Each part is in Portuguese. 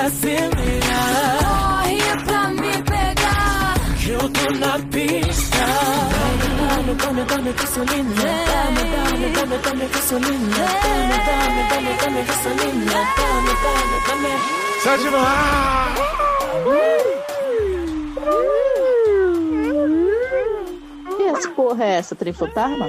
acelerar. Corre pra me pegar, que eu tô na pista. Dame gasolina. Dame gasolina. Dame gasolina. Dame. Sede no ar! Que essa porra é essa? Trem fantasma?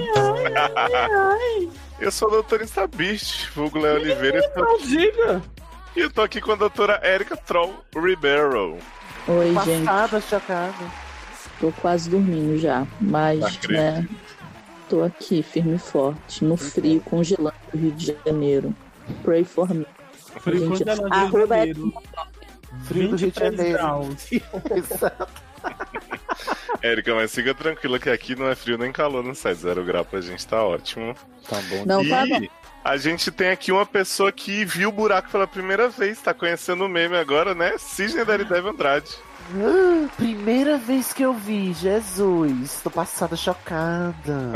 Eu sou o doutorista Beast, vulgo Léo Oliveira. Diga! E eu tô aqui com a doutora Érica Troll Ribeiro. Oi, Passada, gente. chocada. Tô quase dormindo já, mas, Acredito. né, tô aqui, firme e forte, no frio, congelando no Rio de Janeiro. Pray for me. Frio Gente, congelando a Rio de arroba é Janeiro. Frio do Rio de 23 Janeiro. graus. Exato. Érica, mas fica tranquila que aqui não é frio nem calor no site. 0 grau pra gente tá ótimo. Tá bom. Não, tá bom. E a gente tem aqui uma pessoa que viu o buraco pela primeira vez, tá conhecendo o meme agora, né? Cisne Daredevil Andrade. Primeira vez que eu vi, Jesus. Tô passada chocada.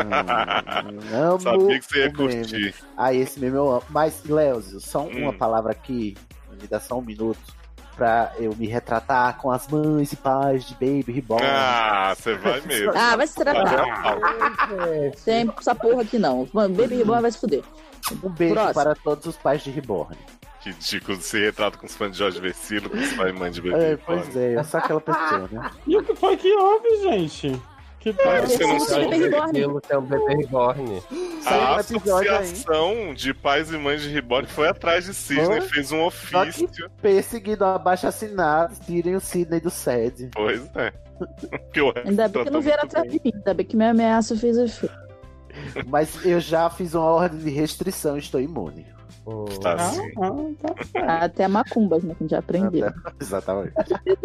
Amo. Sabia que você ia o meme. curtir. Esse meme eu amo. Mas, Léozio, só uma palavra aqui. Me dá só um minuto. Pra eu me retratar com as mães e pais de Baby Reborn. Ah, você vai mesmo. Ah, vai se tratar. Ah, Tem essa porra aqui não. Mano, Baby Reborn vai se fuder. Um beijo Próximo. para todos os pais de Reborn. Ridículo se retrata com os fãs de Jorge Vecilo, com os pais e mãe de bebê. É, pois é, eu sou aquela pessoa, né? E o que foi que houve, gente? Que Você não Esse sabe. Baby Reborn. Aquilo tem um bebê reborn. Saiu A um episódio aí. Associação de Pais e Mães de Reborn foi atrás de Cisne, Foi? fez um Só que ofício. perseguido abaixo assinado, tirem o Sidney do SED. Pois é. Que o resto Ainda bem que tá não vieram muito atrás de mim. Ainda bem que minha ameaça fez efeito. Mas eu já fiz uma ordem de restrição e estou imune. bom. Tá Ah, assim. tá certo. Até macumbas, né? Que a gente já aprendeu. Exatamente.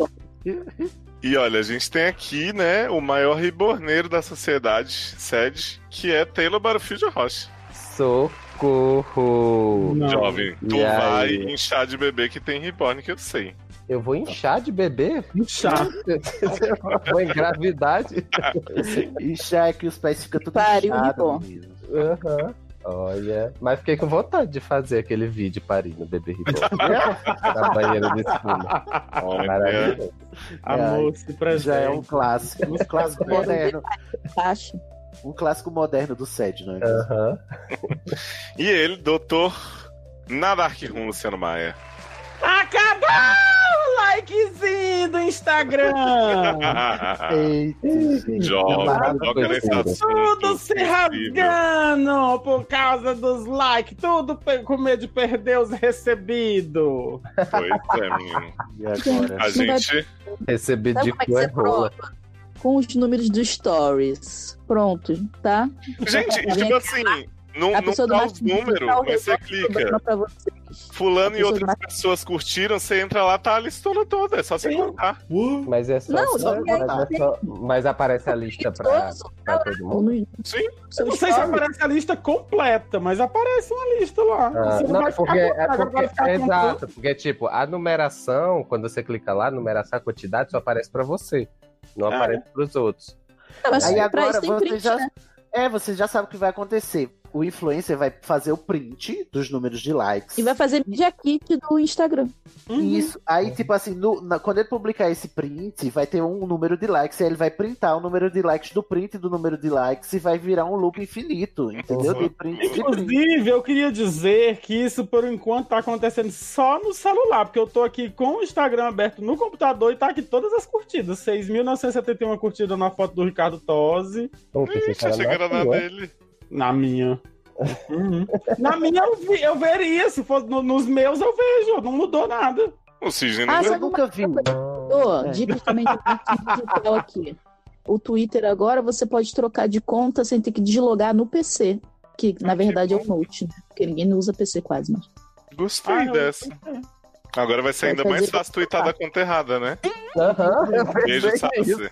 E olha, a gente tem aqui, né, o maior reborneiro da sociedade, SED, que é Taylor Battlefield Rocha. Socorro! Não. Jovem, tu E vai aí? em chá de bebê que tem reborn, que eu sei. Eu vou inchar de bebê? Chá. Vou engravidade? E já é que os pés ficam tudo Pariu, inchados, Reborn. menino. Aham. Olha. Mas fiquei com vontade de fazer aquele vídeo parindo bebê reborn. Na banheira de espuma. Olha, Maravilhoso. Amor, se presente. Já é um clássico. Um clássico moderno. Acho. Um clássico moderno do SED, não é? Aham. e ele, doutor na Dark Room, Luciano Maia. Acabou o likezinho do Instagram! Eita, gente. Jovem, Camarada toca nesse doido. assunto Tudo se sensível. rasgando por causa dos likes, tudo com medo de perder os recebidos. Pois é, menino. E agora? A gente... Recebi Sabe de como é que cu é você rola. prova? Com os números dos stories. Pronto, tá? Gente, tipo assim, não A pessoa do tá os marketing números, digital mas você resolve o problema clica. pra vocês. Fulano e pessoa do outras marketing- pessoas curtiram, você entra lá, tá a listona toda, é só você contar. Mas é só. Não, só mas aparece a lista pra todo mundo. Sim. Eu não sei se aparece a lista completa, mas aparece uma lista lá. Ah, Você não, vai porque, ficar é com- porque, vai ficar com- exato, porque tipo, a numeração, quando você clica lá, a numeração, a quantidade só aparece pra você, não aparece pros outros. Não, mas Aí pra agora isso tem você print, já, né? você já sabe o que vai acontecer. O influencer vai fazer o print dos números de likes. E vai fazer media kit do Instagram. Isso. Aí, tipo assim, quando ele publicar esse print, vai ter um número de likes. Aí ele vai printar o número de likes do print do número de likes e vai virar um loop infinito, entendeu? De print, de print. Inclusive, eu queria dizer que isso, por enquanto, tá acontecendo só no celular, porque eu tô aqui com o Instagram aberto no computador e tá aqui todas as curtidas. 6.971 curtidas na foto do Ricardo Tosi. Pô, pensei que Ixi, achei que era na na tua. dele. Na minha. Na minha eu veria, se for nos meus eu vejo, não mudou nada. O Cisne não Ah, viu. Eu sabe nunca vi. Ô, dicas também de marketing digital aqui. O Twitter agora você pode trocar de conta sem ter que deslogar no PC. Que na verdade é o Note, né? Porque ninguém não usa PC quase, mas. Gostei eu- dessa. Agora vai ser Vai ainda mais fazer fácil twittar da conta errada, né? Aham, eu Beijo, pensei Sassi. isso.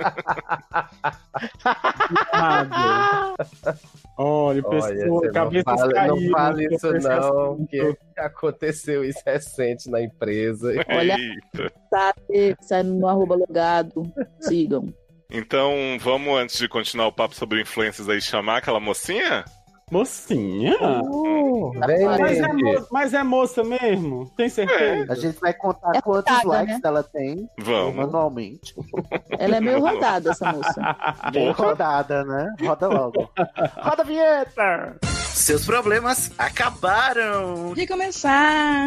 Olha, Olha, pessoa, você cabeça não fale isso não, porque aconteceu isso recente na empresa. Olha- Eita. Sai no arroba logado. Sigam. Então, vamos, antes de continuar o papo sobre influências aí, chamar aquela mocinha? Mocinha? Vem, Mas é moça mesmo? Tem certeza? A gente vai contar É quantos rodada, likes né? ela tem Vamos. manualmente. Ela é meio rodada, essa moça. Bem rodada, né? Roda logo. Roda a vinheta! Seus problemas acabaram. De começar.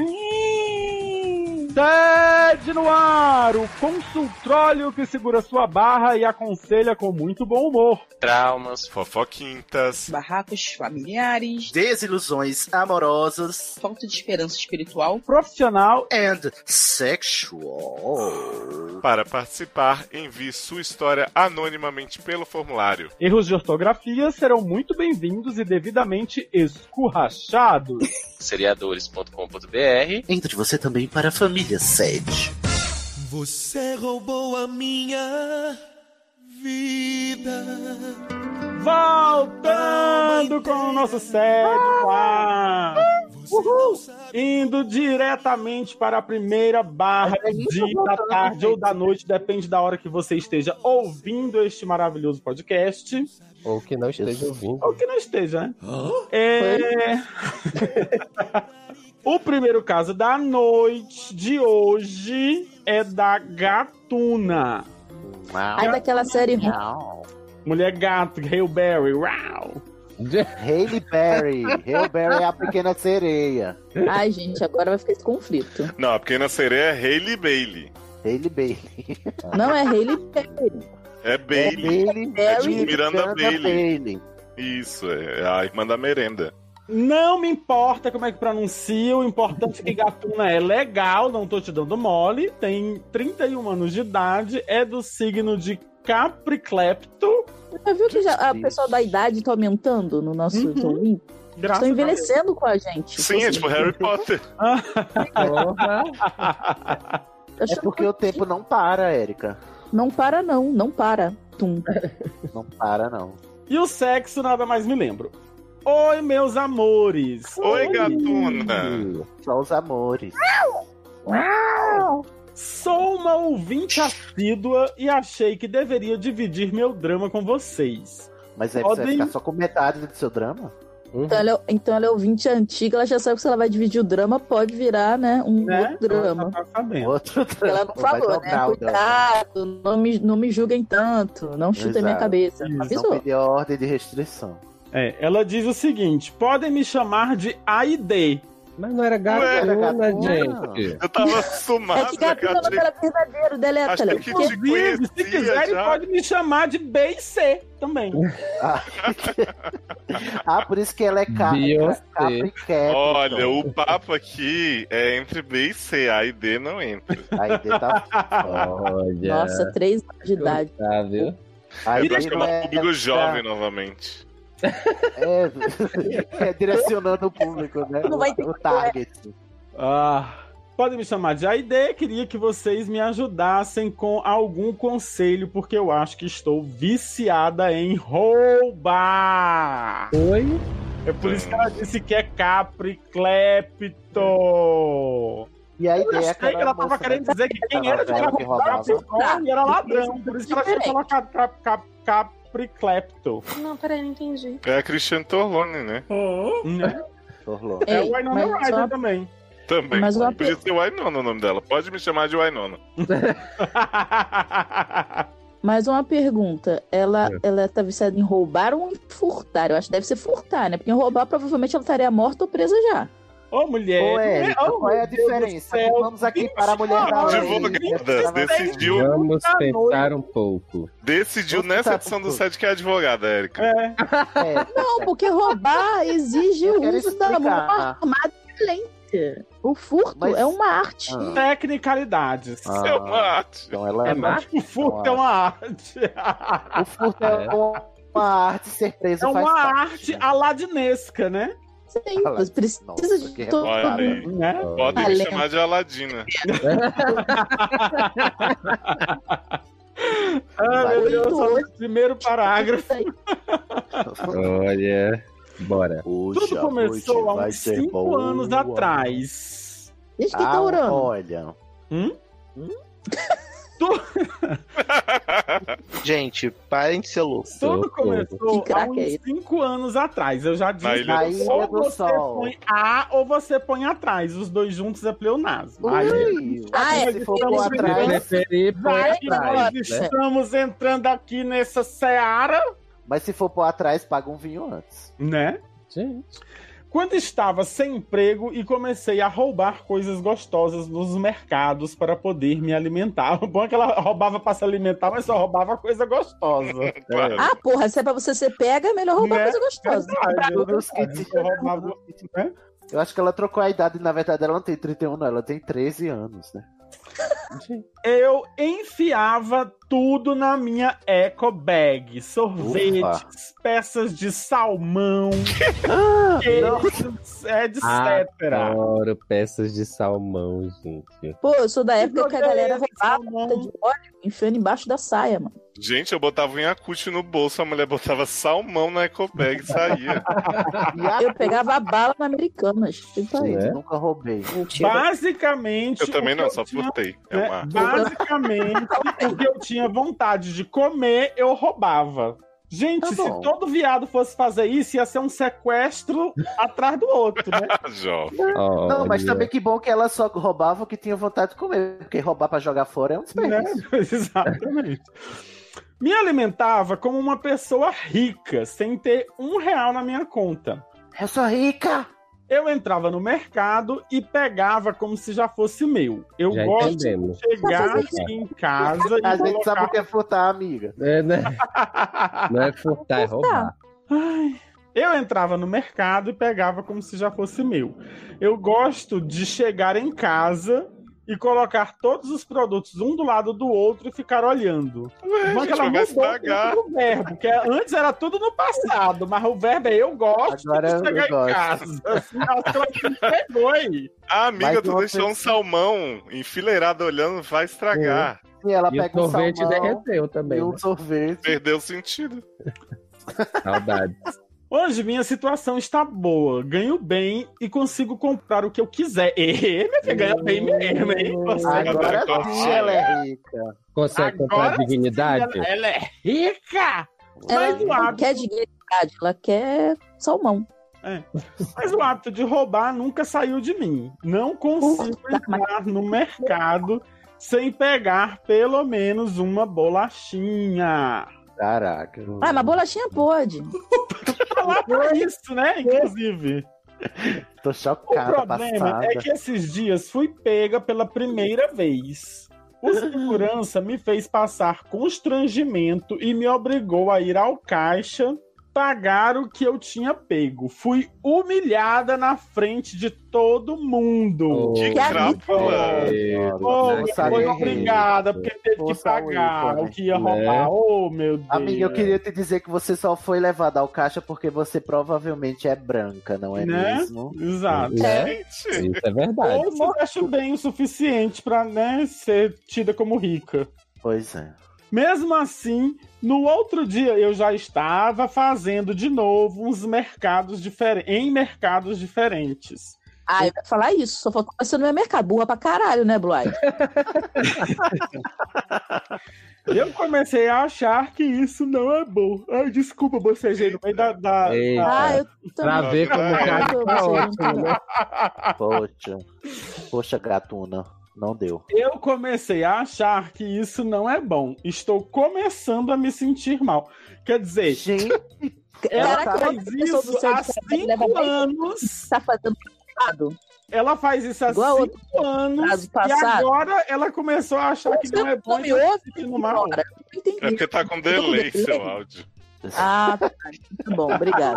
Sede no ar, o consultório que segura sua barra e aconselha com muito bom humor. Traumas, fofoquintas, Barracos familiares. Desilusões amorosas Falta de esperança espiritual. Profissional. and sexual. Para participar, envie sua história anonimamente pelo formulário. Erros de ortografia serão muito bem-vindos e devidamente escurrachados. Seriadores.com.br. Entre você também para a família Sede. Você roubou a minha vida. Voltando com o nosso sede no ar. Indo diretamente para a primeira barra do dia, da tarde ou da noite, depende da hora que você esteja ouvindo este maravilhoso podcast. Ou que não esteja ouvindo. Ou que não esteja, né? O primeiro caso da noite de hoje é da Gatuna. Aí daquela série ruim. Mulher gato, Hail Berry. Uau! Hailey Berry. Hailey Berry é a pequena sereia. Ai, gente, agora vai ficar esse conflito. Não, a pequena sereia é Hailey Bailey. Hailey Bailey. Não é Hailey Berry. É Bailey. Bailey. É de Berry. Miranda Bailey. Isso, é a irmã da merenda. Não me importa como é que pronuncia, o importante é que Gatuna é legal, não tô te dando mole, tem 31 anos de idade, é do signo de Capriclepto. Já viu que já, a pessoa da idade tá aumentando no nosso ouvinte? Graças Estão envelhecendo com a gente. Sim, é tipo Harry Potter. É porque o tempo não para, Érica. Não para, não. Não para. Tum. Não para, não. E o sexo, nada mais me lembro. Oi, meus amores. Oi, Gatuna. Só os amores. Sou uma ouvinte assídua e achei que deveria dividir meu drama com vocês. Mas aí você vai ficar só com metade do seu drama? Então ela é ouvinte antiga, ela já sabe que se ela vai dividir o drama, pode virar, né, outro drama. Tá sabendo. Outro drama. Ela não falou, né? Cuidado, não me julguem tanto, não chutem minha cabeça. Não Avisou. pediu a ordem de restrição. Ela diz o seguinte: podem me chamar de AID. Mas não era Gatuna, gente. Eu tava É acostumado que com a Gatuna não era verdadeiro, deleta. Achei que te Inclusive, se conhecia quiserem, já. pode me chamar de B e C também. Por isso que ela é Beyoncé. Capricorn. Olha, o papo aqui é entre B e C, A e D não entra. A ID tá... Olha. Nossa, 3 anos de idade. Tá, viu? A Eu ID tô chamando não o público jovem novamente. É direcionando o público, né? Não vai ter o target. Podem me chamar de AID. Queria que vocês me ajudassem com algum conselho, porque eu acho que estou viciada em roubar. Oi? É por isso que ela disse que é Capriclepto. E a Eu ideia achei que ela tava querendo dizer que quem era de Capricórnio era ladrão. Por isso que ela tinha colocado Capriclepto. Não, peraí, não entendi. É a Cristiane Torlone, né? É o Ei, Winona mas Ryder só- também. Também. Mas uma Podia ser Winona o nome dela. Pode me chamar de Winona. Mais uma pergunta. Ela tá viciada em roubar ou em furtar? Eu acho que deve ser furtar, né? Porque em roubar, provavelmente ela estaria morta ou presa já. Ô, mulher. Ô, Érica, Oh, qual é a meu Deus do diferença? céu. Vamos aqui para a mulher da lei. Advogadas, decidiu Vamos pensar um pouco. nessa edição do site que é advogada, Érica. Não, porque roubar exige o quero uso da mão explicar. armada e violenta. O furto é uma arte. Tecnicalidades. É uma arte. Então ela O furto é uma arte. O furto é uma arte, ser preso É faz uma parte. arte aladinesca, né? Sim, você precisa Nossa, de que todo Olha aí. Né? Podem me Além. chamar de Aladina. Meu Deus, só Oito, no primeiro parágrafo. Olha. Bora. Tudo começou há uns 5 anos atrás. Gente, quem tá orando? Olha. Gente, parem de ser louco. Tudo começou Que há craque é uns esse? 5 anos atrás. Eu já Na disse. Ilha Na do Ilha Sol. do Ou você Sol. põe A ou você põe atrás. Os dois juntos é pleonasmo. Aí, Ui, Ah, se é, for estamos por atrás, Preferir põe já que atrás, nós né? estamos entrando aqui nessa seara, mas se for por atrás, paga um vinho antes. né? Gente. Quando estava sem emprego e comecei a roubar coisas gostosas nos mercados para poder me alimentar. O bom é que ela roubava para se alimentar, mas só roubava coisa gostosa. Claro. Ah, porra, se é pra você ser pega, é melhor roubar Né? coisa gostosa. Todos que Eu roubava, né? Eu acho que ela trocou a idade, na verdade ela não tem 31, não, ela tem 13 anos, né? Eu enfiava tudo na minha eco bag. Sorvetes, peças de salmão, queijos, etc. Adoro peças de salmão, gente. Pô, eu sou da época que a galera Sorvete, roubava salmão. lata de óleo enfiando embaixo da saia, mano. Gente, eu botava um Yakult no bolso, a mulher botava salmão na ecobag e saía. Eu pegava a bala na Americanas. Tipo aí. Né? Nunca roubei. Mentira. Basicamente. Eu também o que não, eu só tinha, furtei. É né, uma... basicamente, o que eu tinha vontade de comer, eu roubava. Gente, Tá se bom. todo viado fosse fazer isso, ia ser um sequestro atrás do outro, né? Jovem. Não, mas Olha. também que bom que ela só roubava o que tinha vontade de comer, porque roubar pra jogar fora é um Né? desperdício. Exatamente. Me alimentava como uma pessoa rica, sem ter R$1 na minha conta. Eu sou rica! Eu entrava no mercado e pegava como se já fosse meu. Eu Já gosto entendemos. de chegar Pra fazer aqui em casa e A gente colocar... sabe o que é furtar, amiga. É, né? Não é furtar, é roubar. Ai, eu entrava no mercado e pegava como se já fosse meu. Eu gosto de chegar em casa e colocar todos os produtos um do lado do outro e ficar olhando. Ué, Mas gente, ela vai mudou estragar. o verbo, que antes era tudo no passado, mas o verbo é eu gosto Agora de eu chegar em gosto. casa. Assim, acho que ela se pegou aí. Ah, amiga, Mas tu uma deixou um pessoa- salmão enfileirado olhando, vai estragar. E ela E o pega um sorvete salmão derreteu e também. um Né? sorvete. Perdeu o sentido. Saudades. Hoje minha situação está boa, ganho bem e consigo comprar o que eu quiser. Minha filha ganha bem mesmo, hein? Você Agora Agora sim ela é rica. Consegue comprar Agora dignidade? sim, ela é rica! Ela Mas o não hábito, quer dignidade, ela quer salmão. mas o hábito de roubar nunca saiu de mim. Não consigo entrar no mercado sem pegar pelo menos uma bolachinha. Caraca. Ah, mas bolachinha pode. Falar pra isso, né? Inclusive. Tô O chocada, problema passada. é que esses dias fui pega pela primeira vez. O segurança me fez passar constrangimento e me obrigou a ir ao caixa pagar o que eu tinha pego. Fui humilhada na frente de todo mundo. Que Que crápula. Oh, Força foi guerreira. obrigada, porque teve que Força pagar ícone. o que ia Né? roubar. Oh, meu Deus. Amiga, eu queria te dizer que você só foi levada ao caixa porque você provavelmente é branca, não é Né? mesmo? Exato. Né? Gente, Isso é verdade. Ou se acho bem o suficiente pra, né, ser tida como rica. Pois é. Mesmo assim, no outro dia eu já estava fazendo de novo uns mercados em mercados diferentes. Ah, eu ia falar isso, só faltou você no meu mercado. Burra pra caralho, né, Blue? Eu comecei a achar que isso não é bom. Ai, desculpa, bocejei no meio da... Eita. Ah, eu Pra também. ver como o cara Eu tá sei, ótimo, né? Poxa. Poxa, gatuna. Não deu. Eu comecei a achar que isso não é bom. Estou começando a me sentir mal. Quer dizer, Gente, ela Caraca, faz outra pessoa do isso seu há trabalho leva 5 10 anos. Tá fazendo errado. Ela faz isso há Igual 5 anos. caso E passado. agora ela começou a achar que não é bom. me e tá se ouve, sentindo mal. Bora. Não entendi. é porque tá com delay seu áudio. Ah, tá bom, obrigado.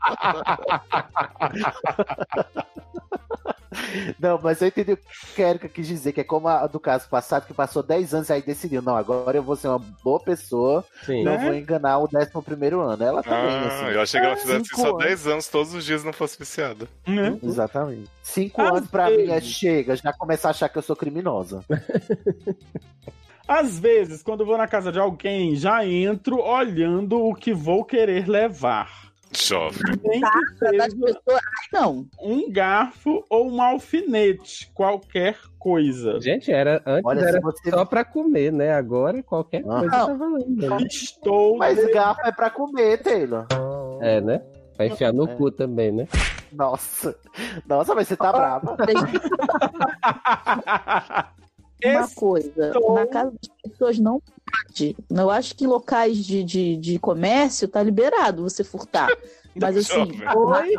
não, mas eu entendi o que a Erika quis dizer, que é como a do caso passado, que passou 10 anos e aí decidiu, não, agora eu vou ser uma boa pessoa, Sim. não Né? vou enganar o 11º ano. Ela também, Ah, assim. eu achei que ela fizesse 5 isso há anos. 10 anos, todos os dias não fosse viciada. Né? Exatamente. 5 Às anos pra mim é vezes. chega, já começa a achar que eu sou criminosa. Às vezes, quando vou na casa de alguém, já entro olhando o que vou querer levar. Jovem. Tem Tá, que pra dar as ser pessoas. Ai, não. um garfo ou um alfinete, qualquer coisa. Gente, antes Olha, era se você- só pra comer, né? Agora qualquer coisa Não. tá valendo. Né? Estou Mas garfo é pra comer, Taylor. É, né? Pra enfiar no cu também, né? Nossa, mas você tá brava. Uma coisa, na casa das pessoas não pode. Eu acho que em locais de comércio tá liberado você furtar. Mas assim, Jovem.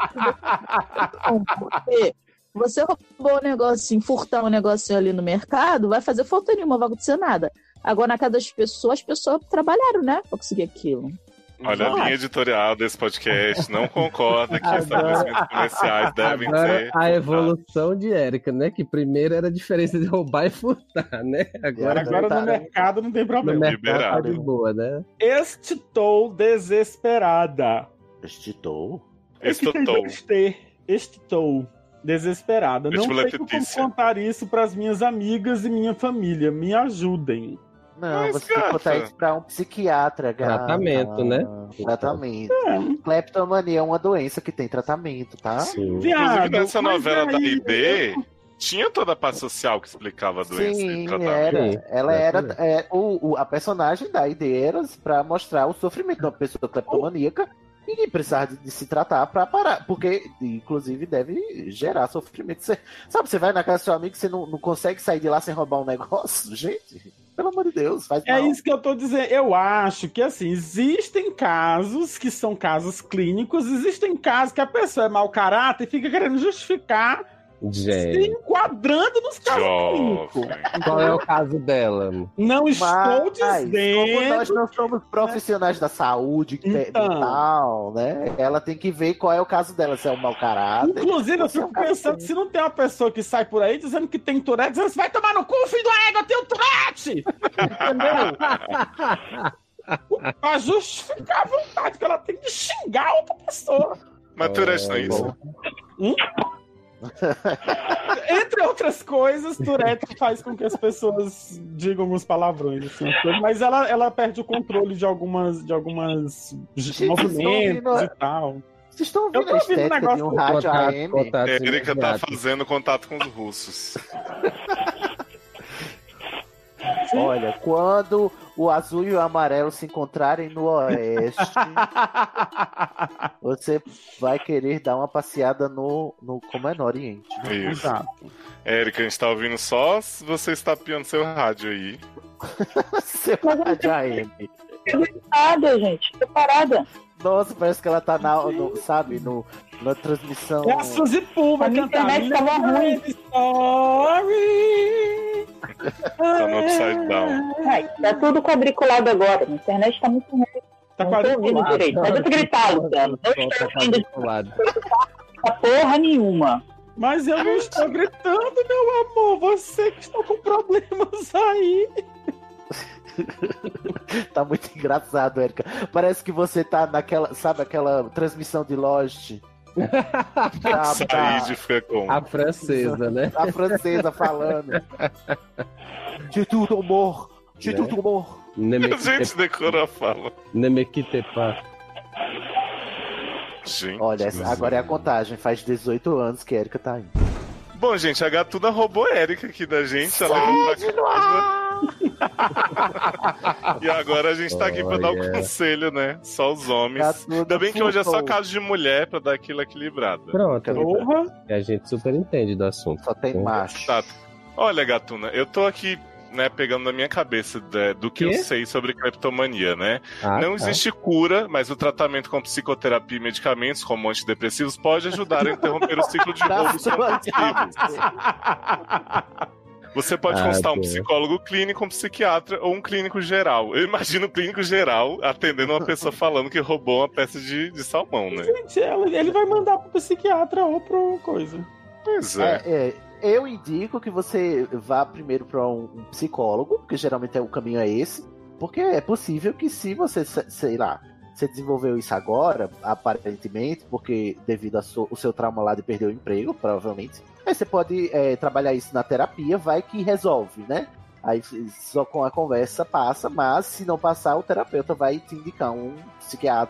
você roubou um negocinho, furtar um negocinho ali no mercado, vai fazer falta nenhuma, não vai acontecer nada. Agora, na casa das pessoas, as pessoas trabalharam, né? Pra conseguir aquilo. Olha, a linha editorial desse podcast não concorda que estabelecimentos comerciais devem Agora ter. a evolução de Érica, né? Que primeiro era a diferença de roubar e furtar, né? Agora no mercado não tem no problema. mercado tá liberado. de boa, né? Estou desesperada. Estitou? Estotou. Estou desesperada. Não Vestibular sei como Letícia. contar isso para as minhas amigas e minha família. Me ajudem. Não, Mas, você tem que botar gata. isso pra um psiquiatra, gata. Tratamento, né? Tratamento. É. Cleptomania é uma doença que tem tratamento, tá? Sim. Inclusive, nessa mas novela da aí- ID, tinha toda a parte social que explicava a doença e Sim, tratamento. era. Sim, Ela era. exatamente. A personagem da ID era pra mostrar o sofrimento de uma pessoa cleptomaníaca e precisar de se tratar pra parar. Porque, inclusive, deve gerar sofrimento. Sabe, você vai na casa do seu amigo e você não consegue sair de lá sem roubar um negócio? Gente, pelo amor de Deus, faz É mal. isso que eu tô dizendo. Eu acho que, assim, existem casos que são casos clínicos, existem casos que a pessoa é mau caráter e fica querendo justificar se Gente, enquadrando nos casos clínicos. Jovem. qual é o caso dela? Não estou Mas, dizendo... como nós não somos profissionais da saúde Então. mental, né? Ela tem que ver qual é o caso dela, se é um mau caráter. Inclusive, eu Você é um fico cara pensando se não tem uma pessoa que sai por aí dizendo que tem Tourette, dizendo você vai tomar no cu, filho da égua, eu tenho Tourette! Entendeu? Pra justificar a vontade que ela tem de xingar outra pessoa. Mas Tourette não é isso? Entre outras coisas, Tourette faz com que as pessoas digam uns palavrões, assim, mas ela perde o controle de algumas movimentos e tal. Vocês estão ouvindo Eu tô a ouvindo um estética de negócio um com rádio contato- AM? contato Erika tá imediato. fazendo contato com os russos. Olha, quando o azul e o amarelo se encontrarem no oeste, você vai querer dar uma passeada no como é no Oriente. Isso. Exato. Erika, a gente tá ouvindo só se você está piando seu rádio aí. Seu rádio AM. Nada, gente. Tô parada. Nossa, parece que ela tá na transmissão. É a Suzy Poo, vai A minha cantar. internet tava ruim. Sorry. Tá no upside down. Ai, tá tudo quadriculado agora. A internet tá muito ruim. Tá Não tô ouvindo quadriculado. direito. Não adianta gritar, Luciano. Não estou ouvindo porra nenhuma. Mas eu não estou gritando, meu amor. Você que está com problemas aí. Tá muito engraçado, Erika. Parece que você tá naquela, sabe, aquela transmissão de Lost. Said Fecon. A francesa, né? A francesa falando. De tudo amor. De Né? tudo amor. A gente decorou a fala. Ne me quitte pas. Gente. Olha, agora é a contagem. Faz 18 anos que a Erika tá indo. Bom, gente, a Gatuda roubou a Erika aqui da gente. Ela veio pra casa. E agora a gente tá aqui pra dar o Olha. conselho, né? Só os homens. Gatuda Ainda bem que hoje é só furtou. caso de mulher pra dar aquilo equilibrado. Pronto. Porra. E a gente super entende do assunto. Só tem macho. Tá. Olha, Gatuna, eu tô aqui, né, pegando na minha cabeça do que eu Quê? sei sobre cleptomania, né? Ah, Não tá. existe cura, mas o tratamento com psicoterapia e medicamentos, como antidepressivos, pode ajudar a interromper o ciclo de roubos compulsivos. Você pode consultar um Deus. psicólogo clínico, um psiquiatra ou um clínico geral. Eu imagino o clínico geral atendendo uma pessoa falando que roubou uma peça de salmão, né? Gente, ele vai mandar pro psiquiatra ou pro coisa. Pois é. Eu indico que você vá primeiro para um psicólogo, porque geralmente o caminho é esse. Porque é possível que se você, sei lá, você desenvolveu isso agora, aparentemente, porque devido ao seu trauma lá de perder o emprego, provavelmente. Aí você pode trabalhar isso na terapia, vai que resolve, né? Aí só com a conversa passa, mas se não passar, o terapeuta vai te indicar um psiquiatra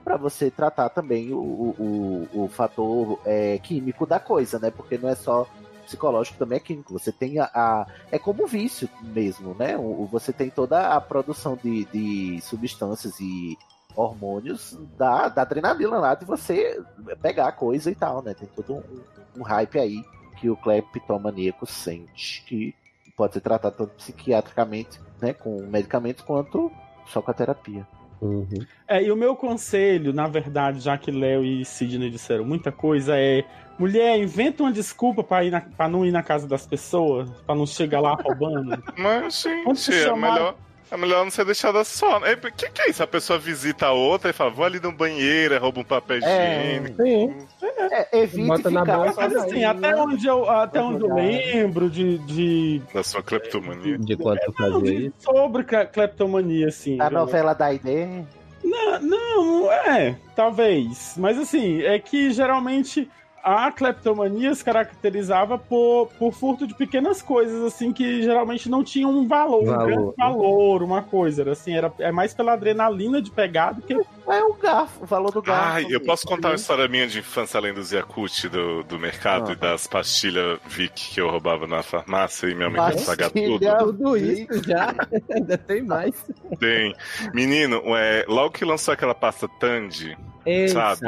para você tratar também o fator químico da coisa, né? Porque não é só psicológico, também é químico. Você tem é como um vício mesmo, né? Você tem toda a produção de substâncias e hormônios da adrenalina lá de você pegar a coisa e tal, né? Tem todo um hype aí que o cleptomaníaco sente, que pode ser tratado tanto psiquiatricamente, né, com medicamentos, quanto só com a terapia. Uhum. E o meu conselho, na verdade, já que Léo e Sidney disseram muita coisa, mulher, inventa uma desculpa pra não ir na casa das pessoas, pra não chegar lá roubando. Mas, gente, é melhor não ser deixada só. O que é isso? A pessoa visita a outra e fala, vou ali no banheiro, rouba um papel higiênico. Evite ficar. Mas assim, até onde eu lembro da sua cleptomania. De quanto fazia isso? Sobre cleptomania, assim. A novela da ideia. Não, talvez. Mas assim, é que geralmente a cleptomania se caracterizava por furto de pequenas coisas, assim, que geralmente não tinham um valor, um grande valor, uma coisa. Assim, é mais pela adrenalina de pegar do que... É o valor do garfo. Eu posso contar uma história minha de infância além dos Yakult do mercado e das pastilhas Vic que eu roubava na farmácia e minha mãe tinha que pagar tudo. Tudo isso já? Ainda tem mais. Tem. Menino, logo que lançou aquela pasta Tandy, sabe?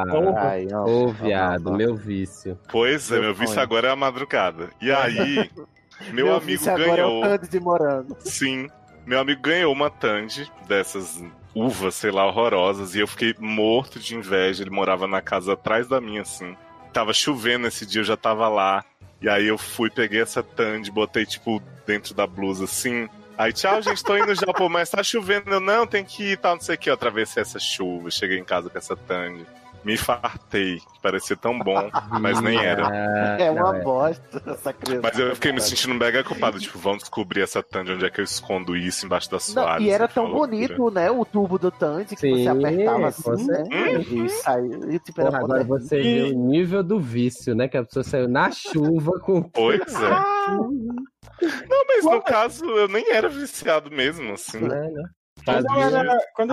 Viado, meu vício. Pois é, meu vício agora é a madrugada. E aí, meu amigo ganhou. Agora é o Tandy de morango. Sim, meu amigo ganhou uma Tandy dessas uvas, sei lá, horrorosas, e eu fiquei morto de inveja. Ele morava na casa atrás da minha, assim. Tava chovendo esse dia, eu já tava lá. E aí eu fui, peguei essa Tandy, botei, tipo, dentro da blusa, assim. Aí, tchau, gente, tô indo já, pô, mas tá chovendo. Eu, não, tem que ir, tal, não sei o que. Eu atravessei essa chuva, cheguei em casa com essa Tandy. Me fartei, que parecia tão bom, mas nem era. É uma bosta essa criança. Mas eu fiquei me sentindo mega culpado, tipo, vamos descobrir essa Tandy, onde é que eu escondo isso embaixo da Soares. E era tão bonito, né, o tubo do Tandy, que você apertava assim, né, e saiu, e tipo, era agora você vê o nível do vício, né, que a pessoa saiu na chuva com... Pois é. Não, mas no caso, eu nem era viciado mesmo, assim. Quando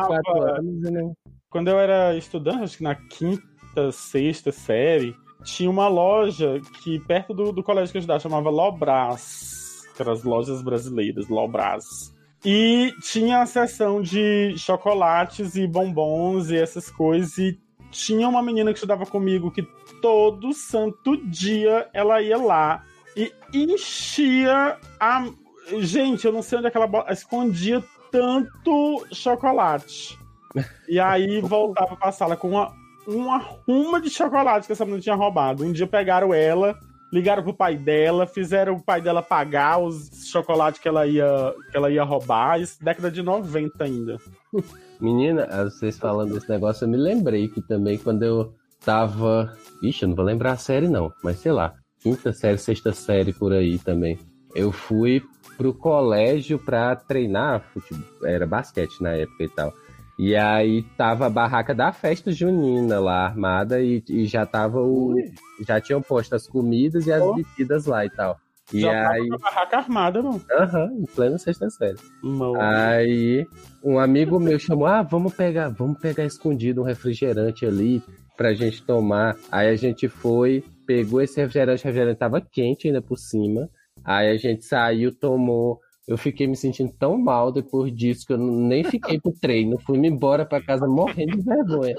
eu era estudante, acho que na 5ª, 6ª série, tinha uma loja que perto do colégio que eu estudava, chamava Lobras, que eram as lojas brasileiras, Lobras. E tinha a seção de chocolates e bombons e essas coisas, e tinha uma menina que estudava comigo que todo santo dia ela ia lá e enchia a... Gente, eu não sei onde é que ela escondia tanto chocolate. E aí voltava pra sala com uma ruma de chocolate que essa menina tinha roubado. Um dia pegaram ela, ligaram pro pai dela, fizeram o pai dela pagar os chocolates que ela ia roubar. Isso década de 90 ainda. Menina, vocês falando desse negócio, eu me lembrei que também quando eu tava... Ixi, eu não vou lembrar a série não, mas sei lá, 5ª série, 6ª série por aí também. Eu fui pro colégio pra treinar futebol, era basquete na época e tal. E aí tava a barraca da festa junina lá armada e já tava já tinham posto as comidas e as bebidas lá e tal. E já aí... tava a barraca armada, mano. Em plena 6ª série. Aí um amigo meu chamou, vamos pegar escondido um refrigerante ali pra gente tomar. Aí a gente foi, pegou esse refrigerante, o refrigerante tava quente ainda por cima. Aí a gente saiu, tomou. Eu fiquei me sentindo tão mal depois disso que eu nem fiquei pro treino. Fui-me embora pra casa morrendo de vergonha.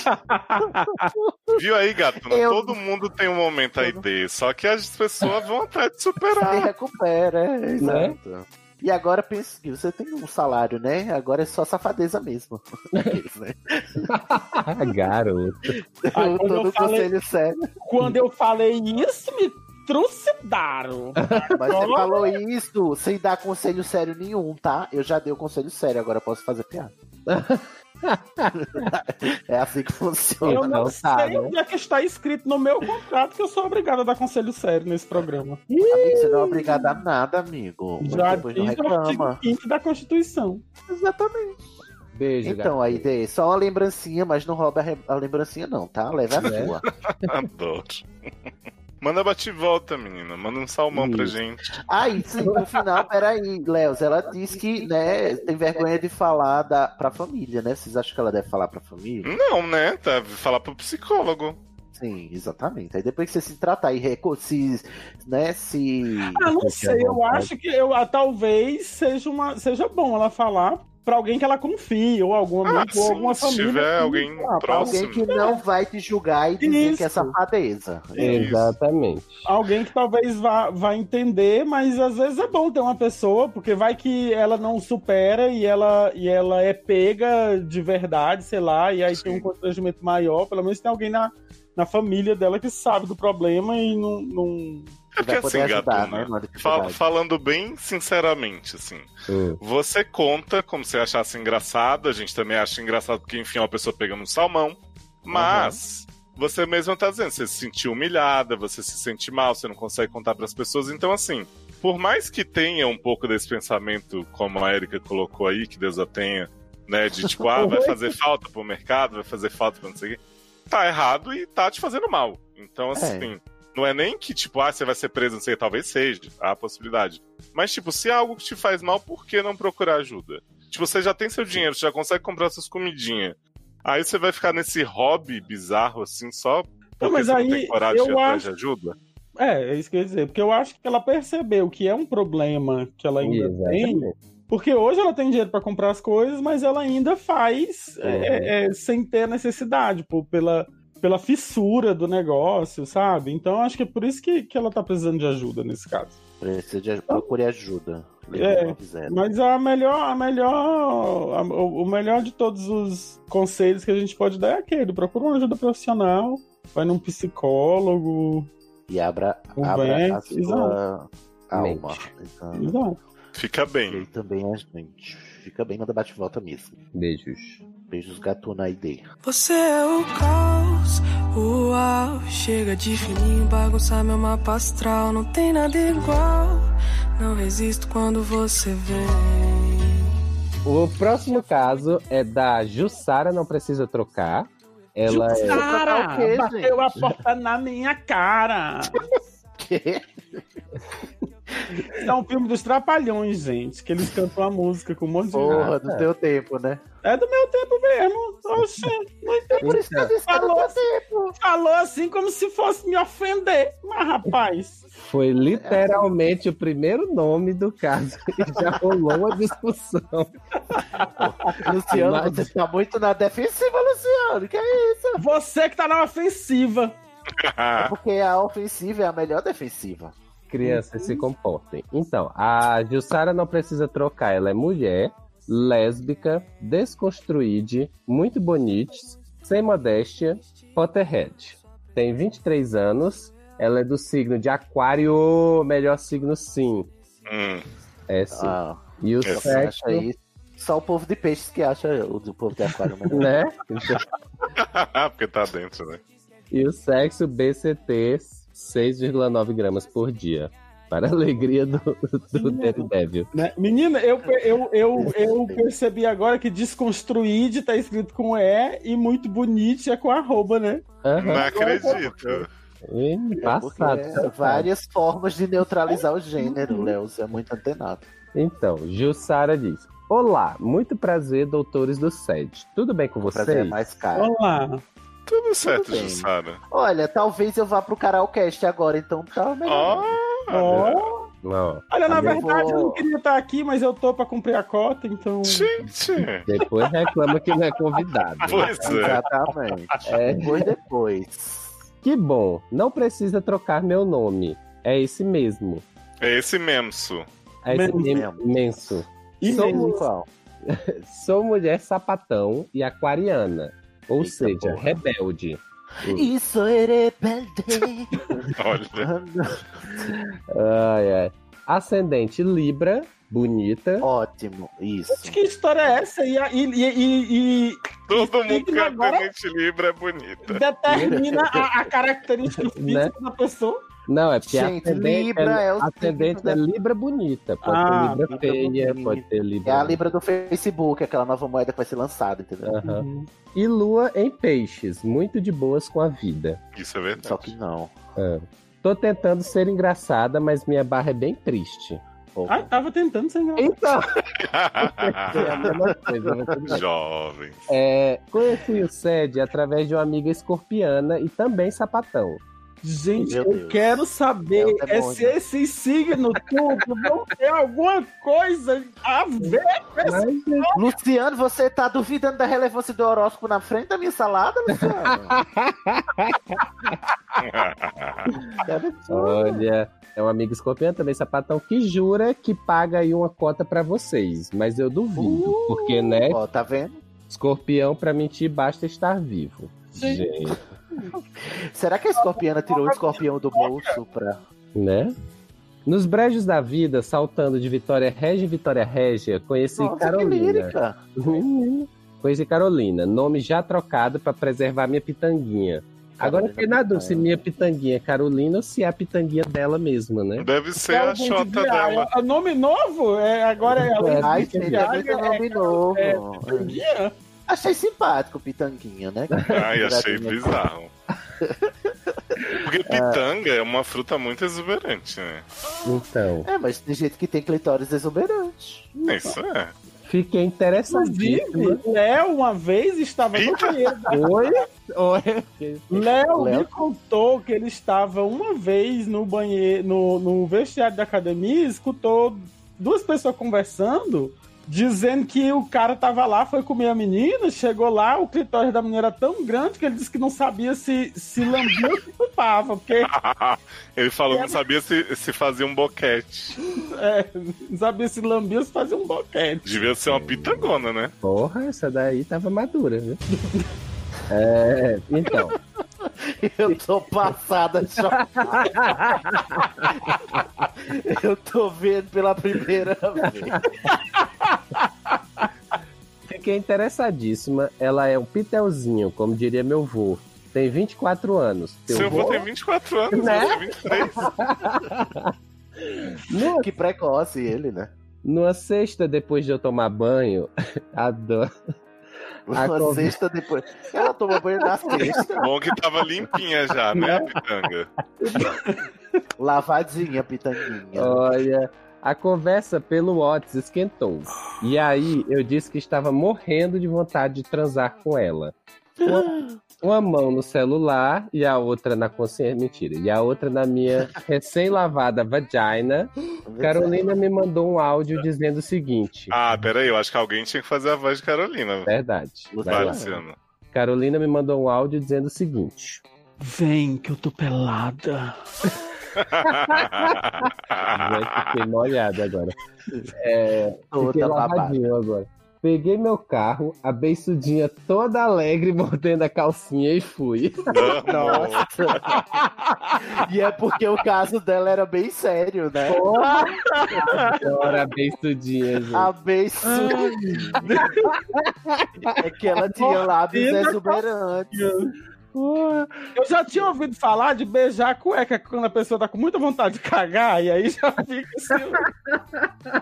Viu aí, gato? Todo mundo tem um momento aí desse. Só que as pessoas vão atrás de superar. Se recupera, exato. Né? E agora pensa que você tem um salário, né? Agora é só safadeza mesmo. Garoto. Todo conselho sério. Quando eu falei isso, me trucidaram. Mas você falou isso sem dar conselho sério nenhum, tá? Eu já dei o conselho sério, agora eu posso fazer piada. É assim que funciona. Eu não sei onde é que está escrito no meu contrato que eu sou obrigado a dar conselho sério nesse programa. Amigo, você não é obrigado a nada, amigo. Já diz o artigo 5º da Constituição. Exatamente. Beijo, então, aí, Dê, só uma lembrancinha, mas não rouba a lembrancinha não, tá? Leva a sua. Adoro. Manda bate-volta, menina. Manda um salmão pra gente. Aí, sim, no final, peraí, Léo, ela disse que, né, tem vergonha de falar pra família, né? Vocês acham que ela deve falar pra família? Não, né? Tá, falar pro psicólogo. Sim, exatamente. Aí depois que você se tratar e né, não sei, eu acho que talvez seja bom ela falar pra alguém que ela confie, ou algum amigo, ou alguma família. Se tiver alguém próximo. Alguém que não vai te julgar e dizer que é safadeza. Exatamente. Alguém que talvez vá entender, mas às vezes é bom ter uma pessoa, porque vai que ela não supera e ela é pega de verdade, sei lá, e aí tem um constrangimento maior, pelo menos tem alguém na família dela que sabe do problema e não... É porque assim, ajudar, Gatuna, né, falando bem sinceramente, assim, você conta como você achasse engraçado, a gente também acha engraçado porque, enfim, é uma pessoa pegando um salmão, mas você mesmo tá dizendo, você se sentiu humilhada, você se sente mal, você não consegue contar pras pessoas, então assim, por mais que tenha um pouco desse pensamento, como a Erika colocou aí, que Deus a tenha, né, de tipo, vai fazer falta pro mercado, vai fazer falta pra não sei o quê, tá errado e tá te fazendo mal, então assim... Não é nem que, tipo, você vai ser preso, não sei, talvez seja, há a possibilidade. Mas, tipo, se é algo que te faz mal, por que não procurar ajuda? Tipo, você já tem seu dinheiro, você já consegue comprar suas comidinhas. Aí você vai ficar nesse hobby bizarro, assim, só porque você não tem coragem de ir atrás de ajuda? É isso que eu ia dizer. Porque eu acho que ela percebeu que é um problema que ela ainda tem. Porque hoje ela tem dinheiro pra comprar as coisas, mas ela ainda faz sem ter necessidade, pela fissura do negócio, sabe? Então acho que é por isso que ela tá precisando de ajuda nesse caso. Procure ajuda. Mas o melhor de todos os conselhos que a gente pode dar é aquele: procura uma ajuda profissional, vai num psicólogo e abra a sua alma. Exato. Fica bem. E também a gente. Fica bem, manda bate-volta mesmo. Beijos, Gatuna ID. Você é o caos, uau. Chega de fininho, bagunçar meu mapa astral. Não tem nada igual, não resisto quando você vem. O próximo caso é da Jussara, não precisa trocar. Ela Jussara, bateu a porta na minha cara. Que? É um filme dos Trapalhões, gente, que eles cantam a música com um monte de... Porra, do teu tempo, né? É do meu tempo mesmo. Oxe, não entendo. Por isso que eu disse que é do teu tempo. Falou assim como se fosse me ofender. Mas, rapaz... Foi literalmente o primeiro nome do caso e já rolou uma discussão. Luciano, você tá muito na defensiva, Luciano. Que é isso? Você que tá na ofensiva. É porque a ofensiva é a melhor defensiva. Crianças se comportem. Então, a Jussara não precisa trocar. Ela é mulher, lésbica, desconstruída, muito bonita, sem modéstia, Potterhead. Tem 23 anos. Ela é do signo de Aquário, melhor signo sim. É sim. E o sexo... Aí, só o povo de peixes que acha o povo de Aquário melhor. Né? Porque tá dentro, né? E o sexo BCT 6,9 gramas por dia. Para a alegria do Daredevil. Menina, eu percebi agora que desconstruído tá escrito com E e muito bonito é com arroba, né? Não acredito. Passado. Várias formas de neutralizar o gênero, Léo. Você é muito antenado. Então, Jussara diz: olá, muito prazer, doutores do SED. Tudo bem com vocês? Prazer é mais caro. Olá. Tudo certo, Jussara. Olha, talvez eu vá pro Karaokast agora, então tá melhor. Olha, na verdade eu não queria estar aqui, mas eu tô pra cumprir a cota, então... Gente! Depois reclama que não é convidado. Pois é. Exatamente. Depois. Que bom, não precisa trocar meu nome. É esse mesmo. É esse menso. É esse imenso. Sou mulher sapatão e aquariana. Ou seja, rebelde. Isso é rebelde. Olha. Ascendente Libra, bonita. Ótimo, isso. Que história é essa? Todo mundo que é ascendente Libra é bonita. Determina a característica física da pessoa. Não, é porque gente, ascendente é Libra bonita. Pode ter Libra feia, pode ter Libra... É a Libra do Facebook, aquela nova moeda que vai ser lançada, entendeu? E Lua em Peixes, muito de boas com a vida. Isso é verdade. Só que não. Tô tentando ser engraçada, mas minha barra é bem triste. Ai, tava tentando ser engraçado. Então. É a mesma coisa, mas tudo bem. Jovens. Conheci o Sede através de uma amiga escorpiana e também sapatão. Gente, Meu eu Deus. quero saber É o demônio. se esses signos tudo vão ter alguma coisa a ver com esse... Luciano, você tá duvidando da relevância do horóscopo na frente da minha salada, Luciano? Olha, é um amigo escorpião também, sapatão, que jura que paga aí uma cota pra vocês. Mas eu duvido, porque, né, Ó, tá vendo? escorpião pra mentir basta estar vivo. Gente, Será que a escorpiana tirou o escorpião do bolso pra... né? Nos brejos da vida, saltando de Vitória Régia em Vitória Régia, conheci Nossa, que Carolina. lírica. Conheci Carolina, nome já trocado pra preservar minha pitanguinha. Agora eu fiquei na dúvida se minha pitanguinha é Carolina ou se é a pitanguinha dela mesma, né? Deve ser a xota dela. É nome novo? Agora é a Ai, gente, é muito nome novo. Pitanguinha? Achei simpático o Pitanguinha, né? Ai, achei bizarro. Porque pitanga é uma fruta muito exuberante, né? Então, Mas tem gente que tem clitóris exuberante. Isso é. fiquei interessadíssima. Inclusive, Léo uma vez estava no banheiro. Oi? Léo me Léo? contou que ele estava uma vez no banheiro, no vestiário da academia, e escutou duas pessoas conversando, dizendo que o cara tava lá, foi comer a menina, chegou lá, o clitóris da menina era tão grande que ele disse que não sabia se lambia ou se chupava, porque Ele falou que não sabia se fazia um boquete. não sabia se lambia ou se fazia um boquete. Devia ser uma pitangona, né? Porra, essa daí tava madura, viu? Então, Eu tô passada de choque. Eu tô vendo pela primeira vez. fiquei interessadíssima. Ela é um pitelzinho, como diria meu vô. Tem 24 anos. Seu avô tem 24 anos, Né? você tem 23. Que precoce ele, né? Numa sexta, depois de eu tomar banho, adoro. Uma sexta depois. Ela tomou banho na sexta. Bom que tava limpinha já, né, a pitanga? Lavadinha, Pitanguinha. Olha, a conversa pelo WhatsApp esquentou. E aí eu disse que estava morrendo de vontade de transar com ela. Uma mão no celular e a outra na consciência. Mentira. E a outra na minha recém-lavada vagina. Carolina me mandou um áudio dizendo o seguinte. Ah, peraí, eu acho que alguém tinha que fazer a voz de Carolina. Verdade. Vai, Luciano. Carolina me mandou um áudio dizendo o seguinte. Vem que eu tô pelada. Fiquei molhado agora. Toda Fiquei babada. lavadinho agora. Peguei meu carro, a beiçudinha toda alegre, mordendo a calcinha e fui. Nossa. E é porque o caso dela era bem sério, né? Agora a beiçudinha, gente. A beiçudinha. É que ela tinha lábios exuberantes. Eu já tinha ouvido falar de beijar a cueca quando a pessoa tá com muita vontade de cagar, e aí já fica assim.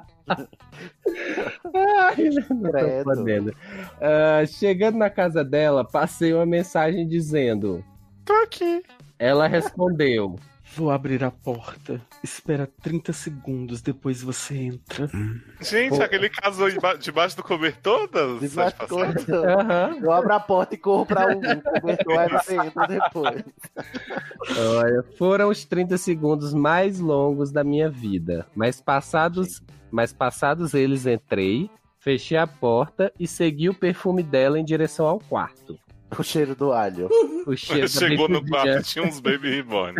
Não tô podendo. Chegando na casa dela, passei uma mensagem dizendo: Tô aqui. Ela respondeu: Vou abrir a porta. Espera 30 segundos, depois você entra. Gente, aquele caso debaixo do cobertor das Debaixo do cobertor. Aham. Eu abro a porta e corro pra um cobertor, aí você entra depois. Olha, foram os 30 segundos mais longos da minha vida. Mas passados eles, entrei, fechei a porta e segui o perfume dela em direção ao quarto. O cheiro do alho. O cheiro da Chegou no beijudinha. quarto, tinha uns Baby Reborn.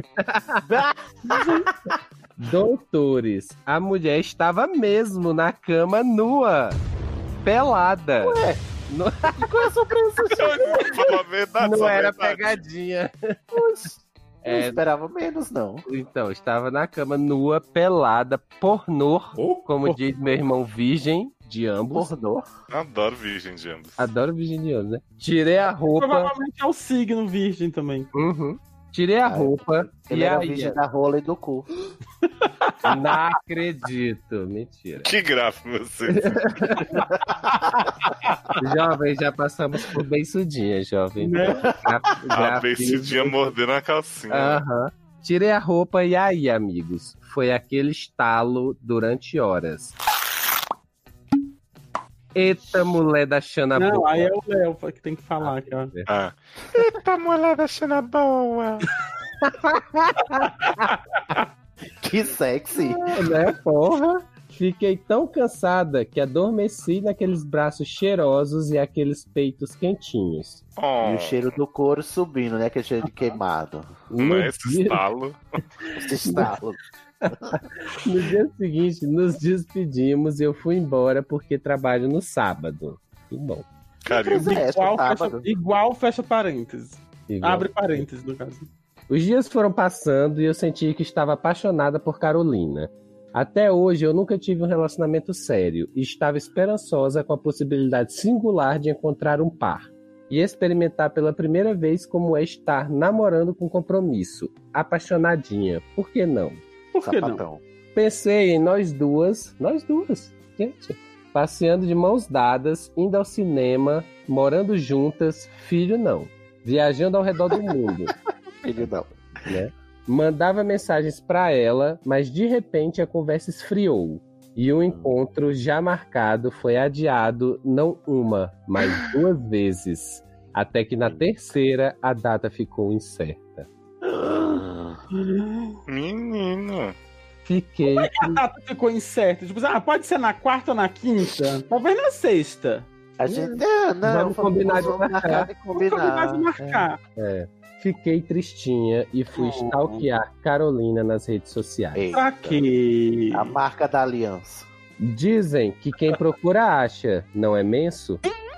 Doutores, a mulher estava mesmo na cama nua, pelada. Ué? Não, Qual é a surpresa? Fala a verdade, não só a era verdade. pegadinha. Não esperava menos, não. Então, estava na cama nua, pelada, pornô, como diz meu irmão virgem de ambos. Pornô. Adoro virgem de ambos. Adoro virgem de ambos, né? Tirei a roupa. Provavelmente é o signo virgem também. Uhum. Tirei a roupa Ele e era aí. virgem da rola e do cu. Não acredito. Mentira. Que grave você. Jovem, já passamos por beiçudinha, jovem. Né? A beiçudinha mordendo a calcinha. Aham. Tirei a roupa e aí, amigos, foi aquele estalo durante horas. Eita, mulher da Xana boa. Não, aí é o Léo que tem que falar, cara. Eita, mulher da Xana boa. Que sexy. Né, porra? Fiquei tão cansada que adormeci naqueles braços cheirosos e aqueles peitos quentinhos. E o cheiro do couro subindo, né? Aquele cheiro de queimado. Esse estalo. Esse estalo. No dia seguinte, nos despedimos e eu fui embora porque trabalho no sábado. Que bom. Igual fecha parênteses. Igual. Abre parênteses, no caso. Os dias foram passando e eu senti que estava apaixonada por Carolina. Até hoje eu nunca tive um relacionamento sério e estava esperançosa com a possibilidade singular de encontrar um par e experimentar pela primeira vez como é estar namorando com compromisso, apaixonadinha. Por que não? Por que não? Pensei em nós duas, gente, passeando de mãos dadas, indo ao cinema, morando juntas, filho não, viajando ao redor do mundo. Filho não. Né? Mandava mensagens pra ela, mas de repente a conversa esfriou. E o encontro já marcado foi adiado não uma, mas 2 vezes. Até que na terceira a data ficou incerta. Menino. Fiquei. Como é que a data ficou incerta? Tipo, pode ser na quarta ou na quinta? Talvez na sexta. A gente. Vamos combinar de marcar. Vamos combinar de marcar. Fiquei tristinha e fui stalkear Carolina nas redes sociais. Pra quê? A marca da aliança. Dizem que quem procura acha, não é menso?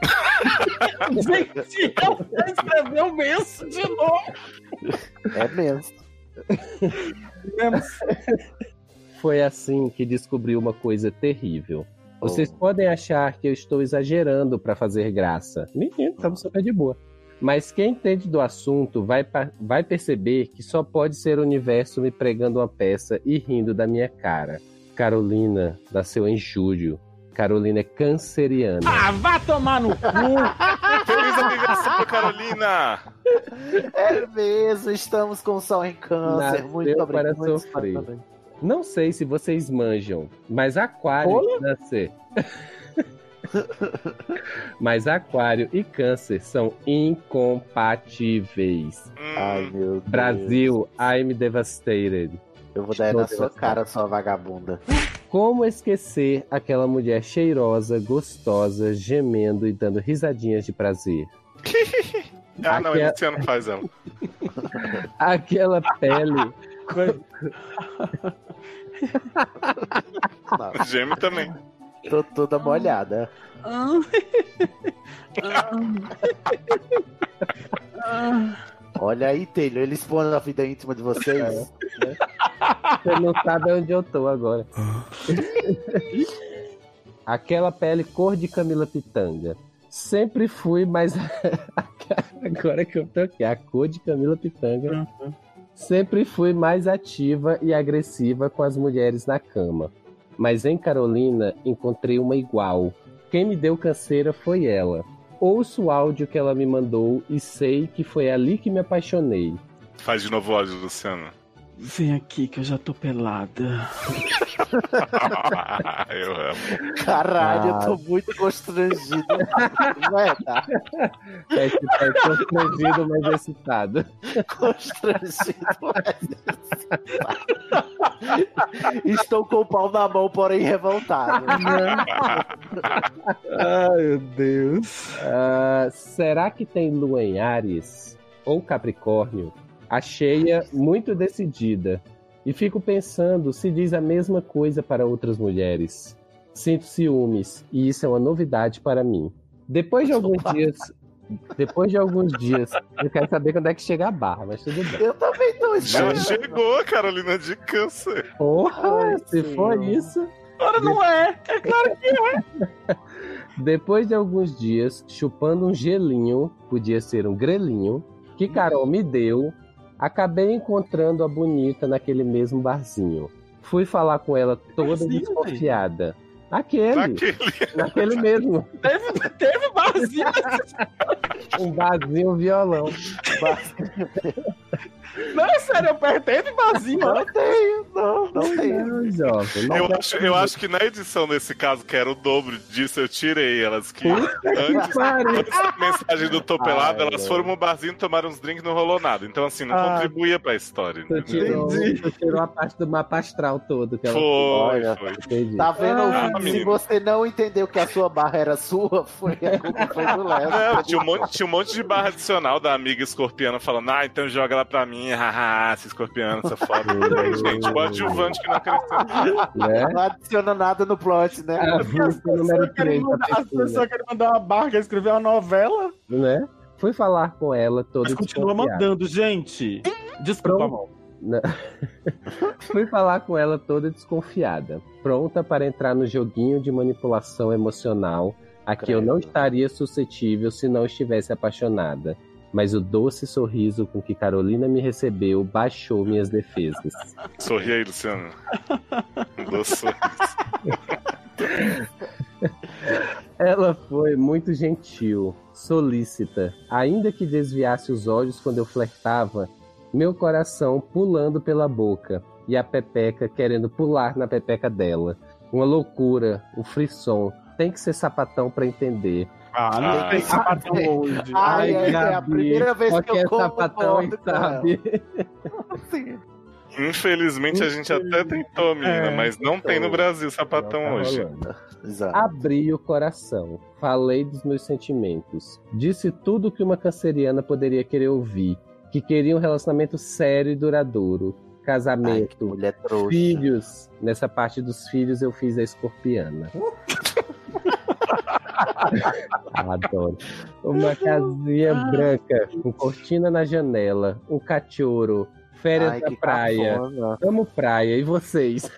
Gente, eu escreveu menso de novo. É menso. Foi assim que descobri uma coisa terrível. Vocês podem achar que eu estou exagerando para fazer graça. Menino, estamos super de boa. Mas quem entende do assunto vai perceber que só pode ser o universo me pregando uma peça e rindo da minha cara. Carolina nasceu em julho. Carolina é canceriana. Vá tomar no cu! Feliz aniversário, Carolina! É mesmo, estamos com o sol em câncer. Nasceu Muito obrigado. para sofrer. Não sei se vocês manjam, mas Aquário nascer. Mas Aquário e Câncer são incompatíveis. Ai, meu Deus. Brasil, I'm devastated. Eu vou dar na sua cara, sua vagabunda. Como esquecer aquela mulher cheirosa, gostosa, gemendo e dando risadinhas de prazer? Não, esse ano faz ela. Aquela pele. Geme também. Tô toda molhada. Olha aí, Taylor, eles expõem a vida íntima de vocês. Você não sabe onde eu tô agora. Aquela pele cor de Camila Pitanga. Sempre fui mais... Agora que eu tô aqui, a cor de Camila Pitanga. Sempre fui mais ativa e agressiva com as mulheres na cama. Mas em Carolina encontrei uma igual. Quem me deu canseira foi ela. Ouço o áudio que ela me mandou e sei que foi ali que me apaixonei. Faz de novo o áudio, Luciano. Vem aqui que eu já tô pelada. Eu amo. Caralho, eu tô muito constrangido. Vai dar. É constrangido, mas excitado. Constrangido, mas excitado. Estou com o pau na mão, porém revoltado. Ai, meu Deus. Será que tem lua em Áries ou Capricórnio? A cheia muito decidida. E fico pensando se diz a mesma coisa para outras mulheres. Sinto ciúmes, e isso é uma novidade para mim. Depois de alguns dias, eu quero saber quando é que chega a barra, mas tudo bem. Eu também tô Já chegou, Carolina de Câncer. Porra, se for isso... Agora não é, é claro que é. Depois de alguns dias, chupando um gelinho, podia ser um grelinho, que Carol me deu, acabei encontrando a bonita naquele mesmo barzinho. Fui falar com ela toda desconfiada. Naquele mesmo. Teve barzinho. Um barzinho, um violão. Não, é sério, eu apertei de barzinho. Não tenho. Não, jovem. Eu acho que na edição desse caso, que era o dobro disso, eu tirei elas que antes da mensagem do Topelado, elas foram no barzinho, tomaram uns drinks, não rolou nada. Então, assim, não contribuía pra história. Tu tirou a parte do mapa astral todo. Que ela Foi. Entendi. Tá vendo? Se você não entendeu que a sua barra era sua, a culpa foi do Léo. Tinha um monte de barra adicional da amiga escorpiana falando, então joga ela pra mim, haha, essa escorpiana, essa foda. Gente, o adjuvante que não acrescenta. Não adiciona nada no plot, né? As pessoas querem mandar uma barra, querem escrever uma novela. Né? Fui falar com ela toda Mas continua mandando, gente. Desculpa, amor. Fui falar com ela toda desconfiada, pronta para entrar no joguinho de manipulação emocional a que eu não estaria suscetível se não estivesse apaixonada. Mas o doce sorriso com que Carolina me recebeu baixou minhas defesas. Sorri aí, Luciano. Um doce sorriso. Ela foi muito gentil, solícita, ainda que desviasse os olhos quando eu flertava, meu coração pulando pela boca e a pepeca querendo pular na pepeca dela. Uma loucura, um frisson. Tem que ser sapatão pra entender. Não tem sapatão hoje. É a primeira vez que eu como sapatão, sabe? Infelizmente a gente até tentou, menina, mas não tem no Brasil sapatão hoje. Abri o coração, falei dos meus sentimentos, disse tudo que uma canceriana poderia querer ouvir, que queria um relacionamento sério e duradouro, casamento, filhos. Nessa parte dos filhos eu fiz a escorpiana. Adoro. Uma casinha branca com cortina na janela, um cachorro, férias na praia. Amo praia, e vocês?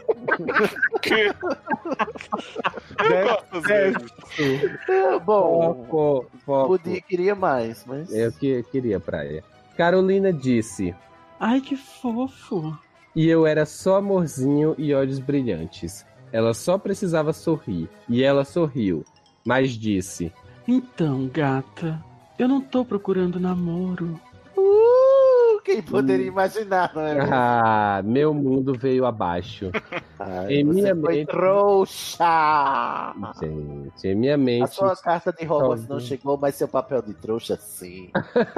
Bom, queria mais, mas... Eu queria praia. Carolina disse: ai, que fofo. E eu era só amorzinho e olhos brilhantes. Ela só precisava sorrir. E ela sorriu, mas disse: então, gata, eu não tô procurando namoro. Quem poderia imaginar, não é? Meu mundo veio abaixo. Em minha mente, trouxa! Gente, em minha mente... A sua carta de Hogwarts não chegou, mas seu papel de trouxa, sim.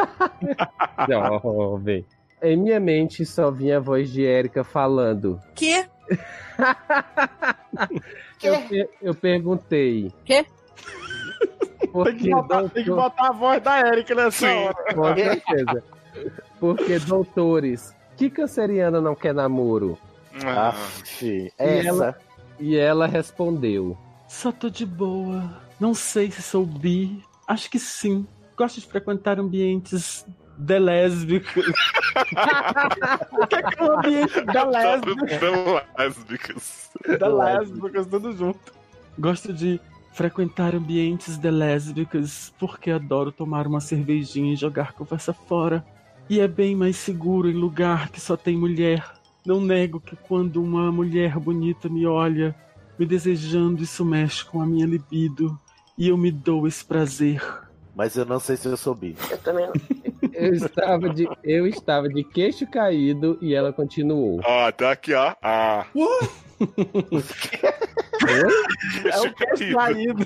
Jovem. Em minha mente só vinha a voz de Érica falando... Quê? Eu perguntei... Quê? Tem que botar a voz da Érica nessa hora. Com certeza. Porque, doutores, que canceriana não quer namoro? E ela respondeu: só tô de boa. Não sei se sou bi. Acho que sim. Gosto de frequentar ambientes lésbicos. O que é um ambiente lésbicos? Lésbicos, tudo junto. Gosto de frequentar ambientes lésbicos porque adoro tomar uma cervejinha e jogar conversa fora. E é bem mais seguro em lugar que só tem mulher. Não nego que quando uma mulher bonita me olha, me desejando, isso mexe com a minha libido. E eu me dou esse prazer. Mas eu não sei se eu sou bi. Eu também não. Eu estava de queixo caído e ela continuou. Tá aqui, ó. É o queixo caído.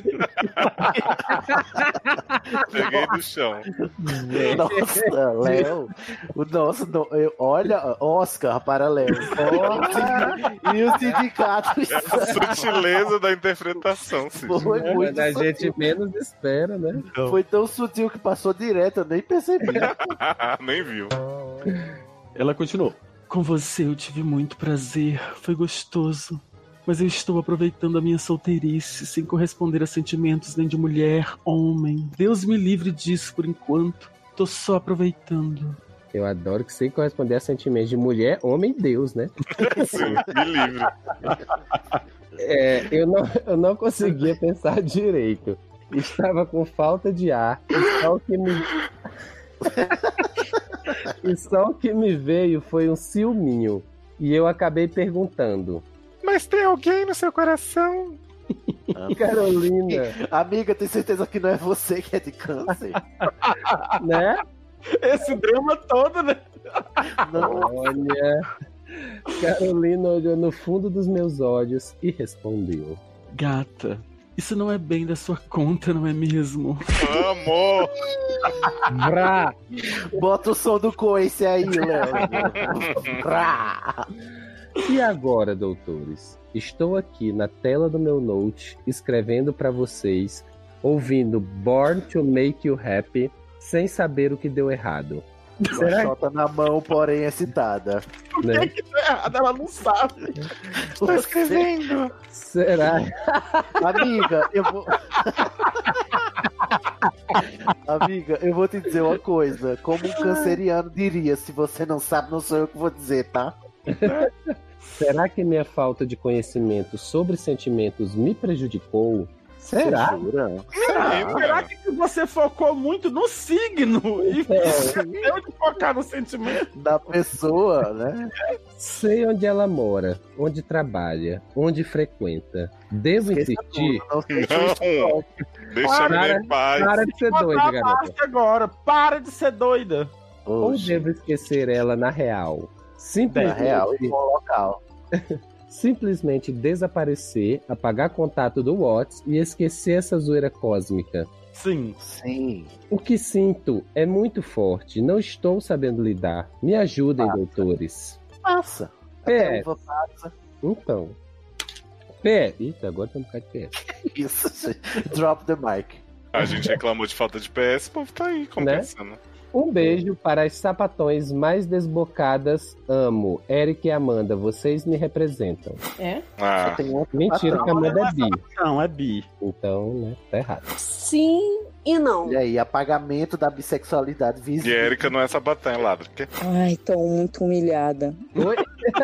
Peguei do chão. Nossa, Léo. Olha, Oscar para Léo. E o sindicato. A sutileza da interpretação, foi muito a gente menos espera, né? Foi tão sutil que passou direto, eu nem percebi. Nem viu. Ela continuou. Com você eu tive muito prazer, foi gostoso. Mas eu estou aproveitando a minha solteirice, sem corresponder a sentimentos nem de mulher, homem. Deus me livre disso por enquanto. Tô só aproveitando. Eu adoro que sem corresponder a sentimentos de mulher, homem, Deus, né? Sim, me livre. Eu não conseguia pensar direito. Estava com falta de ar. E só o que me veio foi um ciúminho. E eu acabei perguntando: mas tem alguém no seu coração? Carolina. Amiga, tem certeza que não é você que é de câncer? Né? Esse drama todo, né? Não. Olha. Carolina olhou no fundo dos meus olhos e respondeu: Gata, isso não é bem da sua conta, não é mesmo? Amor! Vrá! Bota o som do coice aí, Léo. Vrá! E agora, doutores? Estou aqui na tela do meu note, escrevendo para vocês, ouvindo Born to Make You Happy, sem saber o que deu errado. Será? Solta na mão, porém excitada. Né? O que deu errado? Ela não sabe. Tô escrevendo. Será? Amiga, eu vou. Amiga, eu vou te dizer uma coisa. Como um canceriano diria, se você não sabe, não sou eu que vou dizer, tá? Será que minha falta de conhecimento sobre sentimentos me prejudicou? Será? Será que você focou muito no signo e esqueceu de focar no sentimento da pessoa, né? Sei onde ela mora, onde trabalha, onde frequenta. Devo insistir? Não. Deixa eu ver, pai. Para de ser doida, garota. Agora, para de ser doida. Ou devo esquecer ela na real? Na real, em um local. Simplesmente desaparecer, apagar contato do WhatsApp e esquecer essa zoeira cósmica. Sim. Sim. O que sinto é muito forte. Não estou sabendo lidar. Me ajudem, doutores. Passa. PS. Então. PS. Eita, agora tem um bocado de PS. Isso. Drop the mic. A gente reclamou de falta de PS, o povo tá aí compensando. Né? Um beijo para as sapatões mais desbocadas. Amo. Eric e Amanda, vocês me representam. É? Ah. Mentira que a Amanda é bi. Não, é bi. Então, né, tá errado. Sim e não. E aí, apagamento da bissexualidade visível. E a Erika não é sapatão, é ladra. Ai, tô muito humilhada. Oi?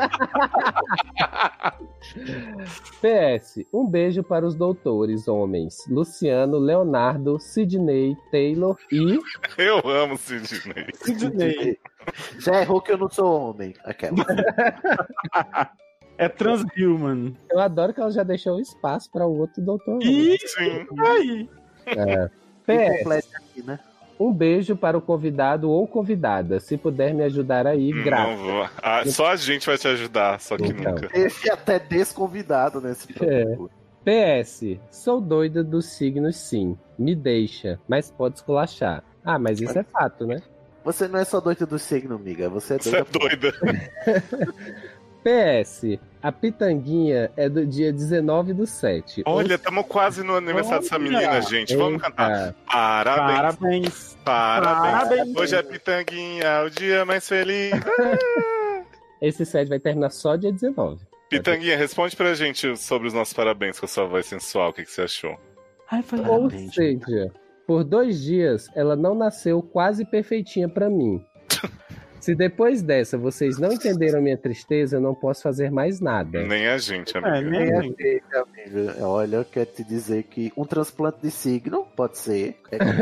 PS, um beijo para os doutores homens Luciano, Leonardo, Sidney, Taylor e... Eu amo Sidney. Já errou que eu não sou homem. Aquela. É transhuman. Eu adoro que ela já deixou espaço para o outro doutor. Sim. Aí. PS, aqui, né? um beijo para o convidado ou convidada. Se puder me ajudar aí, grato. Só a gente vai te ajudar, só que Então. nunca. Esse até desconvidado nesse programa. PS, sou doida dos signos sim. Me deixa, mas pode esculachar. Ah, mas isso é fato, né? Você não é só doida do signo, amiga. Você é doida. Você é doida. PS, a pitanguinha é do dia 19/7. Olha, estamos quase no aniversário dessa menina, gente. Vamos cantar. Parabéns. Parabéns. Hoje é pitanguinha, o dia mais feliz. Esse set vai terminar só dia 19. Pitanguinha, responde pra gente sobre os nossos parabéns com a sua voz sensual. O que você achou? Ou seja, por 2 dias ela não nasceu quase perfeitinha pra mim. Se depois dessa vocês não entenderam minha tristeza, eu não posso fazer mais nada. Nem a gente, amiga. Nem a gente, amiga. Olha, eu quero te dizer que um transplante de signo pode ser.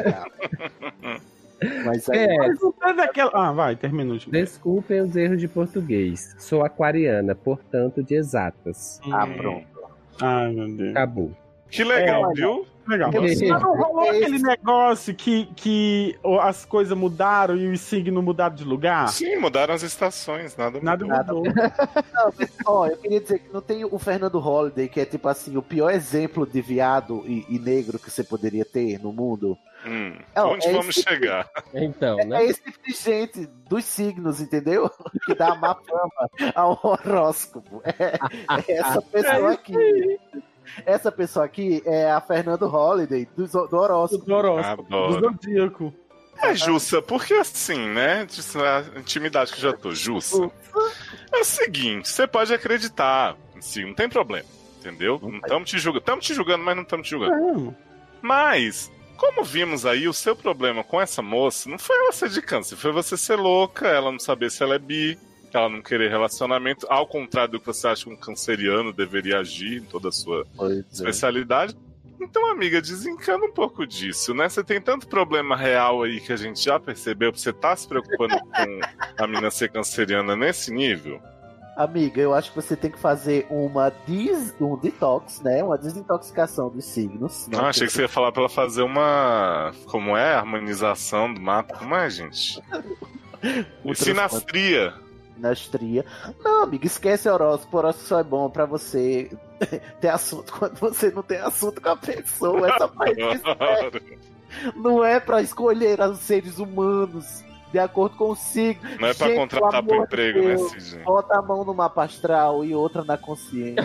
Mas aí... vai, termina. Desculpem os erros de português. Sou aquariana, portanto, de exatas. Pronto. Ai, meu Deus. Acabou. Que legal, viu? Legal. Mas não rolou aquele negócio que as coisas mudaram e os signos mudaram de lugar? Sim, mudaram as estações, nada mudou. Não, mas, eu queria dizer que não tem o Fernando Holliday, que é tipo assim, o pior exemplo de viado e negro que você poderia ter no mundo. Onde vamos chegar? Então, né? É esse tipo de gente dos signos, entendeu? Que dá má fama ao horóscopo. É essa pessoa aqui. Essa pessoa aqui é a Fernando Holliday do horóscopo. Do zodíaco. Jussa, porque assim, né? A intimidade que eu já tô, Jussa. É o seguinte, você pode acreditar em si, não tem problema, entendeu? Não estamos te julgando. Estamos te julgando, mas não estamos te julgando. Mas, como vimos aí, o seu problema com essa moça não foi ela ser de câncer, foi você ser louca, ela não saber se ela é bi, ela não querer relacionamento, ao contrário do que você acha que um canceriano deveria agir em toda a sua especialidade. Então, amiga, desencana um pouco disso, né? Você tem tanto problema real aí que a gente já percebeu, você tá se preocupando com a menina ser canceriana nesse nível. Amiga, eu acho que você tem que fazer um detox, né? Uma desintoxicação dos signos. Não, achei que você ia falar pra ela fazer uma... Como é? Harmonização do mapa. Como é, gente? Sinastria. Sinastria. Não, amiga, esquece horóscopo. O horóscopo só é bom pra você ter assunto quando você não tem assunto com a pessoa. Essa parte não é pra escolher os seres humanos de acordo com o signo. Não é pra contratar pro emprego, né, Cid? Bota a mão no mapa astral e outra na consciência.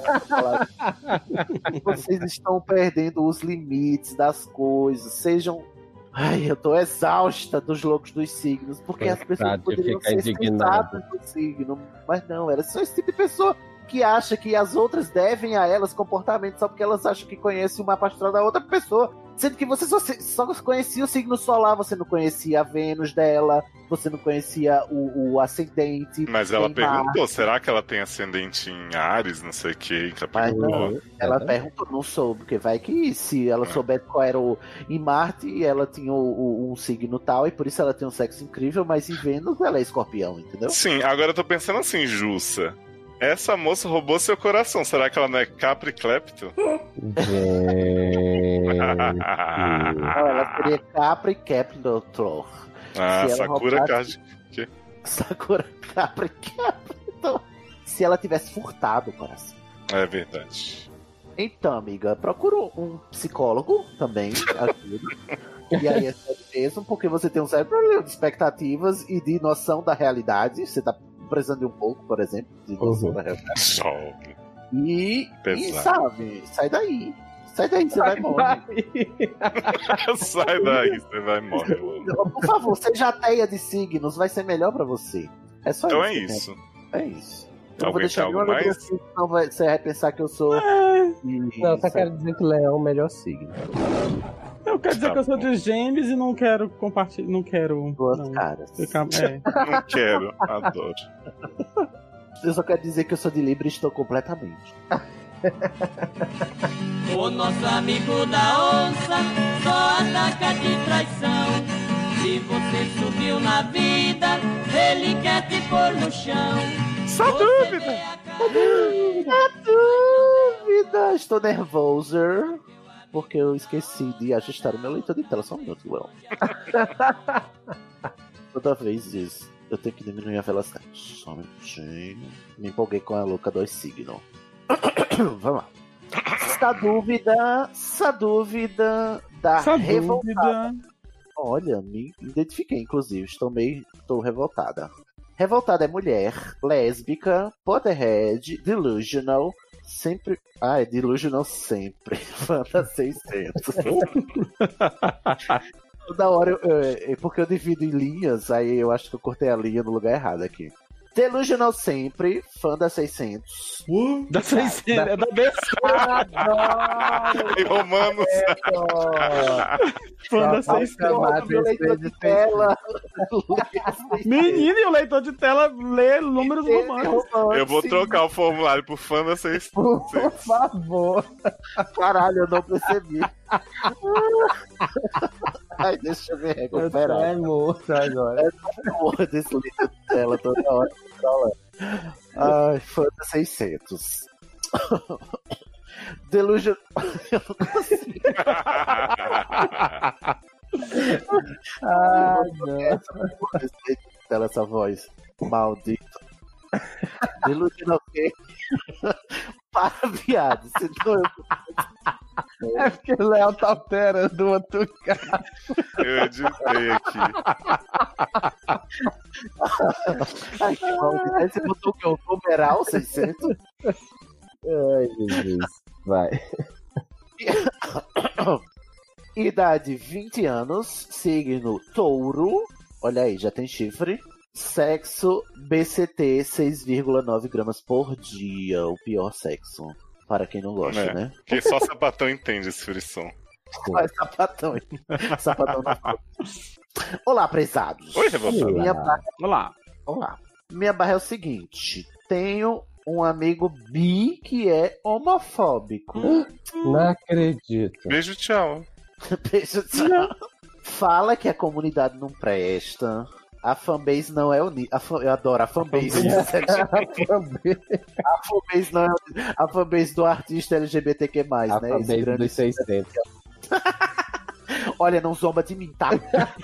Vocês estão perdendo os limites das coisas. Sejam... Ai, eu tô exausta dos loucos dos signos, porque as pessoas poderiam ser sensatas do signo. Mas não, elas são esse tipo de pessoa que acha que as outras devem a elas comportamento só porque elas acham que conhecem o mapa astral da outra pessoa. Sendo que você só conhecia o signo solar, você não conhecia a Vênus dela, você não conhecia o ascendente. Mas ela perguntou, será que ela tem ascendente em Áries, não sei o que, Mas não, ela perguntou, não soube, porque vai que se ela soubesse qual era em Marte, ela tinha um signo tal, e por isso ela tem um sexo incrível, mas em Vênus ela é escorpião, entendeu? Sim, agora eu tô pensando assim, Jussa. Essa moça roubou seu coração. Será que ela não é Capriclepto? Ela seria Capriclepto. Sakura Card. Sakura Capriclepto. Se ela tivesse furtado o coração. É verdade. Então, amiga, procura um psicólogo também. Ajuda. E aí é sério mesmo, porque você tem um sério problema de expectativas e de noção da realidade. Você tá precisando de um pouco, por exemplo, de noção da realidade. E sabe, sai daí. Sai daí, você vai morrer. Sai daí, você vai morrer. Por favor, seja ateia de signos, vai ser melhor pra você. É só então isso. É isso. Eu não vou deixar nenhuma letra assim, senão você vai pensar que eu sou. Não, só quero dizer que Leão é o melhor signo. Eu quero dizer que eu sou de Gêmeos e não quero compartilhar. Não quero. Duas caras. Não quero, adoro. Eu só quero dizer que eu sou de Libra e estou completamente. O nosso amigo da onça só ataca de traição. Se você subiu na vida, ele quer te pôr no chão. Só dúvida! Dúvida! Estou nervoso porque eu esqueci de ajustar o meu leitor de tela. Só um minuto, Will. Toda vez isso, eu tenho que diminuir a velocidade. Só um minutinho. Me empolguei com a louca dos signos. Vamos lá. Essa dúvida da revoltada. Olha, me identifiquei, inclusive. Estou revoltada. Revoltada é mulher, lésbica, Potterhead, delusional, sempre... é delusional sempre. Fanta 600. Toda hora, porque eu divido em linhas, aí eu acho que eu cortei a linha no lugar errado aqui. Delusional sempre, fã da 600. Da 600, é da Bessada. E Romanos. Fã da 600. Menino, e o leitor de tela lê números romanos. Eu vou trocar o formulário pro fã da 600. Por favor. Caralho, eu não percebi. Ai, deixa eu me recuperar. É morto agora. É morto desse leitor de tela toda hora. Ai, fã da 600. Delusion. Eu não consigo. Não. Essa voz. Maldito. Delusional quê? Para, viado. É porque o Léo tá alterando o outro cara. Eu editei aqui. Ai, que maldito. Aí você botou o que? O numeral 600? Ai, Jesus. Vai. Idade 20 anos. Signo touro. Olha aí, já tem chifre. Sexo BCT 6,9 gramas por dia. O pior sexo. Para quem não gosta, né? Porque só sapatão entende esse frisson. Só sapatão. Sapatão na foto. Olá, prezados. Oi, revoltado. Olá. Minha barra é o seguinte. Tenho um amigo bi que é homofóbico. Não acredito. Beijo, tchau. Beijo, tchau. Fala que a comunidade não presta. A fanbase não é unida. Eu adoro a fanbase. A fanbase do artista LGBTQ+, a né? fanbase dos 600. Olha, não zomba de mim, tá?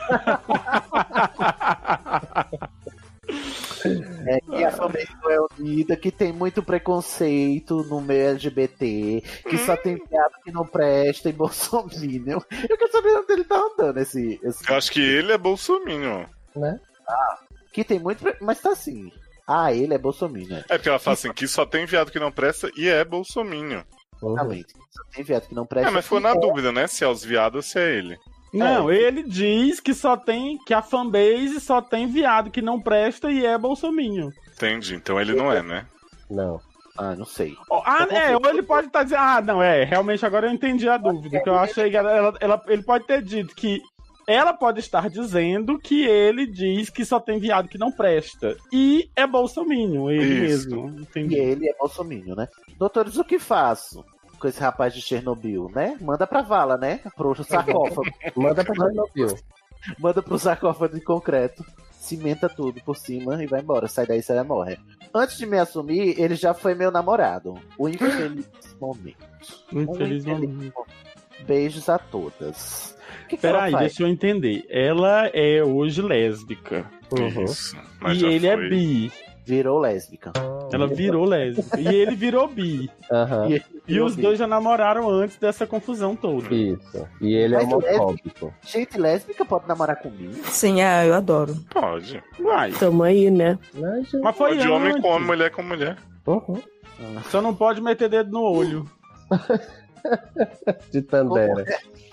Que a fanbase não é unida, que tem muito preconceito no meio LGBT, que só tem viado que não presta e bolsominion. Eu quero saber onde ele tá andando esse... Eu acho que ele é bolsominion. Né? Que tem muito... Mas tá assim... ele é bolsominion. É porque ela fala assim, que só tem viado que não presta e é bolsominion. Exatamente. Só tem viado que não presta. Mas ficou na dúvida, né? Se é os viados ou se é ele. Não, ele diz que só tem. Que a fanbase só tem viado que não presta e é bolsominho. Entendi, então ele não é, né? Não. Não sei. Ou ele pode estar dizendo, realmente agora eu entendi a dúvida. Que eu achei que ele pode ter dito que ela pode estar dizendo que ele diz que só tem viado que não presta. E é bolsominho, ele mesmo. Entendi. E ele é bolsominho, né? Doutores, o que faço com esse rapaz de Chernobyl, né? Manda pra vala, né? Pro sarcófago. Manda pra Chernobyl. Manda pro sarcófago de concreto. Cimenta tudo por cima e vai embora. Sai daí, sai e morre. Antes de me assumir, ele já foi meu namorado. O infeliz momento. Infeliz momento. Beijos a todas. Peraí, deixa eu entender. Ela é hoje lésbica. Isso. E ele é bi. Virou lésbica. Ela virou lésbica. E ele virou bi. E os dois já namoraram antes dessa confusão toda. Isso. E ele é homofóbico. Gente lésbica pode namorar com bi? Sim, eu adoro. Pode. Vai. Tamo aí, né? Mas foi de homem com homem, mulher com mulher. Só não pode meter dedo no olho. De Tandera.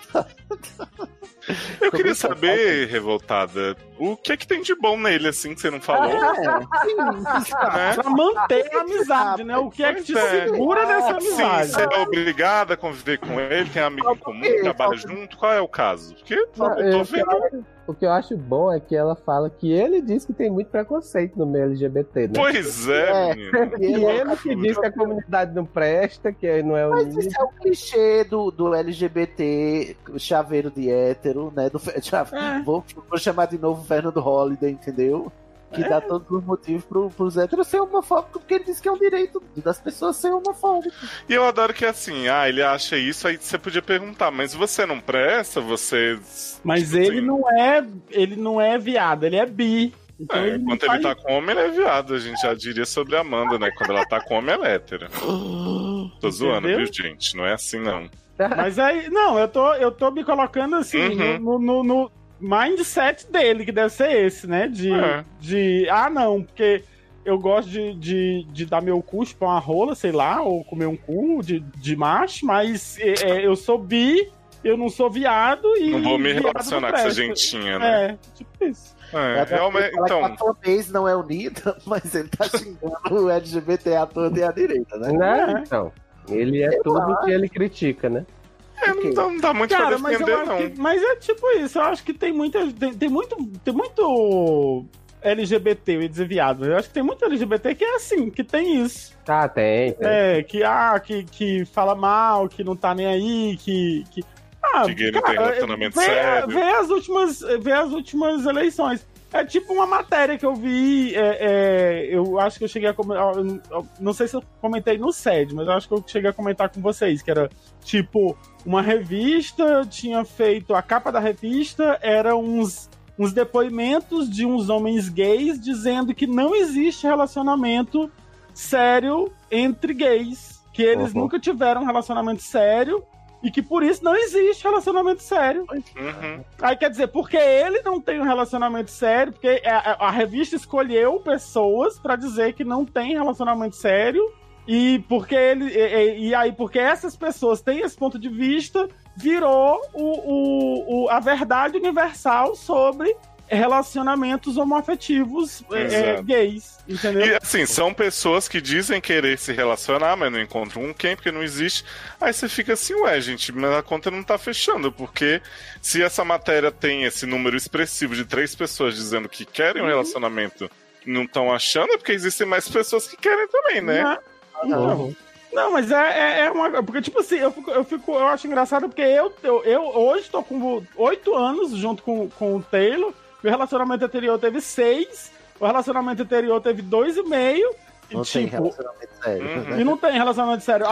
Eu queria saber, revoltada, o que é que tem de bom nele, assim, que você não falou? Pra manter a amizade, né? O que é que te segura nessa amizade? Sim, você é obrigada a conviver com ele, tem amigo em comum, trabalha junto, qual é o caso? Porque tô vendo... O que eu acho bom é que ela fala que ele diz que tem muito preconceito no meio LGBT, né? Pois menino. E ele que diz que a comunidade não presta, que não é o Mas isso é o clichê do LGBT, chaveiro de hétero, né? Vou chamar de novo o Fernando Holliday, entendeu? Que dá todos os motivos pros héteros ser homofóbicos, porque ele diz que é um direito das pessoas ser homofóbicas. E eu adoro que assim, ele acha isso, aí você podia perguntar, mas você não presta, você... Mas tipo, ele não é viado, ele é bi. Então enquanto ele tá com homem, ele é viado. A gente já diria sobre a Amanda, né? Quando ela tá com homem, ela é hétera. Tô zoando, viu, gente? Não é assim, não. Mas aí, não, eu tô me colocando assim, no mindset dele, que deve ser esse, né? Não, porque eu gosto de dar meu cu, chupar uma rola, sei lá, ou comer um cu de macho, mas eu sou bi, eu não sou viado e... Não vou me relacionar com essa gentinha, né? Tipo isso. Realmente, então... A fanbase não é unida, mas ele tá xingando o LGBT à toda e à direita, né? Então, ele é tudo que ele critica, né? Não dá muito pra defender, não. Mas é tipo isso, eu acho que tem muito LGBT, eu ia dizer viado. Eu acho que tem muito LGBT que é assim, que tem isso. Tem. Que fala mal, que não tá nem aí, que gay não tem relacionamento sério. Vê as últimas eleições. É tipo uma matéria que eu vi, eu acho que eu cheguei a comentar, não sei se eu comentei no SED, mas eu acho que eu cheguei a comentar com vocês, que era tipo, uma revista tinha feito, a capa da revista era uns depoimentos de uns homens gays dizendo que não existe relacionamento sério entre gays, que eles nunca tiveram um relacionamento sério, e que por isso não existe relacionamento sério. Aí quer dizer, porque ele não tem um relacionamento sério, porque a revista escolheu pessoas pra dizer que não tem relacionamento sério, e porque porque essas pessoas têm esse ponto de vista, virou a verdade universal sobre relacionamentos homoafetivos gays, entendeu? E assim, são pessoas que dizem querer se relacionar, mas não encontram porque não existe. Aí você fica assim, gente, mas a conta não tá fechando, porque se essa matéria tem esse número expressivo de 3 pessoas dizendo que querem um relacionamento e não estão achando, é porque existem mais pessoas que querem também, né? Não, mas é uma... Porque, tipo assim, eu acho engraçado porque eu hoje tô com 8 anos junto com o Taylor. meu relacionamento anterior teve 6, o relacionamento anterior teve 2,5. Não tem relacionamento sério. E não tem relacionamento sério.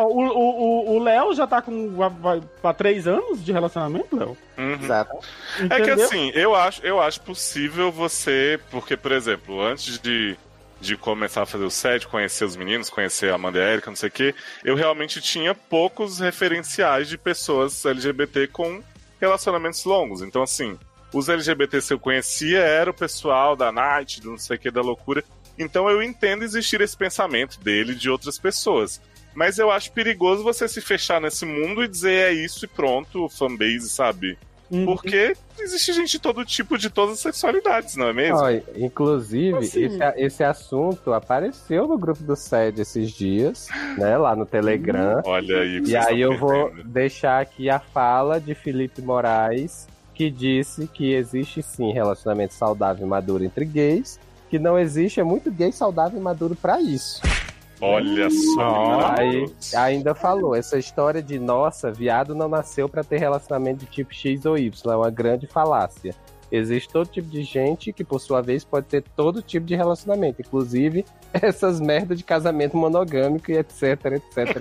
O Léo já tá com pra 3 anos de relacionamento, Léo? Exato. É que assim, eu acho possível você, porque, por exemplo, antes de começar a fazer o set, conhecer os meninos, conhecer a Amanda e a Erika, não sei o quê, eu realmente tinha poucos referenciais de pessoas LGBT com relacionamentos longos. Então, assim, os LGBTs que eu conhecia era o pessoal da Night, do não sei o que, da loucura. Então eu entendo existir esse pensamento dele e de outras pessoas. Mas eu acho perigoso você se fechar nesse mundo e dizer é isso e pronto, fanbase, sabe? Porque existe gente de todo tipo, de todas as sexualidades, não é mesmo? Olha, inclusive, assim, esse assunto apareceu no grupo do SED esses dias, né, lá no Telegram. Olha aí. E aí eu vou deixar aqui a fala de Felipe Moraes, que disse que existe sim relacionamento saudável e maduro entre gays, que não existe, é muito gay saudável e maduro pra isso. Olha só. Aí ainda falou, essa história de nossa, viado não nasceu pra ter relacionamento de tipo X ou Y, é uma grande falácia. Existe todo tipo de gente que, por sua vez, pode ter todo tipo de relacionamento, inclusive essas merdas de casamento monogâmico e etc, etc.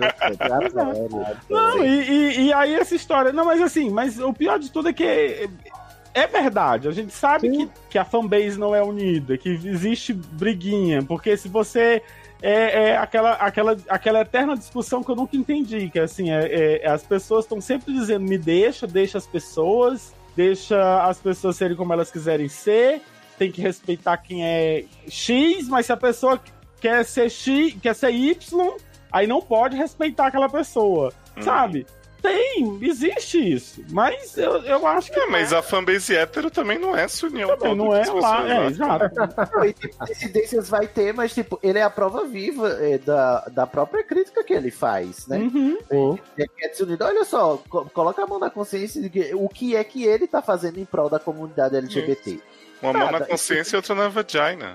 Não, e aí essa história... Não, mas assim, mas o pior de tudo é que... É verdade, a gente sabe que a fanbase não é unida, que existe briguinha, porque se você... aquela eterna discussão que eu nunca entendi, que assim, as pessoas estão sempre dizendo deixa as pessoas serem como elas quiserem ser, tem que respeitar quem é X, mas se a pessoa quer ser X, quer ser Y, aí não pode respeitar aquela pessoa, sabe? Existe isso, mas eu acho que... mas a fanbase hétero também não é essa união. Também não é lá, exato. Dissidências vai ter, mas tipo, ele é a prova viva da própria crítica que ele faz, né? É desunido. Olha só, coloca a mão na consciência de que, o que é que ele tá fazendo em prol da comunidade LGBT. Uma mão na consciência e outra na vagina.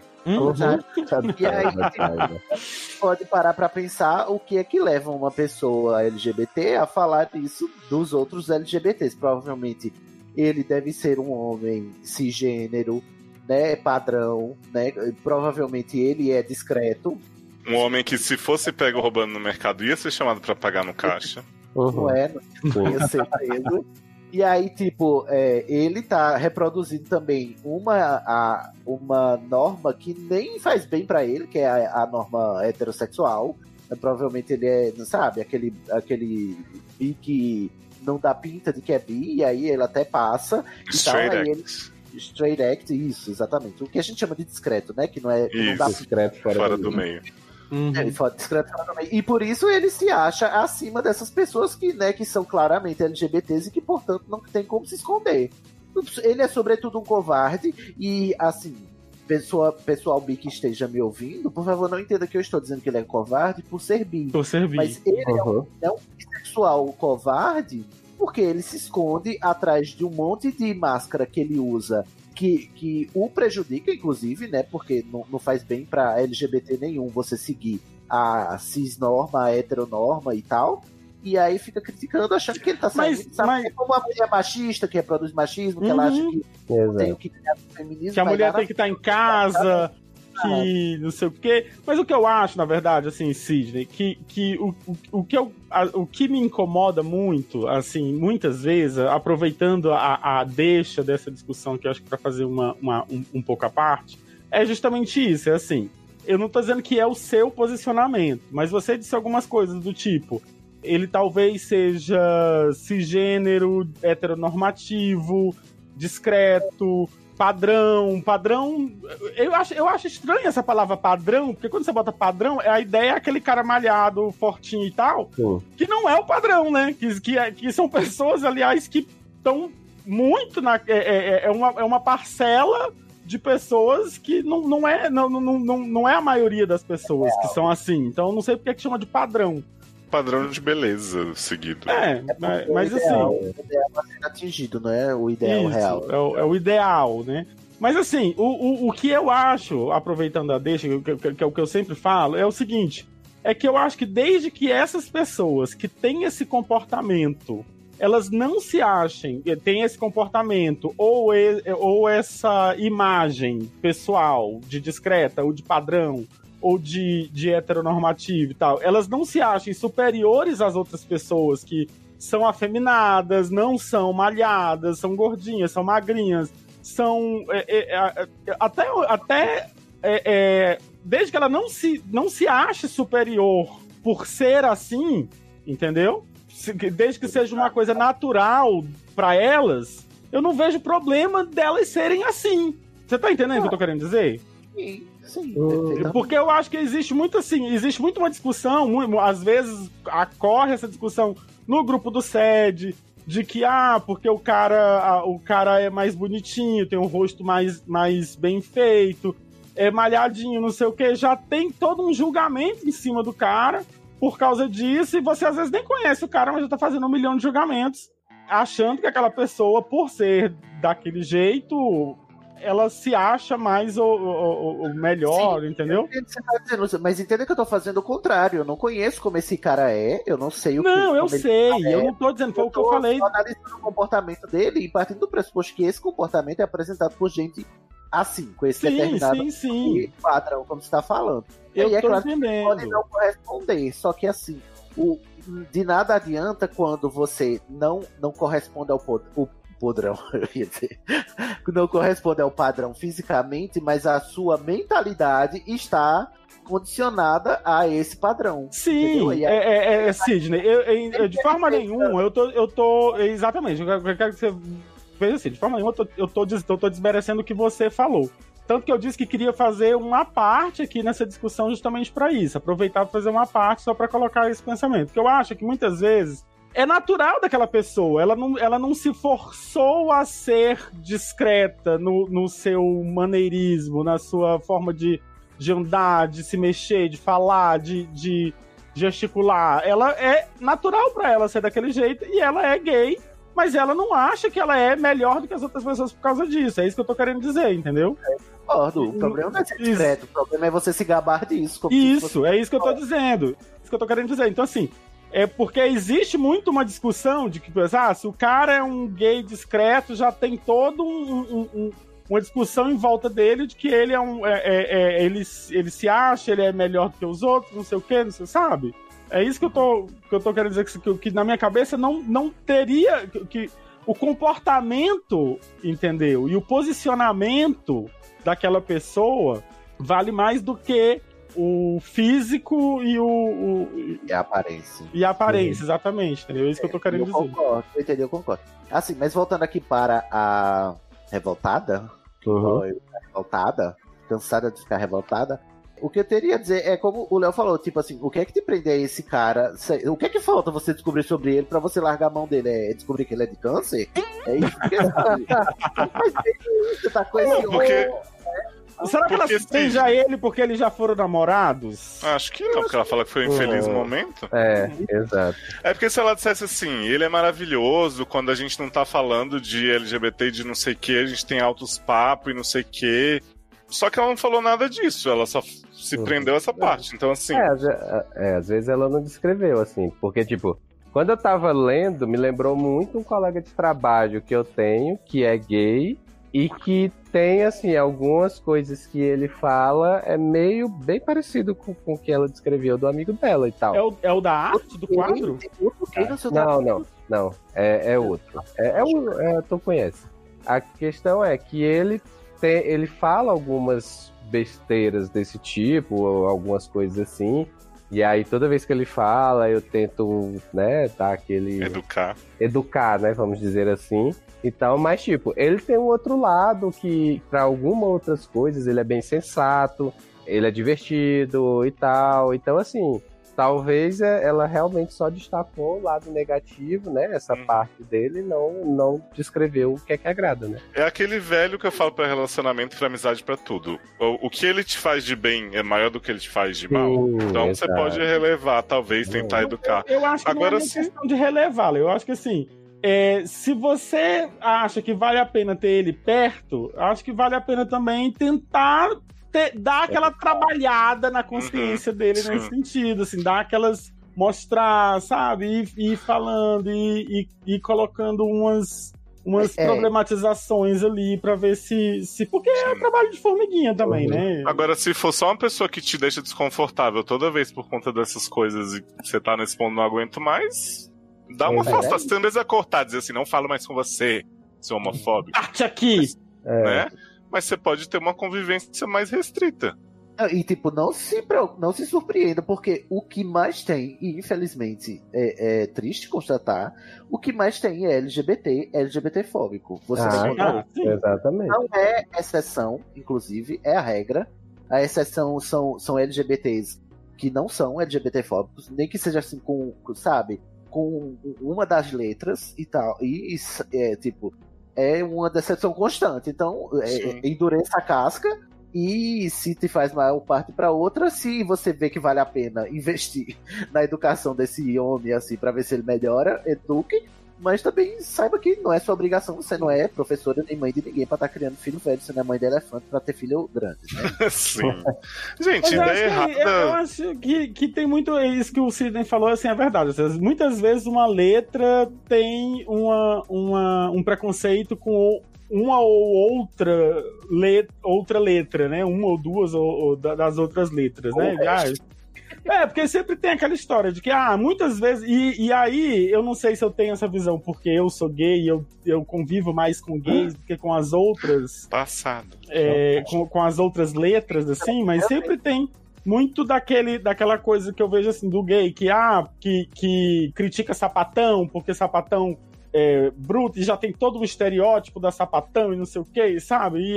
E aí pode parar pra pensar o que é que leva uma pessoa LGBT a falar isso dos outros LGBTs. Provavelmente ele deve ser um homem cisgênero, né, padrão, né? Provavelmente ele é discreto. Um homem que, se fosse pego roubando no mercado, ia ser chamado pra pagar no caixa. Não ia ser preso. E aí, tipo, ele tá reproduzindo também uma norma que nem faz bem pra ele, que é a norma heterossexual. Provavelmente ele é, não sabe, aquele bi que não dá pinta de que é bi, e aí ele até passa. Straight act. Ele, straight act, isso, exatamente. O que a gente chama de discreto, né? Que não é... Isso, não dá discreto fora do meio. Ele fala discreto também. E por isso ele se acha acima dessas pessoas que, né, que são claramente LGBTs e que, portanto, não tem como se esconder. Ele é, sobretudo, um covarde. E, assim, pessoal bi que esteja me ouvindo, por favor, não entenda que eu estou dizendo que ele é covarde por ser bi. Mas ele é um bissexual covarde porque ele se esconde atrás de um monte de máscara que ele usa que o prejudica, inclusive, né? Porque não faz bem pra LGBT nenhum você seguir a cisnorma, a heteronorma e tal. E aí fica criticando, achando que ele tá saindo, sabe? Como a mulher machista, que reproduz machismo, que ela acha que tem o que criar do feminismo. Que a mulher tem que estar em casa, que não sei o quê. Mas o que eu acho, na verdade, assim, Sidney, o que me incomoda muito, assim, muitas vezes, aproveitando a deixa dessa discussão, que eu acho que para fazer um pouco à parte, é justamente isso, é assim, eu não tô dizendo que é o seu posicionamento, mas você disse algumas coisas do tipo, ele talvez seja cisgênero, heteronormativo, discreto, padrão, eu acho estranho essa palavra padrão, porque quando você bota padrão, a ideia é aquele cara malhado, fortinho e tal, que não é o padrão, né? Que são pessoas, aliás, que estão muito é uma parcela de pessoas que não é a maioria das pessoas que são assim. Então eu não sei porque que chama de padrão. Padrão de beleza seguido. Mas ideal, assim... O ideal a ser atingido, não é o ideal real. É o ideal, né? Mas assim, o que eu acho, aproveitando a deixa, que é o que eu sempre falo, é o seguinte, é que eu acho que desde que essas pessoas que têm esse comportamento elas não se achem, tem esse comportamento, ou essa imagem pessoal de discreta, ou de padrão, ou de heteronormativo e tal, elas não se achem superiores às outras pessoas que são afeminadas, não são malhadas, são gordinhas, são magrinhas, são desde que ela não se ache superior por ser assim, entendeu? Desde que seja uma coisa natural para elas, eu não vejo problema delas serem assim. Você tá entendendo o que eu tô querendo dizer? Sim. Porque eu acho que existe muito uma discussão, às vezes ocorre essa discussão no grupo do SED, de que, porque o cara é mais bonitinho, tem um rosto mais bem feito, é malhadinho, não sei o que, já tem todo um julgamento em cima do cara por causa disso, e você às vezes nem conhece o cara, mas já tá fazendo 1 milhão de julgamentos, achando que aquela pessoa, por ser daquele jeito, ela se acha mais o melhor, entendeu? Mas entenda que eu tô fazendo o contrário. Eu não conheço como esse cara é, eu não sei o que... Não, eu sei, eu não tô dizendo, foi o que eu falei. Eu tô analisando o comportamento dele e partindo do pressuposto que esse comportamento é apresentado por gente assim, com esse determinado padrão, como você tá falando. Eu e é tô claro entendendo. Que pode não corresponder, só que assim, de nada adianta quando você não corresponde ao padrão, eu ia dizer, não corresponde ao padrão fisicamente, mas a sua mentalidade está condicionada a esse padrão. Sim, Sidney, eu de forma nenhuma, eu tô exatamente, eu quero que você veja assim, de forma nenhuma eu tô desmerecendo o que você falou. Tanto que eu disse que queria fazer uma parte aqui nessa discussão justamente para isso, aproveitar para fazer uma parte só para colocar esse pensamento, porque eu acho que muitas vezes é natural daquela pessoa, ela não se forçou a ser discreta no seu maneirismo, na sua forma de andar, de se mexer, de falar, de gesticular. Ela é natural pra ela ser daquele jeito e ela é gay, mas ela não acha que ela é melhor do que as outras pessoas por causa disso. É isso que eu tô querendo dizer, entendeu? Concordo. O problema não é ser discreto, o problema é você se gabar disso. Isso, é isso que eu tô dizendo. Isso que eu tô querendo dizer. Então, assim, é porque existe muito uma discussão de que, se o cara é um gay discreto, já tem todo uma discussão em volta dele de que ele ele se acha, ele é melhor do que os outros, não sei o que, não sei, sabe? É isso que eu tô querendo dizer, que na minha cabeça não teria, que o comportamento, entendeu? E o posicionamento daquela pessoa vale mais do que o físico e a aparência. E a aparência, exatamente, entendeu? É isso que eu tô querendo dizer. Eu concordo. Assim, mas voltando aqui para a revoltada, revoltada, cansada de ficar revoltada, o que eu teria a dizer é como o Léo falou, tipo assim, o que é que te prende a esse cara? O que é que falta você descobrir sobre ele pra você largar a mão dele? É descobrir que ele é de câncer? É isso que você tá com esse Será que ela seja ele porque eles já foram namorados? Acho que não, porque ela fala que foi um infeliz momento. Exato. É porque se ela dissesse assim, ele é maravilhoso, quando a gente não tá falando de LGBT e de não sei o que, a gente tem altos papos e não sei o que. Só que ela não falou nada disso, ela só se prendeu a essa parte. Então, assim. Às vezes ela não descreveu, assim, porque, tipo, quando eu tava lendo, me lembrou muito um colega de trabalho que eu tenho, que é gay, e que tem, assim, algumas coisas que ele fala é meio bem parecido com o que ela descreveu do amigo dela e tal. É o da arte, do quadro? Não. É outro. Tu conhece. A questão é que ele fala algumas besteiras desse tipo, ou algumas coisas assim, e aí toda vez que ele fala, eu tento, né, dar aquele... Educar, né, vamos dizer assim. Então, mas tipo, ele tem um outro lado que, para algumas outras coisas, ele é bem sensato, ele é divertido e tal. Então, assim, talvez ela realmente só destacou o lado negativo, né? Essa parte dele não descreveu o que é que agrada, né? É aquele velho que eu falo pra relacionamento e pra amizade, pra tudo. O que ele te faz de bem é maior do que ele te faz de mal. Então exato. Você pode relevar, talvez, tentar educar. Eu acho que agora, não é questão de relevá-lo. Eu acho que assim, se você acha que vale a pena ter ele perto, acho que vale a pena também dar aquela trabalhada na consciência dele nesse sentido, assim, dar aquelas mostrar, sabe? E falando, e colocando umas problematizações ali pra ver se... Porque é trabalho de formiguinha também, né? Agora, se for só uma pessoa que te deixa desconfortável toda vez por conta dessas coisas e você tá nesse ponto não aguento mais, dá uma afastada. Você não precisa cortar, dizer assim, não falo mais com você, seu homofóbico. Arte aqui! Né? Mas você pode ter uma convivência mais restrita. E, tipo, não se surpreenda, porque o que mais tem, e infelizmente é triste constatar, o que mais tem é LGBTfóbico. Você exatamente. Não é exceção, inclusive, é a regra. A exceção são LGBTs que não são LGBTfóbicos, nem que seja assim com uma das letras e tal. E tipo, é uma decepção constante. Então, endureça a casca. E se te faz mal, parte para outra. Se você vê que vale a pena investir na educação desse homem, assim, para ver se ele melhora, eduque. Mas também saiba que não é sua obrigação, você não é professora nem mãe de ninguém pra estar criando filho velho, você não é mãe de elefante pra ter filho grande, né? Sim. Gente, ideia errada. Eu acho que tem muito isso que o Sidney falou, assim, é verdade. Muitas vezes uma letra tem um preconceito com uma ou outra letra, né? Uma ou duas das outras letras, né? Porque sempre tem aquela história de que, muitas vezes... E aí, eu não sei se eu tenho essa visão, porque eu sou gay e eu convivo mais com gays do que com as outras... Passado. Com as outras letras, assim, mas sempre tem muito daquela coisa que eu vejo, assim, do gay, que critica sapatão, porque sapatão bruto e já tem todo um estereótipo da sapatão e não sei o que, sabe?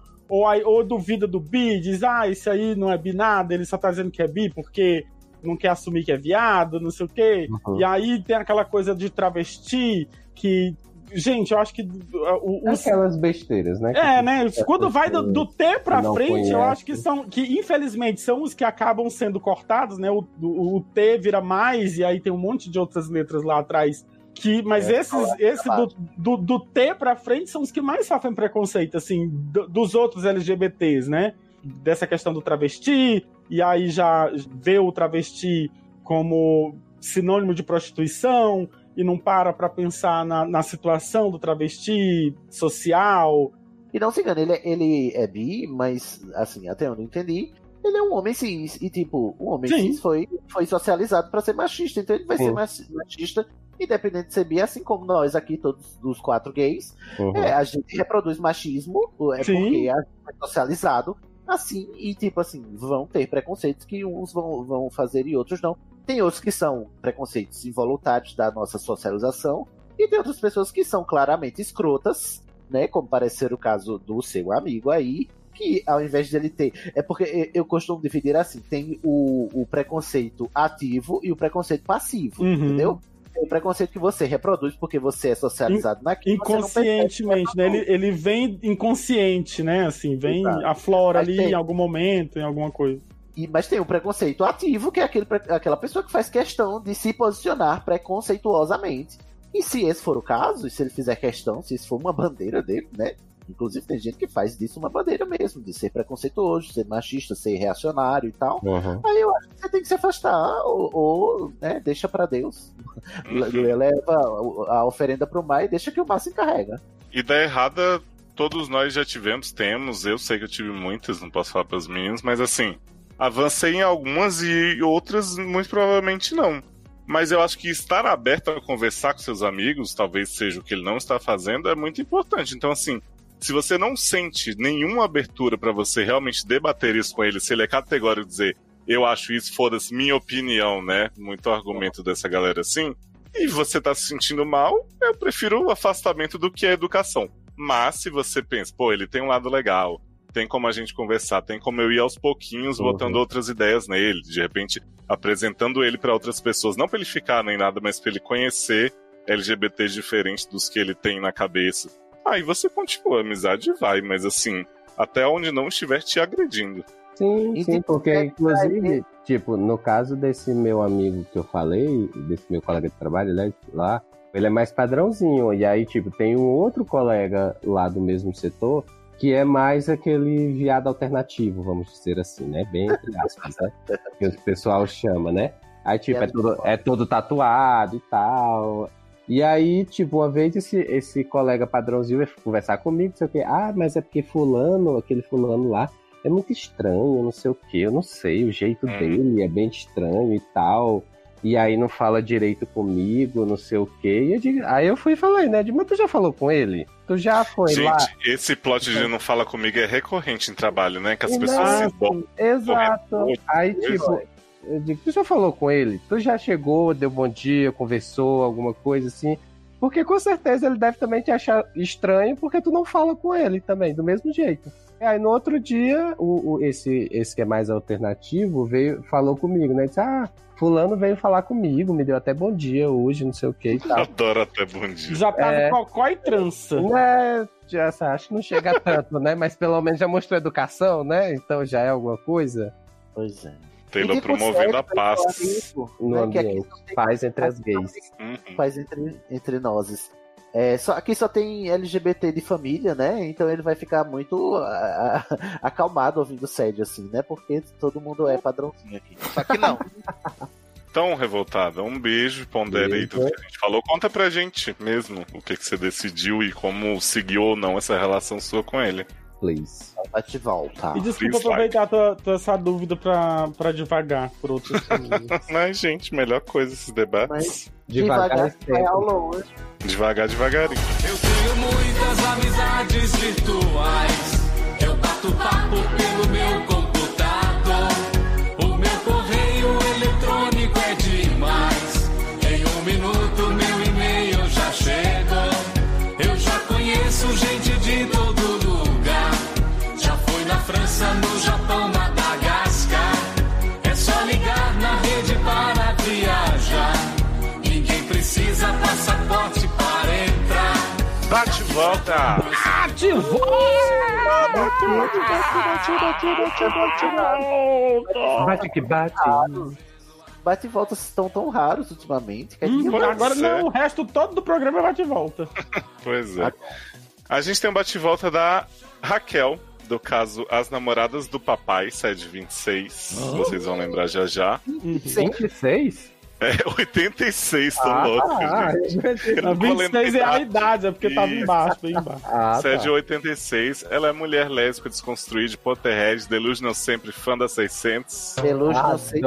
Ou duvida do bi, diz, esse aí não é bi nada, ele só tá dizendo que é bi porque não quer assumir que é viado, não sei o quê. Uhum. E aí tem aquela coisa de travesti que... Gente, eu acho que... Aquelas besteiras, né? Né? Quando vai do T pra frente, eu acho que infelizmente são os que acabam sendo cortados, né? O T vira mais e aí tem um monte de outras letras lá atrás. Mas esse do T pra frente são os que mais sofrem preconceito, assim, dos outros LGBTs, né? Dessa questão do travesti, e aí já vê o travesti como sinônimo de prostituição, e não para pensar na situação do travesti social. E não se engane, ele é bi, mas, assim, até onde eu entendi, ele é um homem cis, e tipo, o homem cis foi socializado pra ser machista, então ele vai ser machista, independente de ser bi, assim como nós aqui, todos os 4 gays, a gente reproduz machismo, porque a gente é socializado assim, e tipo assim, vão ter preconceitos que uns vão fazer e outros não. Tem outros que são preconceitos involuntários da nossa socialização, e tem outras pessoas que são claramente escrotas, né, como parece ser o caso do seu amigo aí, que ao invés de ele ter... É porque eu costumo dividir assim, tem o preconceito ativo e o preconceito passivo, entendeu? O preconceito que você reproduz porque você é socializado naquilo. Inconscientemente, né? Ele vem inconsciente, né? Assim, vem, aflora ali em algum momento, em alguma coisa. Mas tem o preconceito ativo, que é aquela pessoa que faz questão de se posicionar preconceituosamente. E se esse for o caso, e se ele fizer questão, se isso for uma bandeira dele, né? Inclusive tem gente que faz disso uma bandeira mesmo, de ser preconceituoso, ser machista, ser reacionário e tal. Aí eu acho que você tem que se afastar, ou né, deixa pra Deus. Leva a oferenda pro mar e deixa que o mar se encarrega. Ideia errada, todos nós já temos, eu sei que eu tive muitas, não posso falar pras meninas, mas assim, avancei em algumas e outras muito provavelmente não. Mas eu acho que estar aberto a conversar com seus amigos, talvez seja o que ele não está fazendo, é muito importante. Então assim, se você não sente nenhuma abertura pra você realmente debater isso com ele, se ele é categórico dizer, eu acho isso, foda-se, minha opinião, né? Muito argumento dessa galera assim. E você tá se sentindo mal, eu prefiro o afastamento do que a educação. Mas se você pensa, ele tem um lado legal, tem como a gente conversar, tem como eu ir aos pouquinhos botando outras ideias nele, de repente apresentando ele pra outras pessoas, não pra ele ficar nem nada, mas pra ele conhecer LGBTs diferentes dos que ele tem na cabeça. Aí você continua, a amizade vai, mas assim, até onde não estiver te agredindo. Sim, porque inclusive, tipo, no caso desse meu amigo que eu falei, desse meu colega de trabalho, né, lá, ele é mais padrãozinho, e aí, tipo, tem um outro colega lá do mesmo setor que é mais aquele viado alternativo, vamos dizer assim, né, bem entre aspas, né, que o pessoal chama, né. Aí, tipo, é todo tatuado e tal. E aí, tipo, uma vez esse colega padrãozinho veio conversar comigo, não sei o quê. Ah, mas é porque fulano, aquele fulano lá, é muito estranho, não sei o quê. Eu não sei, o jeito dele é bem estranho e tal. E aí não fala direito comigo, não sei o quê. E aí eu fui e falei, né? Mas tu já falou com ele? Tu já foi lá? Gente, esse plot de não fala comigo é recorrente em trabalho, né? Que as pessoas se dão. Exato. Aí, tipo, eu digo, tu já falou com ele? Tu já chegou, deu bom dia, conversou, alguma coisa assim? Porque com certeza ele deve também te achar estranho, porque tu não fala com ele também, do mesmo jeito. E aí no outro dia, esse que é mais alternativo, falou comigo, né? Disse, fulano veio falar comigo, me deu até bom dia hoje, não sei o que e tal. Adoro até bom dia. Já tá no cocó e trança. Né, acho que não chega tanto, né? Mas pelo menos já mostrou educação, né? Então já é alguma coisa. Pois é. Taylor promovendo a paz no ambiente. Paz entre as gays. Paz entre nós. Aqui só tem LGBT de família, né? Então ele vai ficar muito acalmado ouvindo o SED, assim, né? Porque todo mundo é padrãozinho aqui. Só que não. Então, revoltada, um beijo, pondera aí tudo que a gente falou. Conta pra gente mesmo o que você decidiu e como seguiu ou não essa relação sua com ele. Please. Bate e volta. E desculpa aproveitar essa dúvida pra devagar por outros caminhos. Mas, gente, melhor coisa esses debates. Mas devagar vai ao longe. Devagar, devagarinho. Eu tenho muitas amizades virtuais. Eu bato papo pelo meu computador. O meu correio eletrônico é demais. Em 1 minuto meu e-mail já chegou. Eu já conheço gente de todo lugar. Já fui na França, no Japão, Madagascar. É só ligar na rede para viajar. Ninguém precisa passaporte para entrar. Bate e volta! Bate e volta! Bate que bate. Bate e volta estão tão raros ultimamente. Que agora não, o resto todo do programa é bate e volta. Pois é. A gente tem um bate e volta da Raquel, do caso As Namoradas do Papai, sede 26. Vocês vão lembrar já já. 26? É, 86, tão louco. A 26 é a idade, é porque tava embaixo, bem embaixo. Sede 86, ela é mulher lésbica desconstruída, Potterhead, delusional sempre, fã da 600. Delusional sempre.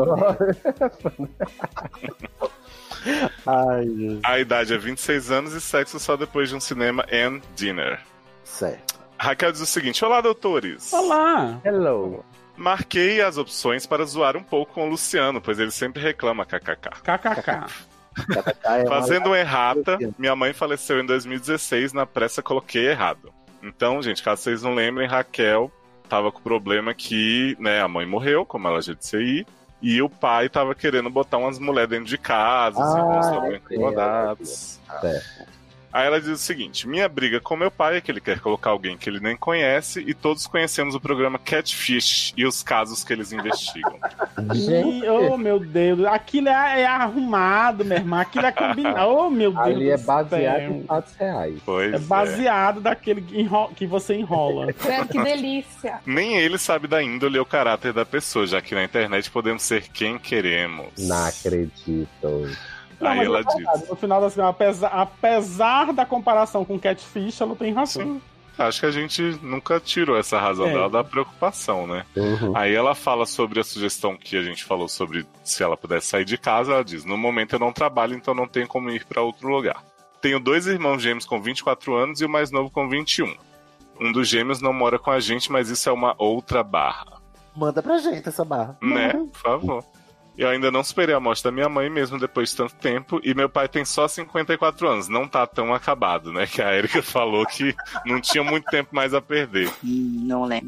A idade é 26 anos e sexo só depois de um cinema and dinner. Certo. Raquel diz o seguinte: olá, doutores. Olá. Hello. Marquei as opções para zoar um pouco com o Luciano, pois ele sempre reclama, kkk. KKK. Fazendo um errata, minha mãe faleceu em 2016, na pressa coloquei errado. Então, gente, caso vocês não lembrem, Raquel tava com o problema que, né, a mãe morreu, como ela já disse aí, e o pai tava querendo botar umas mulheres dentro de casa, os irmãos estavam incomodados. Aí ela diz o seguinte: minha briga com meu pai é que ele quer colocar alguém que ele nem conhece e todos conhecemos o programa Catfish e os casos que eles investigam. Gente, oh meu Deus, aquilo é arrumado, meu irmão, aquilo é combinado, oh meu Deus. Ali é baseado em fatos reais. Pois é baseado daquele que você enrola. Que delícia. Nem ele sabe da índole ou caráter da pessoa, já que na internet podemos ser quem queremos. Não acredito. Não, aí ela diz. No final das contas, apesar da comparação com Catfish, ela tem razão. Sim. Acho que a gente nunca tirou essa razão dela da preocupação, né? Aí ela fala sobre a sugestão que a gente falou sobre se ela pudesse sair de casa. Ela diz: no momento eu não trabalho, então não tenho como ir para outro lugar. Tenho 2 irmãos gêmeos com 24 anos e o mais novo com 21. Um dos gêmeos não mora com a gente, mas isso é uma outra barra. Manda pra gente essa barra. Né? Por favor. Eu ainda não superei a morte da minha mãe, mesmo depois de tanto tempo, e meu pai tem só 54 anos, não tá tão acabado, né? Que a Erika falou que não tinha muito tempo mais a perder. Não lembro.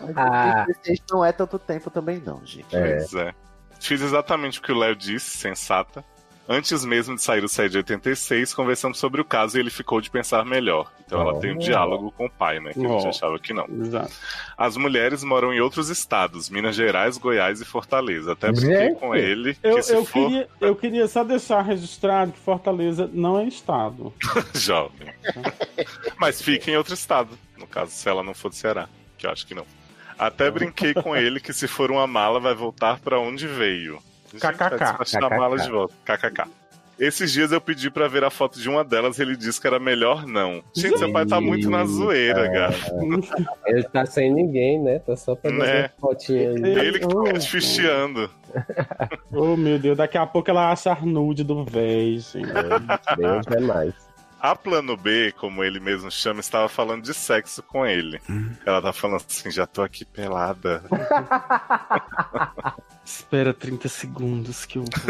Não é tanto tempo também não, gente. Pois é. Fiz exatamente o que o Léo disse, sensata. Antes mesmo de sair o SED 86, conversamos sobre o caso e ele ficou de pensar melhor. Então ela tem um diálogo com o pai, né? Que a gente achava que não. Exato. As mulheres moram em outros estados, Minas Gerais, Goiás e Fortaleza. Até brinquei com ele. Eu queria só deixar registrado que Fortaleza não é estado. Jovem. Mas fica em outro estado. No caso, se ela não for do Ceará. Que eu acho que não. Até brinquei com ele que se for uma mala vai voltar pra onde veio. KKK. Vai despachar a mala de volta. KKK. Esses dias eu pedi pra ver a foto de uma delas e ele disse que era melhor não. Gente, seu pai tá muito na zoeira, cara. Ele tá sem ninguém, né? Tá só pra fazer uma fotinha aí. Ele que tá desfistiando. Oh, meu Deus, daqui a pouco ela acha a nude do véi, gente. Deus é mais. A Plano B, como ele mesmo chama, estava falando de sexo com ele. Ela tá falando assim, já tô aqui pelada. Espera 30 segundos que eu vou.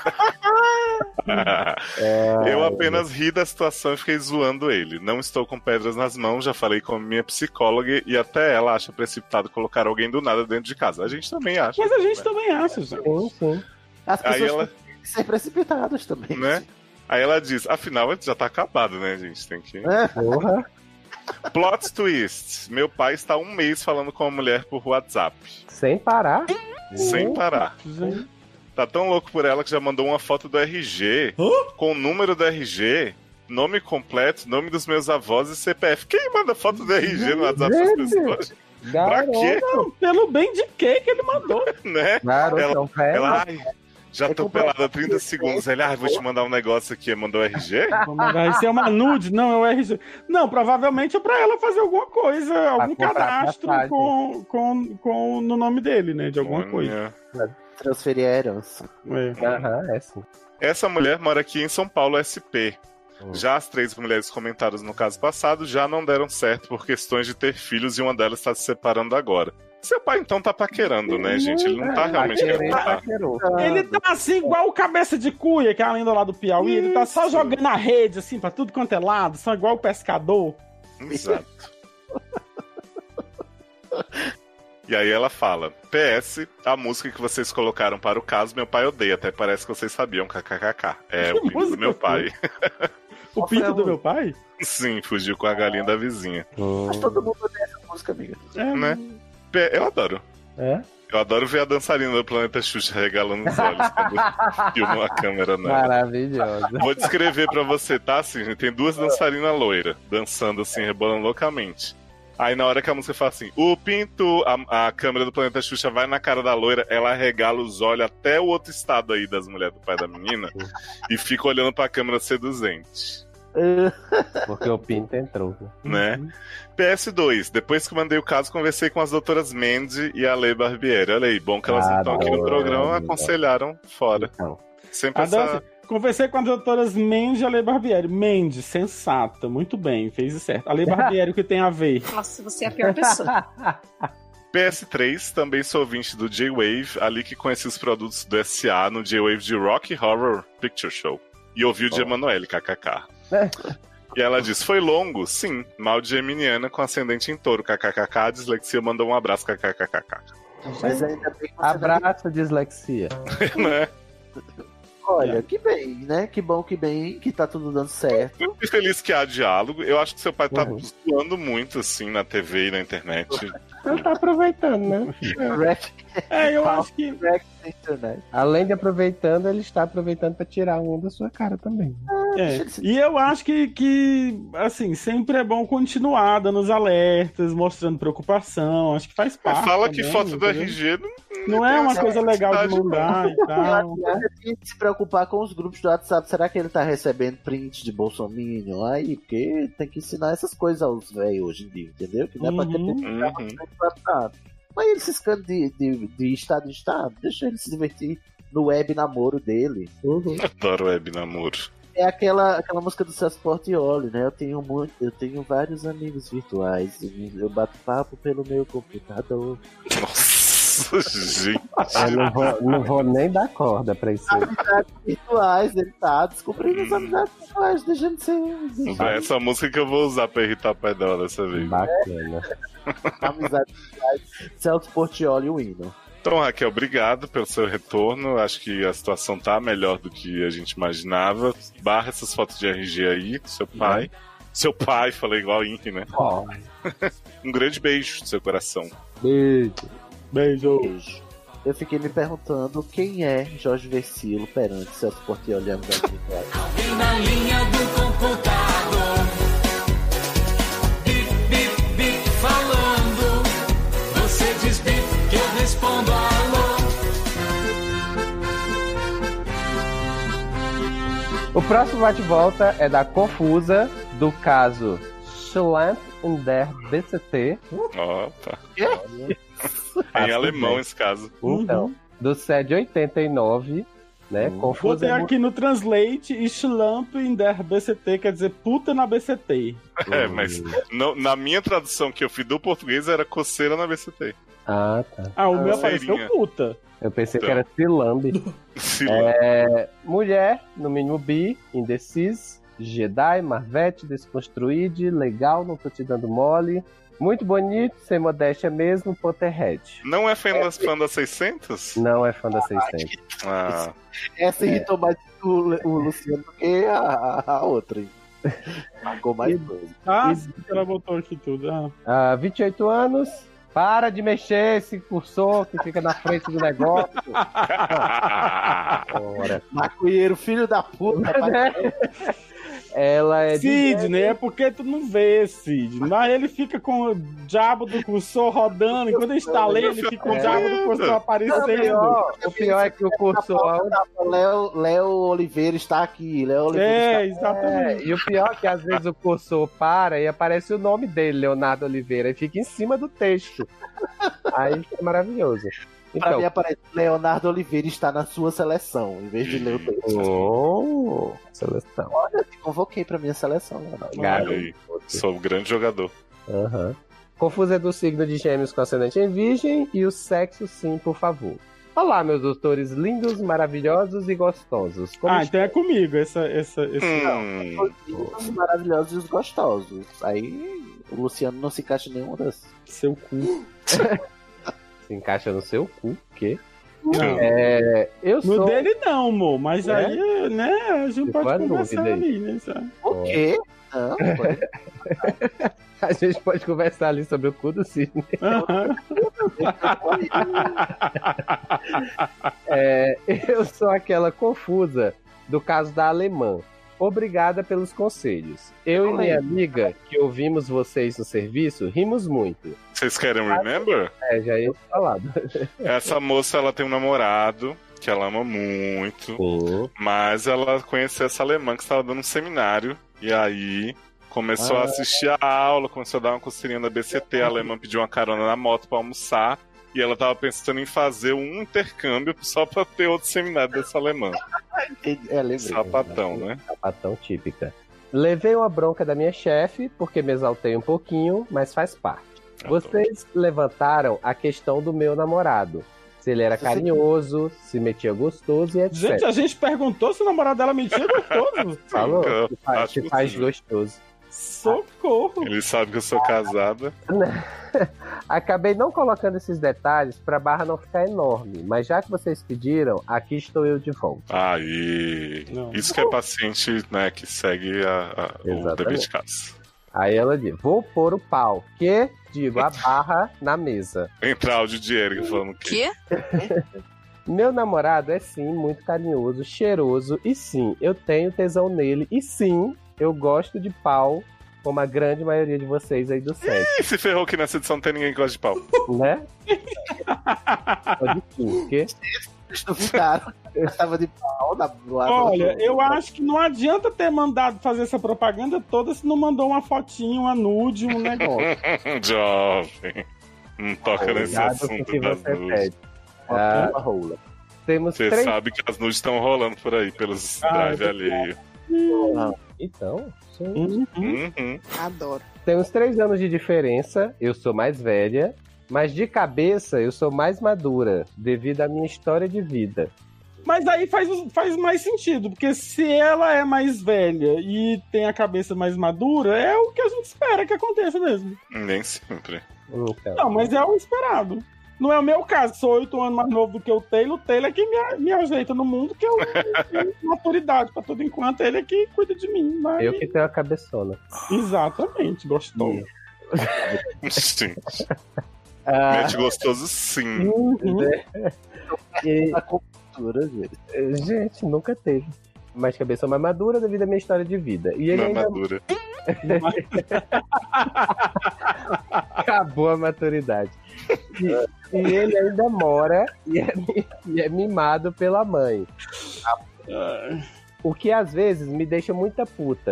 Eu apenas ri da situação e fiquei zoando ele. Não estou com pedras nas mãos, já falei com a minha psicóloga e até ela acha precipitado colocar alguém do nada dentro de casa. A gente também acha. Mas a gente também acha, gente. Sim. As pessoas Aí ela... têm que ser precipitadas também. Né? Aí ela diz, afinal já tá acabado, né, gente? Tem que... Porra. Plot twist. Meu pai está 1 mês falando com a mulher por WhatsApp. Sem parar? Sem parar. Tá tão louco por ela que já mandou uma foto do RG com o número do RG, nome completo, nome dos meus avós e CPF. Quem manda foto do RG no WhatsApp das pessoas? Pra quê? Não, pelo bem de quem que ele mandou? Né? Ela já tô pelada há 30 segundos. Ele, vou te mandar um negócio aqui. Mandou o RG? Vou mandar isso é uma nude? Não, é o RG. Não, provavelmente é pra ela fazer alguma coisa, algum cadastro no nome dele, né? De alguma coisa. Transferir a herança. É sim. Essa mulher mora aqui em São Paulo, SP. Já as 3 mulheres comentadas no caso passado já não deram certo por questões de ter filhos e uma delas está se separando agora. Seu pai então tá paquerando, né, gente? Ele não tá realmente querendo. Ele tá assim, igual o Cabeça de Cuia, que é a lenda lá do Piauí. Ele tá só jogando a rede, assim, pra tudo quanto é lado. São igual o pescador. Exato. E aí ela fala, PS, a música que vocês colocaram para o caso, meu pai odeia. Até parece que vocês sabiam, kkkk. É o pinto do meu pai. O pinto do meu pai? Sim, fugiu com a galinha da vizinha. Mas todo mundo odeia essa música, amiga. Né? Eu adoro. Eu adoro ver a dançarina do Planeta Xuxa regalando os olhos quando filma a câmera nela. Maravilhosa. Vou descrever pra você, tá? Assim, tem 2 dançarinas loiras dançando assim, rebolando loucamente. Aí na hora que a música fala assim, o pinto, a câmera do Planeta Xuxa vai na cara da loira, ela regala os olhos até o outro estado aí das mulheres do pai da menina e fica olhando pra câmera seduzente. Porque o pinto entrou. Né? PS2, depois que mandei o caso, conversei com as doutoras Mandy e a Lei Barbieri. Olha aí, bom que elas estão aqui no programa, aconselharam fora. Sempre essa... Conversei com as doutoras Mandy e a Lei Barbieri. Mandy, sensata, muito bem, fez isso certo. A Lei Barbieri, o que tem a ver? Nossa, você é a pior pessoa. PS3, também sou ouvinte do J-Wave, ali que conheci os produtos do SA no J-Wave de Rock Horror Picture Show. E ouvi o de Emanuele, kkk. E ela diz, foi longo? Sim, mal de geminiana com ascendente em touro, kkkk, dislexia mandou um abraço, kkkk. Mas ainda bem que você abraço, dislexia. Né? Olha, que bem, né? Que bom, que bem, que tá tudo dando certo. Eu fico feliz que há diálogo. Eu acho que seu pai tá zoando muito, assim, na TV e na internet. Ele tá aproveitando, né? Eu acho que... Além de aproveitando, ele está aproveitando pra tirar um da sua cara também. E eu acho que, assim, sempre é bom continuar dando os alertas, mostrando preocupação. Acho que faz parte. Fala também, que foto do RG não é uma coisa legal de mandar e tal. Tem que se preocupar com os grupos do WhatsApp. Será que ele tá recebendo print de Bolsonaro aí? Porque tem que ensinar essas coisas aos velhos hoje em dia, entendeu? Que não é pra ter no WhatsApp. Mas ele se escanda de estado em estado. Deixa ele se divertir no web namoro dele. Adoro web namoro. É aquela música do Celso Portiolli, né? Eu tenho vários amigos virtuais. Eu bato papo pelo meu computador. Nossa, gente. Eu não vou nem dar corda pra isso. Amizades virtuais, ele tá descobrindo as amizades virtuais, deixando de ser. É essa música que eu vou usar pra irritar o pai dela dessa vez. Bacana. Amizades virtuais, Celso Portiolli e o hino. Então, Raquel, obrigado pelo seu retorno. Acho que a situação tá melhor do que a gente imaginava. Barra essas fotos de RG aí, seu pai. Seu pai, falei igual Henry, né? Um grande beijo no seu coração. Beijo. Eu fiquei me perguntando quem é Jorge Versilo perante Celso Portiolli e amizades virtuais. Alguém na linha do computador. Bip, bip, bip, falando. Você diz bip que eu respondo alô. O próximo bate-volta é da Confusa, do caso Schlamp in der BCT. Opa. Em alemão esse caso. Então, do SED 89, né? Confusa Botei aqui no Translate e Schlamp in der BCT, quer dizer puta na BCT. Mas na minha tradução que eu fiz do português era coceira na BCT. Ah, tá. Ah, o meu apareceu puta. Eu pensei que era Silambe. Mulher, no mínimo bi, indecisa, Jedi, Marvete, desconstruíde, legal, não tô te dando mole, muito bonito, sem modéstia mesmo, Potterhead. Não é fã da 600? Não é fã da 600. Essa irritou mais o Luciano do que a outra. Marcou mais coisa. Ela botou aqui tudo. 28 anos. Para de mexer esse cursor que fica na frente do negócio. Maconheiro, filho da puta. Ela é Sidney, é porque tu não vê, Sidney. Aí ele fica com o diabo do cursor rodando, e quando ele está lendo, ele fica com o diabo do cursor aparecendo. O pior é que o cursor... Léo Oliveira está aqui. Exatamente. E o pior é que às vezes o cursor para e aparece o nome dele, Leonardo Oliveira, e fica em cima do texto. Aí fica maravilhoso. Pra mim aparece Leonardo Oliveira está na sua seleção, em vez de ler o texto. Seleção. Olha, eu te convoquei pra minha seleção, Leonardo. Sou um grande jogador. Confusa é do signo de Gêmeos com ascendente em Virgem e o sexo, sim, por favor. Olá, meus doutores lindos, maravilhosos e gostosos. Então é comigo esse... Não, os maravilhosos e os gostosos. Aí o Luciano não se encaixa em nenhuma das. Seu cu. Se encaixa no seu cu, o quê? Eu sou... No dele não, amor, mas aí, né, a gente pode conversar ali, né? O quê? Não, pode... A gente pode conversar ali sobre o cu do Sidney. Eu sou aquela confusa do caso da alemã. Obrigada pelos conselhos. Eu e minha amiga, que ouvimos vocês no serviço, rimos muito. Vocês querem Remember? Já ia falado. Essa moça, ela tem um namorado que ela ama muito, mas ela conheceu essa alemã que estava dando um seminário, e aí começou a assistir a aula, começou a dar uma coceirinha na BCT, a alemã pediu uma carona na moto pra almoçar, e ela tava pensando em fazer um intercâmbio só pra ter outro seminário dessa alemã. Sapatão, né? Sapatão típica. Levei uma bronca da minha chefe, porque me exaltei um pouquinho, mas faz parte. Vocês levantaram a questão do meu namorado. Se ele era carinhoso, se metia gostoso e etc. Gente, a gente perguntou se o namorado dela metia gostoso. Falou, se faz gostoso. Socorro! Ele sabe que eu sou casada. Acabei não colocando esses detalhes pra barra não ficar enorme, mas já que vocês pediram, aqui estou eu de volta. Aí, isso que é paciente, né, que segue o dever de casa. Aí ela diz, vou pôr o pau, que, digo, a barra na mesa. Entra áudio de Erika falando que... Meu namorado é sim, muito carinhoso, cheiroso, e sim, eu tenho tesão nele, e sim, eu gosto de pau, como a grande maioria de vocês aí do set. Se ferrou que nessa edição não tem ninguém que gosta de pau. Né? Pode sim, o quê? Eles duvidaram. Eu estava de pau na lado. Olha, eu acho que não adianta ter mandado fazer essa propaganda toda se não mandou uma fotinha, uma nude, um negócio. Jovem. Não toca nesse assunto das nudes. Você sabe que as nudes estão rolando por aí, pelos drive alheio. Então, Adoro. Temos 3 anos de diferença, eu sou mais velha, mas de cabeça eu sou mais madura, devido à minha história de vida. Mas aí faz mais sentido, porque se ela é mais velha e tem a cabeça mais madura, é o que a gente espera que aconteça mesmo. Nem sempre. Então. Não, mas é o esperado. Não é o meu caso, sou 8 anos mais novo do que o Taylor é que me ajeita no mundo, que eu tenho maturidade pra tudo enquanto, ele é que cuida de mim. Mas... Eu que tenho a cabeçona. Exatamente, gostoso. Sim. Mete gostoso, sim. Gente, nunca teve. Mas cabeça mais madura devido à minha história de vida. E ele ainda... madura. Acabou a maturidade. E ele ainda mora e é mimado pela mãe. O que às vezes me deixa muita puta.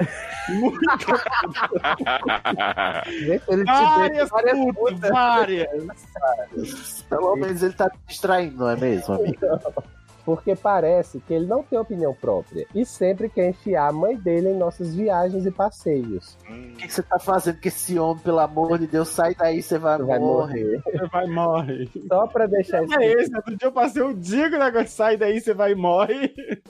Ele Várias putas, várias. Pelo menos ele tá te distraindo, não é mesmo, amigo? Porque parece que ele não tem opinião própria e sempre quer enfiar a mãe dele em nossas viagens e passeios. O que você tá fazendo com esse homem, pelo amor de Deus? Sai daí, você vai morrer. Você vai morrer. Só pra deixar isso. É esse, outro dia eu passei o dia que o negócio sai daí, você vai e morre.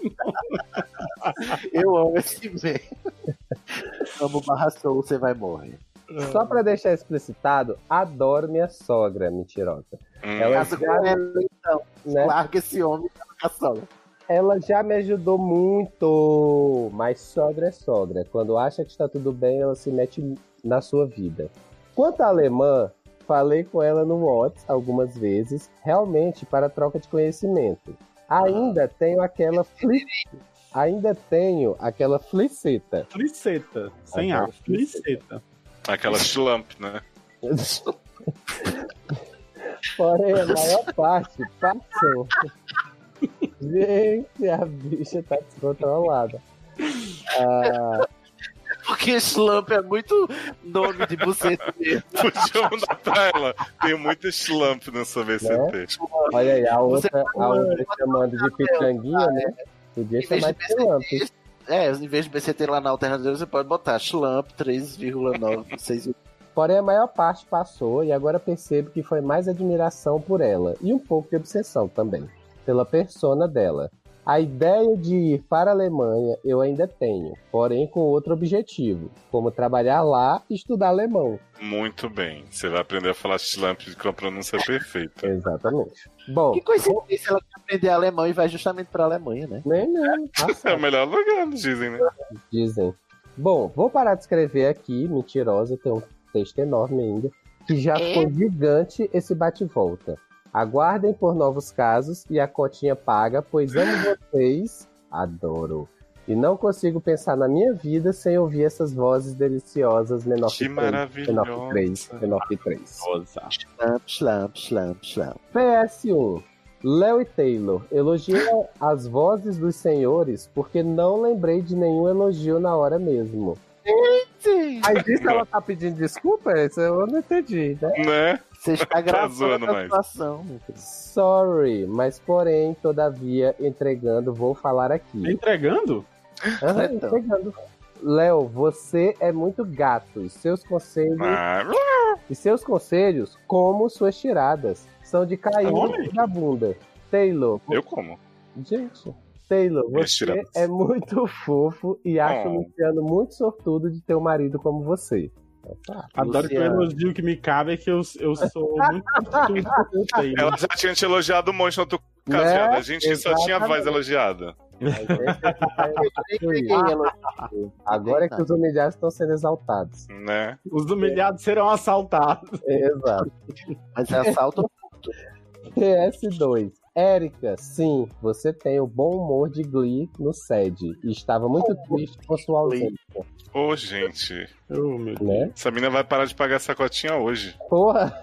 Eu amo esse meme. Amo barra soul, você vai morrer. Só pra deixar explicitado, adoro minha sogra mentirosa. Ela Casa com ela, então. Larga esse homem com a sogra. Ela já me ajudou muito, mas sogra é sogra. Quando acha que está tudo bem, ela se mete na sua vida. Quanto à alemã, falei com ela no WhatsApp algumas vezes, realmente para troca de conhecimento. Ainda tenho aquela fliceta. Fliceta, sem ar, fliceta. Aquela slump, né? Porém, a maior parte passou. Gente, a bicha tá descontrolada. Porque slump é muito nome de buceta mesmo. Podia mandar pra ela. Tem muita slump nessa VCT. Olha aí, a outra chamando de pitanguinha, né? Podia chamar de slump. Em vez de BCT lá na alternativa, você pode botar slump 3,9. Porém, a maior parte passou e agora percebo que foi mais admiração por ela e um pouco de obsessão também, pela persona dela. A ideia de ir para a Alemanha eu ainda tenho, porém com outro objetivo, como trabalhar lá e estudar alemão. Muito bem, você vai aprender a falar slump com a pronúncia perfeita. Exatamente. Bom, que coincidência ela quer aprender alemão e vai justamente para a Alemanha, né? Nem. É o melhor lugar, dizem, né? Dizem. Bom, vou parar de escrever aqui, mentirosa, tem um texto enorme ainda, que já foi gigante esse bate-volta. Aguardem por novos casos e a cotinha paga, pois amo vocês, adoro. E não consigo pensar na minha vida sem ouvir essas vozes deliciosas menor que 3. Menor que 3. Slump. PS1. Léo e Taylor, elogiei as vozes dos senhores porque não lembrei de nenhum elogio na hora mesmo. Mas isso ela tá pedindo desculpa? Isso eu não entendi, né? Você está gravando a situação. Sorry, mas porém, todavia, entregando, vou falar aqui. Entregando? Entregando. Léo, você é muito gato e seus conselhos, como suas tiradas, são de cair na bunda. Taylor. Eu como? Gente, Taylor, você é muito fofo e acho o Luciano muito sortudo de ter um marido como você. Adoro que o elogio que me cabe é que eu sou muito sortudo. Ela já tinha te elogiado um monte no outro caso, a gente só tinha a voz elogiada. Agora é que os humilhados estão sendo exaltados. Né? Os humilhados serão assaltados. Exato. Mas é assalto. PS2. Érica, sim, você tem o bom humor de Glee no SED e estava muito triste com sua ausência. Ô, gente. Meu Deus. Essa mina vai parar de pagar essa cotinha hoje. Porra.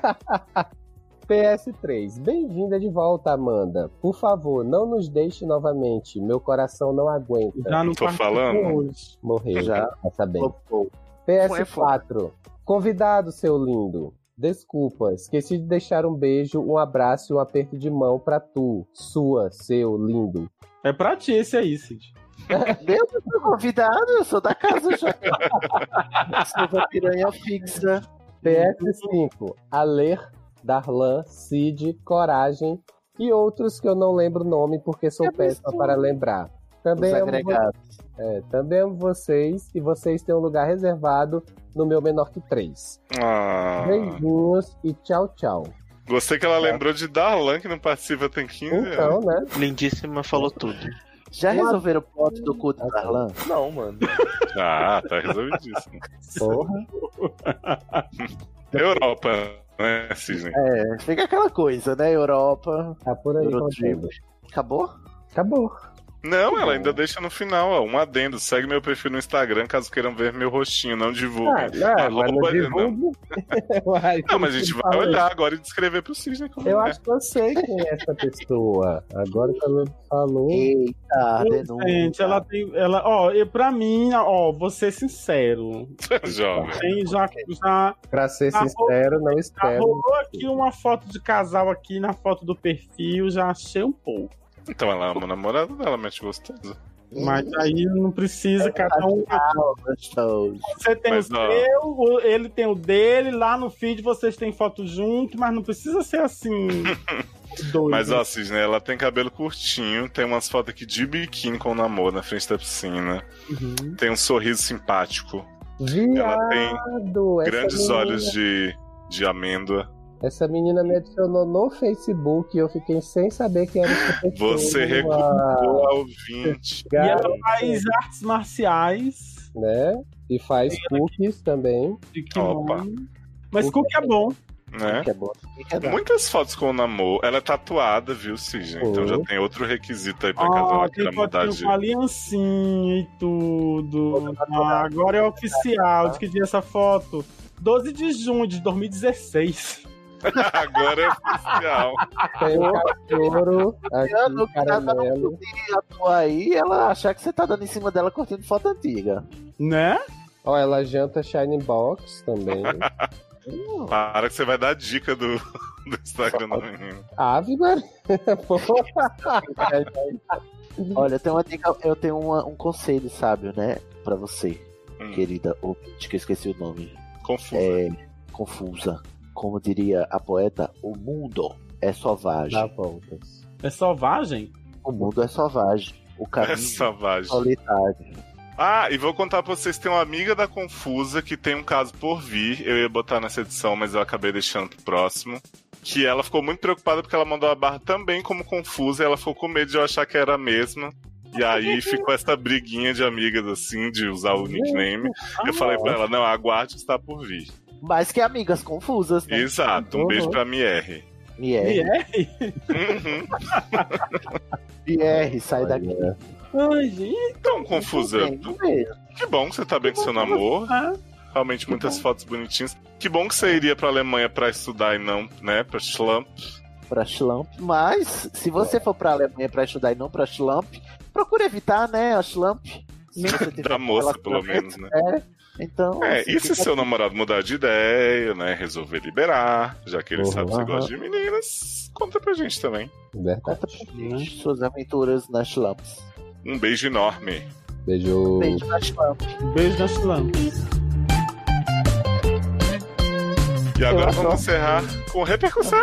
PS3. Bem-vinda de volta, Amanda. Por favor, não nos deixe novamente. Meu coração não aguenta. Já não tô falando. Morreu, já. Tá bem. PS4. Convidado, seu lindo. Desculpa, esqueci de deixar um beijo, um abraço e um aperto de mão pra tu, seu lindo. É pra ti esse aí, Cid. Meu, eu sou convidado, eu sou da casa já. Eu sou da piranha fixa. PS5, Aler, Darlan, Cid, Coragem e outros que eu não lembro o nome porque sou péssima para lembrar. Também amo vocês e vocês têm um lugar reservado no meu menor que 3. Beijinhos e tchau, tchau. Gostei que ela lembrou de Darlan, que não participa tem 15 anos. Então, né? Lindíssima, falou tudo. Já resolveram o plot do cu do Darlan? Não, mano. Tá resolvidíssimo. Porra. Europa, né, Cisne? Fica aquela coisa, né? Europa. Tá por aí. Acabou? Acabou. Não, ela ainda deixa no final, ó, um adendo. Segue meu perfil no Instagram, caso queiram ver meu rostinho. Não divulguem. Mas não divulgue. Não, mas a gente vai olhar agora e descrever pro Cisne como Eu é. acho que eu sei quem é essa pessoa. Agora que ela falou. Eita, Gente, ela tem. E pra mim, vou ser sincero. Jovem. Já Pra ser sincero, não espero. rolou aqui uma foto de casal aqui na foto do perfil, já achei um pouco. Então ela ama o namorado dela, mete gostoso. Mas aí não precisa, cada um. Você tem Mas, o seu, ele tem o dele, lá no feed vocês têm foto junto, mas não precisa ser assim. doido. Mas ó, Cisne, ela tem cabelo curtinho, tem umas fotos aqui de biquíni com o namoro na frente da piscina. Tem um sorriso simpático. Ela tem grandes olhos de amêndoa. Essa menina me adicionou no Facebook e eu fiquei sem saber quem era essa pessoa. Você recuperou a ouvinte. E ela faz artes marciais. Né? E faz cookies também. Opa. Mas cookie é bom. Né? Que é bom. Muitas fotos com o namoro. Ela é tatuada, viu, Cisne? Então já tem outro requisito aí pra caso ela queira mudar de. Com aliancinha e tudo. Agora é oficial. De que dia é essa foto? 12 de junho de 2016. Agora é oficial. Tem um cachorro aqui, caramelo. Atua aí, ela achar que você tá dando em cima dela curtindo foto antiga. Né? Ó, ela janta Shine Box também. Para que você vai dar dica do Instagram da menina. Ave Maria. Olha, eu tenho um conselho sábio, né? Pra você, querida ouvinte, que eu esqueci o nome. Confusa. Como diria a poeta, o mundo é selvagem. Dá voltas. É selvagem? O mundo é selvagem. O caminho É selvagem. solitário. Ah, e vou contar pra vocês, tem uma amiga da Confusa que tem um caso por vir. Eu ia botar nessa edição, mas eu acabei deixando pro próximo. Que ela ficou muito preocupada porque ela mandou a barra também como Confusa e ela ficou com medo de eu achar que era a mesma. E aí ficou essa briguinha de amigas assim, de usar o nickname. Eu falei pra ela, não, aguarde que está por vir. Mais que amigas confusas, né? Exato, um beijo pra Mier. Mier, sai daqui. Ai, gente. Então, Confusa, que bom que você tá bem com seu namoro. Realmente muitas fotos bonitinhas. Que bom que você iria pra Alemanha pra estudar e não, né, pra Schlamp. Pra Schlamp. Mas, se você for pra Alemanha pra estudar e não pra Schlamp, procure evitar, né, a Schlamp. Da moça, pelo menos, né? Então. E se seu namorado mudar de ideia, né? Resolver liberar, já que ele sabe que você gosta de meninas, conta pra gente também. Conta pra gente suas aventuras nas Schlamps. Um beijo enorme. Beijo. Beijo na Schlamp. Beijo na Schlamp. E agora vamos encerrar com repercussão.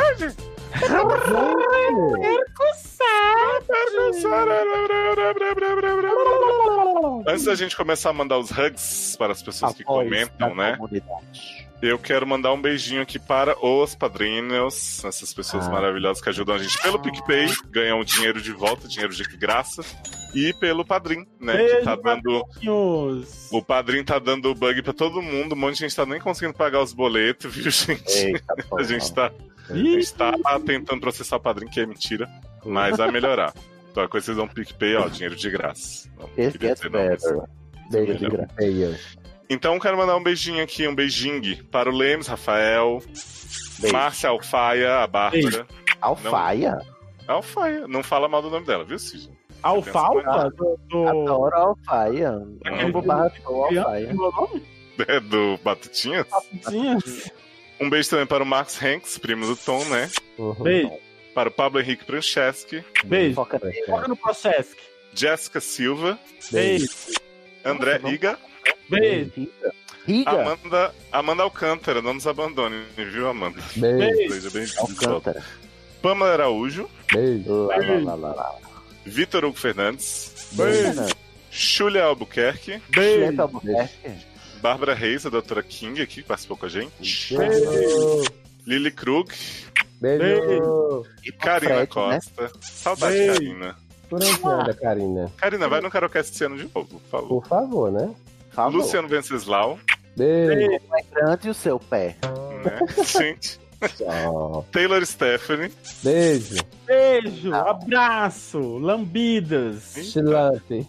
Antes da gente começar a mandar os hugs para as pessoas que comentam, né? Eu quero mandar um beijinho aqui para os padrinhos, essas pessoas maravilhosas que ajudam a gente pelo PicPay, ganham dinheiro de volta, dinheiro de graça, e pelo Padrim, né? Beijo, que tá dando. O Padrim tá dando bug pra todo mundo, um monte de gente tá nem conseguindo pagar os boletos, viu, gente? Eita, a gente tá tentando processar o Padrim, que é mentira, mas vai melhorar. Então, quando vocês dão PicPay, ó, dinheiro de graça. Não queria dizer não, mas... Beijo de graça. Então, quero mandar um beijinho aqui, um beijing para o Lemes, Rafael, Márcia Alfaia, a Bárbara. Alfaia? Alfaia. Não fala mal do nome dela, viu, Cid? Alfalfa? Adoro Alfaia. Alfaia. É do Batutinhas? Batutinhas. Um beijo também para o Marcos Hanks, primo do Tom, né? Beijo. Para o Pablo Henrique Franceschi. Beijo. Foca no Franceschi. Jéssica Silva. Beijo. André Iga. Beijo. Amanda Alcântara, não nos abandone, viu, Amanda? Beijo. Seja bem-vinda. Pamela Araújo. Beijo. Vitor Hugo Fernandes. Beijo. Xulia Albuquerque. Beijo. Bárbara Reis, a doutora King aqui, que participou com a gente. Beijo. Lili Krug. Beijo. E Karina Costa. Né? Saudade, Beijo. Karina. Por onde anda, Karina? Karina, vai no Karaokast esse ano de novo, por favor. Por favor, né? Luciano Venceslau. Beijo. O é grande e o seu pé. Né? Gente. Tchau. Taylor Stephanie. Beijo. Beijo, abraço, lambidas. Chilampe.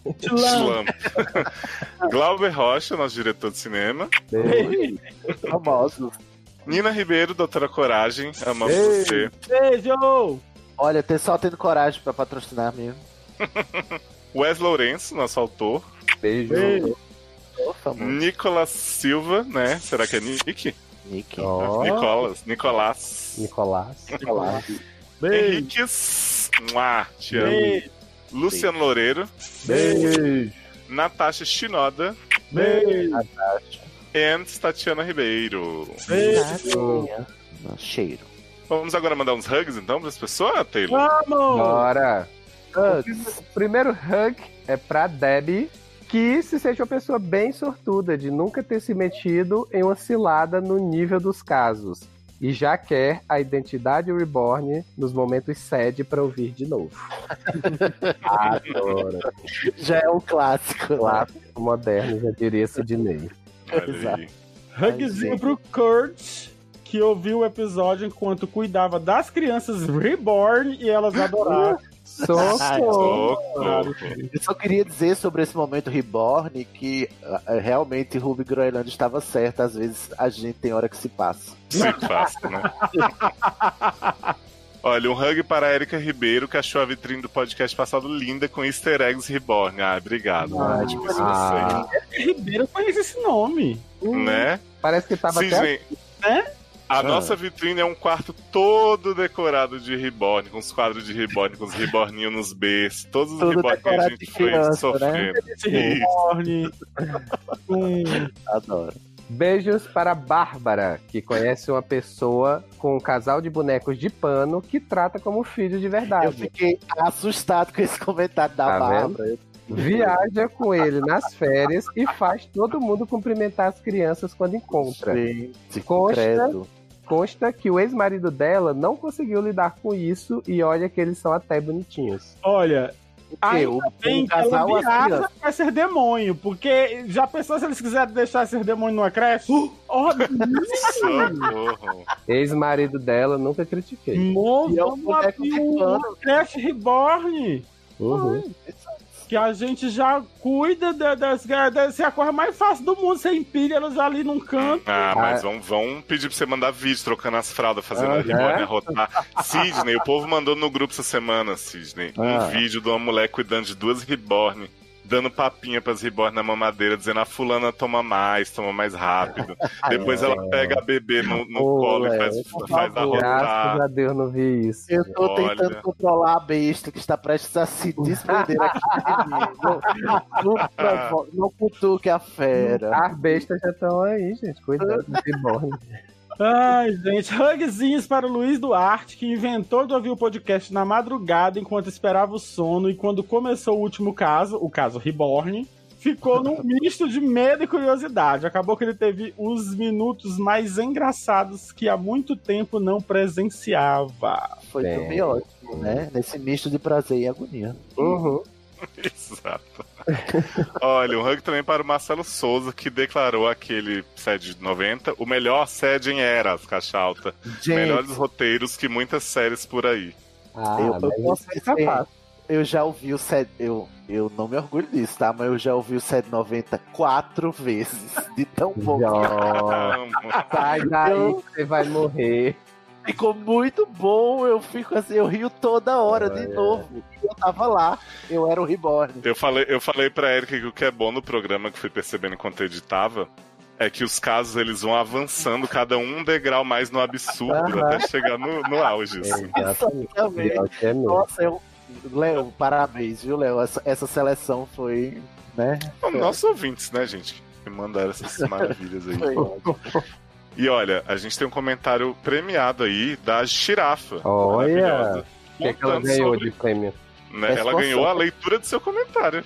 Glauber Rocha, nosso diretor de cinema. Beijo. Famosos. Nina Ribeiro, Doutora Coragem, amamos você. Beijo! Olha, só tendo coragem pra patrocinar mesmo. Wes Lourenço, nosso autor. Beijo. Nicolas Silva, né? Será que é Nick? Oh. Nicolás. Henrique, te amo. Beijo. Luciano Loureiro. Beijo. Natasha Shinoda. Beijo. E Tatiana Ribeiro. Beijo. Cheiro. Vamos agora mandar uns hugs então para as pessoas, Taylor? Vamos! Bora. O primeiro hug é pra Debbie, que se sente uma pessoa bem sortuda de nunca ter se metido em uma cilada no nível dos casos. E já quer a identidade reborn nos momentos sede pra ouvir de novo. Adoro. Já é um clássico. Clássico moderno, já diria Sidney. Olha aí. Hugzinho pro Kurt, que ouviu o episódio enquanto cuidava das crianças reborn e elas adoraram. Socorro. Eu só queria dizer sobre esse momento reborn que realmente Ruby Groenland estava certo. Às vezes a gente tem hora que se passa. Se passa, né? Olha, um hug para a Erika Ribeiro, que achou a vitrine do podcast passado linda com easter eggs reborn. Obrigado. Ribeiro, eu conheço esse nome. Né? Parece que tava até... A nossa vitrine é um quarto todo decorado de reborn, com os quadros de reborn, com os reborninhos nos berços, todos os reborn que a gente foi sofrendo. Reborn. Adoro. Beijos para Bárbara, que conhece uma pessoa com um casal de bonecos de pano que trata como filho de verdade. Eu fiquei assustado com esse comentário da Bárbara. Viaja com ele nas férias e faz todo mundo cumprimentar as crianças quando encontra. Consta que o ex-marido dela não conseguiu lidar com isso e olha que eles são até bonitinhos. Olha, ainda bem que ela viaja vai ser demônio, porque já pensou se eles quiserem deixar ser demônio numa creche? Ex-marido dela, nunca critiquei. Uma creche reborn. Que a gente já cuida das é a coisa mais fácil do mundo. Você empilha elas ali num canto. Mas vão pedir pra você mandar vídeo trocando as fraldas, fazendo a reborn arrotar. Sidney, o povo mandou no grupo essa semana, Sidney, um vídeo de uma mulher cuidando de 2 reborn, dando papinha pras reborn na mamadeira, dizendo a fulana toma mais rápido. Depois ela pega a bebê no colo e faz arrotar. Graças a Deus não vi isso. Eu tô tentando controlar a besta que está prestes a se desprender aqui de mim. Não cutuque a fera. As bestas já estão aí, gente. Cuidado de reborn. Ai, gente, hugzinhos para o Luiz Duarte, que inventou de ouvir o podcast na madrugada enquanto esperava o sono, e quando começou o último caso, o caso Reborn, ficou num misto de medo e curiosidade. Acabou que ele teve os minutos mais engraçados que há muito tempo não presenciava. Foi também ótimo, né? Nesse misto de prazer e agonia. Exato. Olha, um hug também para o Marcelo Souza, que declarou aquele SED 90 o melhor SED em Eras, Caixa Alta. Melhores roteiros que muitas séries por aí. Eu já ouvi o SED, eu não me orgulho disso, tá? Mas eu já ouvi o SED 90 4 vezes, de tão bom. Sai daí, você vai morrer. Ficou muito bom, eu fico assim, eu rio toda hora de novo. Eu tava lá, eu era o Reborn. Eu falei pra Erika que o que é bom no programa, que fui percebendo enquanto eu editava, é que os casos eles vão avançando, cada um degrau mais no absurdo, até chegar no auge. Assim. Nossa, Léo, parabéns, viu, Léo? Essa seleção foi, né? Nossos ouvintes, né, gente? Que mandaram essas maravilhas aí. E olha, a gente tem um comentário premiado aí da Girafa. Olha! O que ela ganhou de prêmio? Né? Ela ganhou a leitura do seu comentário.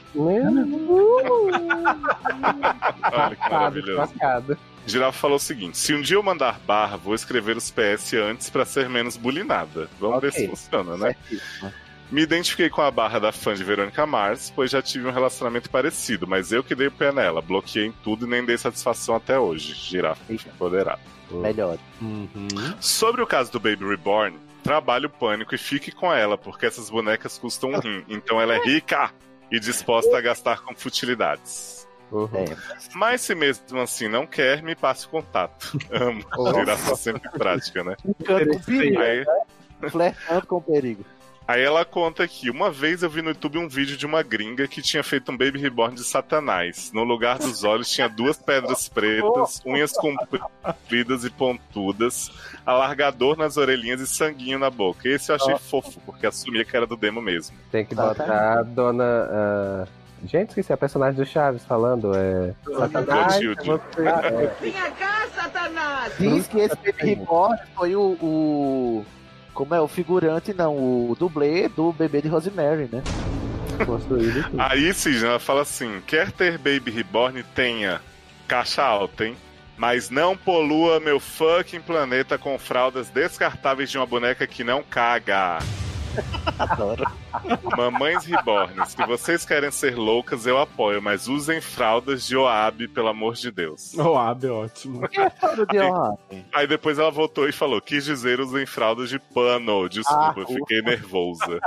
Olha que maravilhoso. Girafa falou o seguinte: se um dia eu mandar barra, vou escrever os PS antes pra ser menos bulinada. Vamos ver se funciona, né? Me identifiquei com a barra da fã de Verônica Mars, pois já tive um relacionamento parecido, mas eu que dei o pé nela, bloqueei em tudo e nem dei satisfação até hoje. Girafa empoderada. Melhor. Sobre o caso do Baby Reborn, trabalhe o pânico e fique com ela, porque essas bonecas custam um rim, então ela é rica e disposta a gastar com futilidades. Mas se mesmo assim não quer, me passe o contato. Amo. Girafa sempre prática, né? Ficando com perigo, flertando com perigo. Aí ela conta que uma vez eu vi no YouTube um vídeo de uma gringa que tinha feito um Baby Reborn de Satanás. No lugar dos olhos tinha 2 pedras pretas, unhas compridas e pontudas, alargador nas orelhinhas e sanguinho na boca. Esse eu achei fofo, porque assumia que era do demo mesmo. Tem que botar a dona... Gente, esqueci a personagem do Chaves falando. Satanás, Vinha cá, Satanás! Diz que esse Baby Reborn foi o como é? O figurante, não, o dublê do bebê de Rosemary, né? Aí sim, ela fala assim: quer ter Baby Reborn, tenha. Caixa alta, hein? Mas não polua meu fucking planeta com fraldas descartáveis de uma boneca que não caga. Adoro. Mamães Reborn, se vocês querem ser loucas, eu apoio, mas usem fraldas de Oab, pelo amor de Deus. Oab é ótimo. Aí depois ela voltou e falou: quis dizer usem fraldas de pano. Desculpa, eu fiquei nervosa.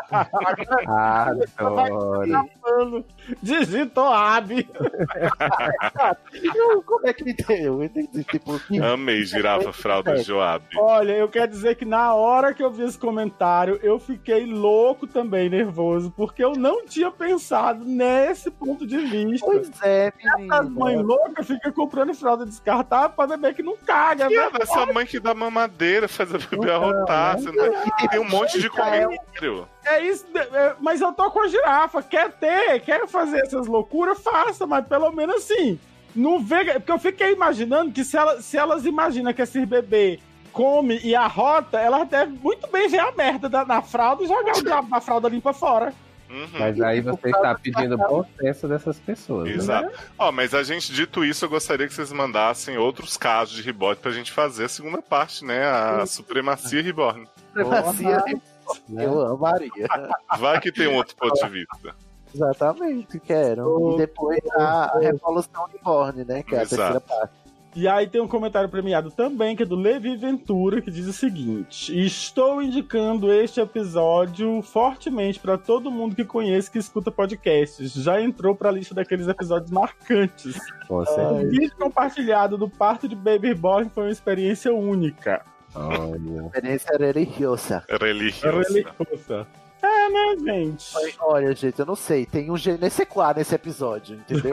Adoro. Digita Oab. Como é que entendeu? Tipo, amei, Girafa, fraldas de Oab. Olha, eu quero dizer que na hora que eu vi esse comentário, eu fiquei louco também, nervoso, porque eu não tinha pensado nesse ponto de vista. Pois é, menina. Essa mãe louca fica comprando fralda descartável pra bebê que não caga, né? Essa mãe que dá mamadeira, faz a bebê arrotar. Tem um monte de comentário. É isso, mas eu tô com a Girafa. Quer fazer essas loucuras, faça, mas pelo menos assim, não vê. Porque eu fiquei imaginando que se elas imaginam que esse bebê come e arrota, ela deve muito bem ver a merda na fralda e jogar o diabo da fralda limpa fora. Mas aí você está pedindo bom senso dessas pessoas. Exato. Né? Mas a gente, dito isso, eu gostaria que vocês mandassem outros casos de Reborn pra gente fazer a segunda parte, né? A Supremacia Reborn. Supremacia Reborn. Eu amaria. Vai que tem um outro ponto de vista. Exatamente, quero. E depois a Revolução Reborn, né? Que é a terceira parte. E aí tem um comentário premiado também, que é do Levi Ventura, que diz o seguinte: estou indicando este episódio fortemente para todo mundo que conhece, que escuta podcasts. Já entrou para a lista daqueles episódios marcantes. O vídeo compartilhado do parto de Baby Reborn foi uma experiência única. Experiência religiosa. Religiosa. É, né, gente? Olha, gente, eu não sei. Tem um GNC4 nesse episódio, entendeu?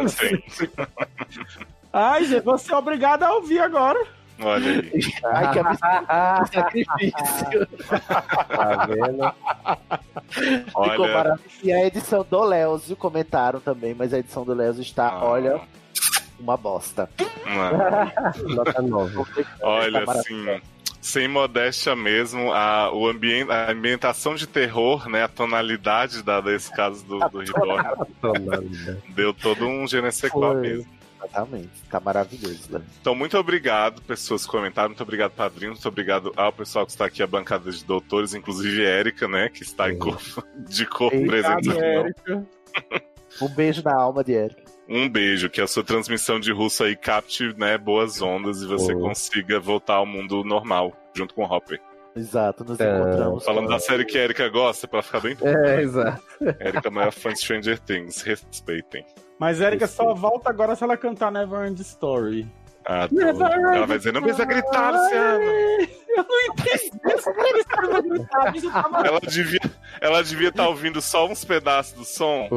Ai, gente, você é obrigado a ouvir agora. Olha aí. Ai, que sacrifício. Tá vendo? Olha. E a edição do Leozio comentaram também, mas a edição do Leozio está, olha, uma bosta. Nota 9. Olha, assim, sem modéstia mesmo, a ambientação de terror, né, a tonalidade desse caso do Reborn, deu todo um GNC4 mesmo. Exatamente, tá maravilhoso. Né? Então, muito obrigado, pessoas que comentaram, muito obrigado, padrinho, muito obrigado ao pessoal que está aqui, a bancada de doutores, inclusive Érica, né, que está em corpo presente aqui. Um beijo na alma de Érica. Um beijo, que a sua transmissão de russo aí capte, né, boas ondas e você consiga voltar ao mundo normal, junto com o Hopper. Exato, nos encontramos. Falando da série que a Erika gosta, pra ficar bem. Exato. Erika é a maior fã de Stranger Things, respeitem. Mas Erika só volta agora se ela cantar Never End Story. Ela vai dizer, não precisa gritar, Luciano. Eu não entendi. Ela devia estar ouvindo só uns pedaços do som.